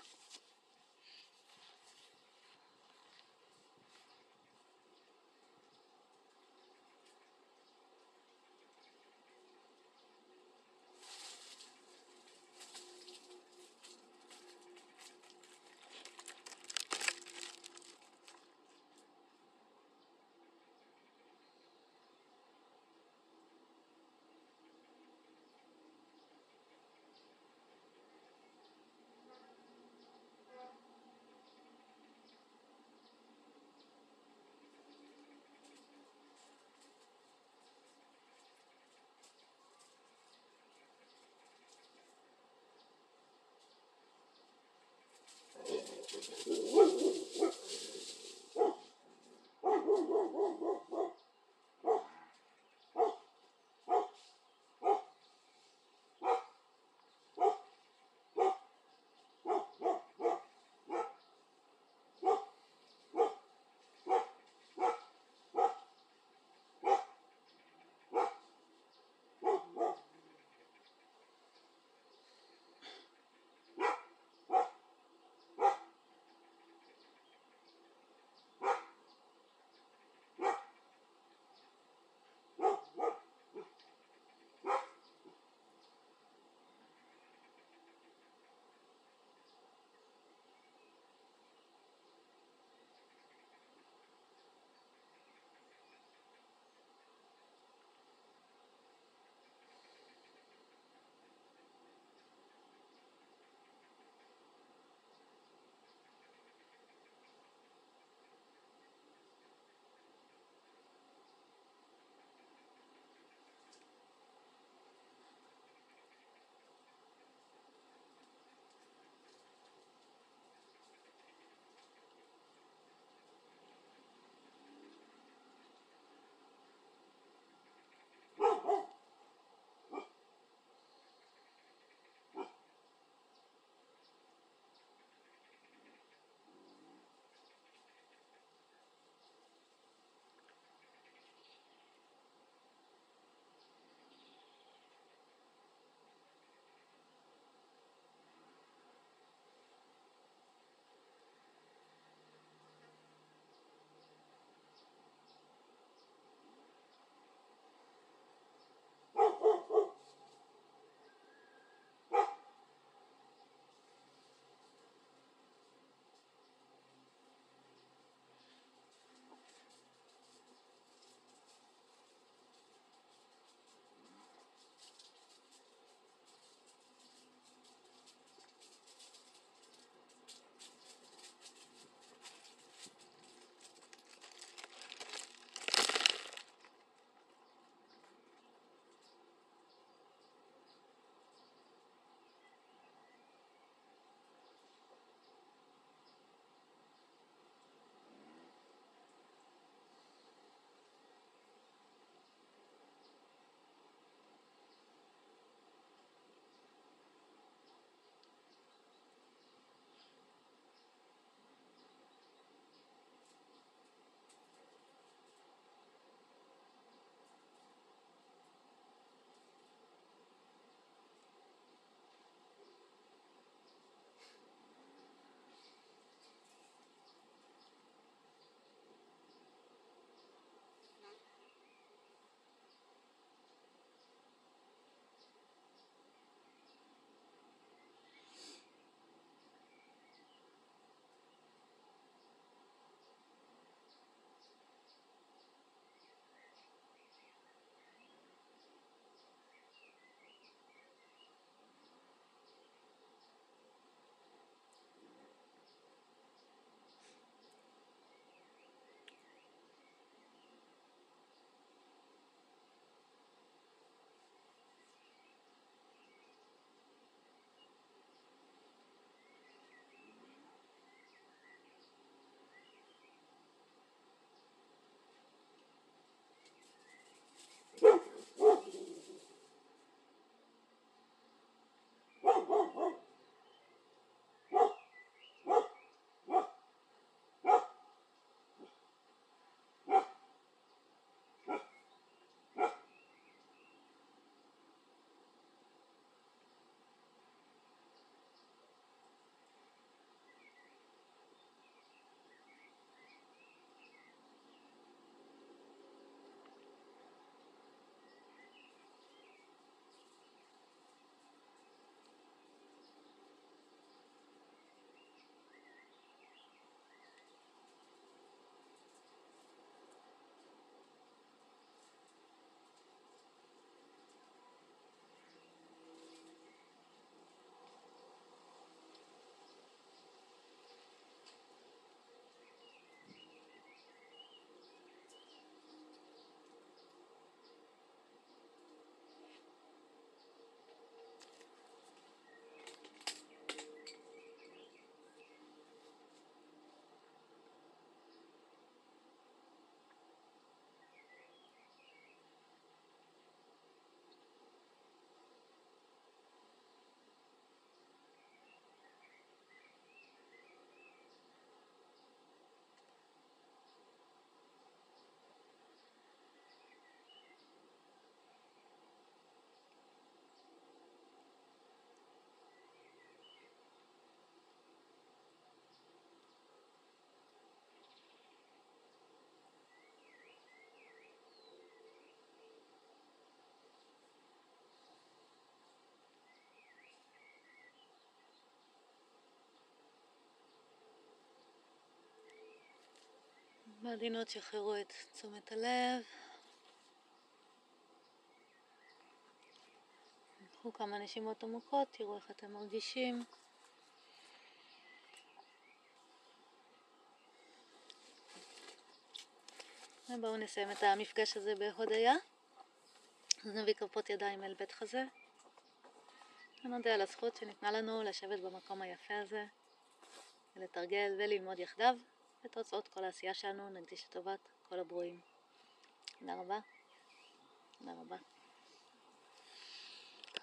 בעדינות שחררו את תשומת הלב. קחו כמה נשימות עמוקות, תראו איך אתם מרגישים. ובואו נסיים את המפגש הזה בהודיה. אז נביא כפות ידיים אל בית חזה. ונודה על הזכות שניתנה לנו לשבת במקום היפה הזה, ולתרגל וללמוד יחדיו, ותוצאות כל העשייה שלנו נקדיש לטובת כל הברואים. תודה רבה. תודה רבה.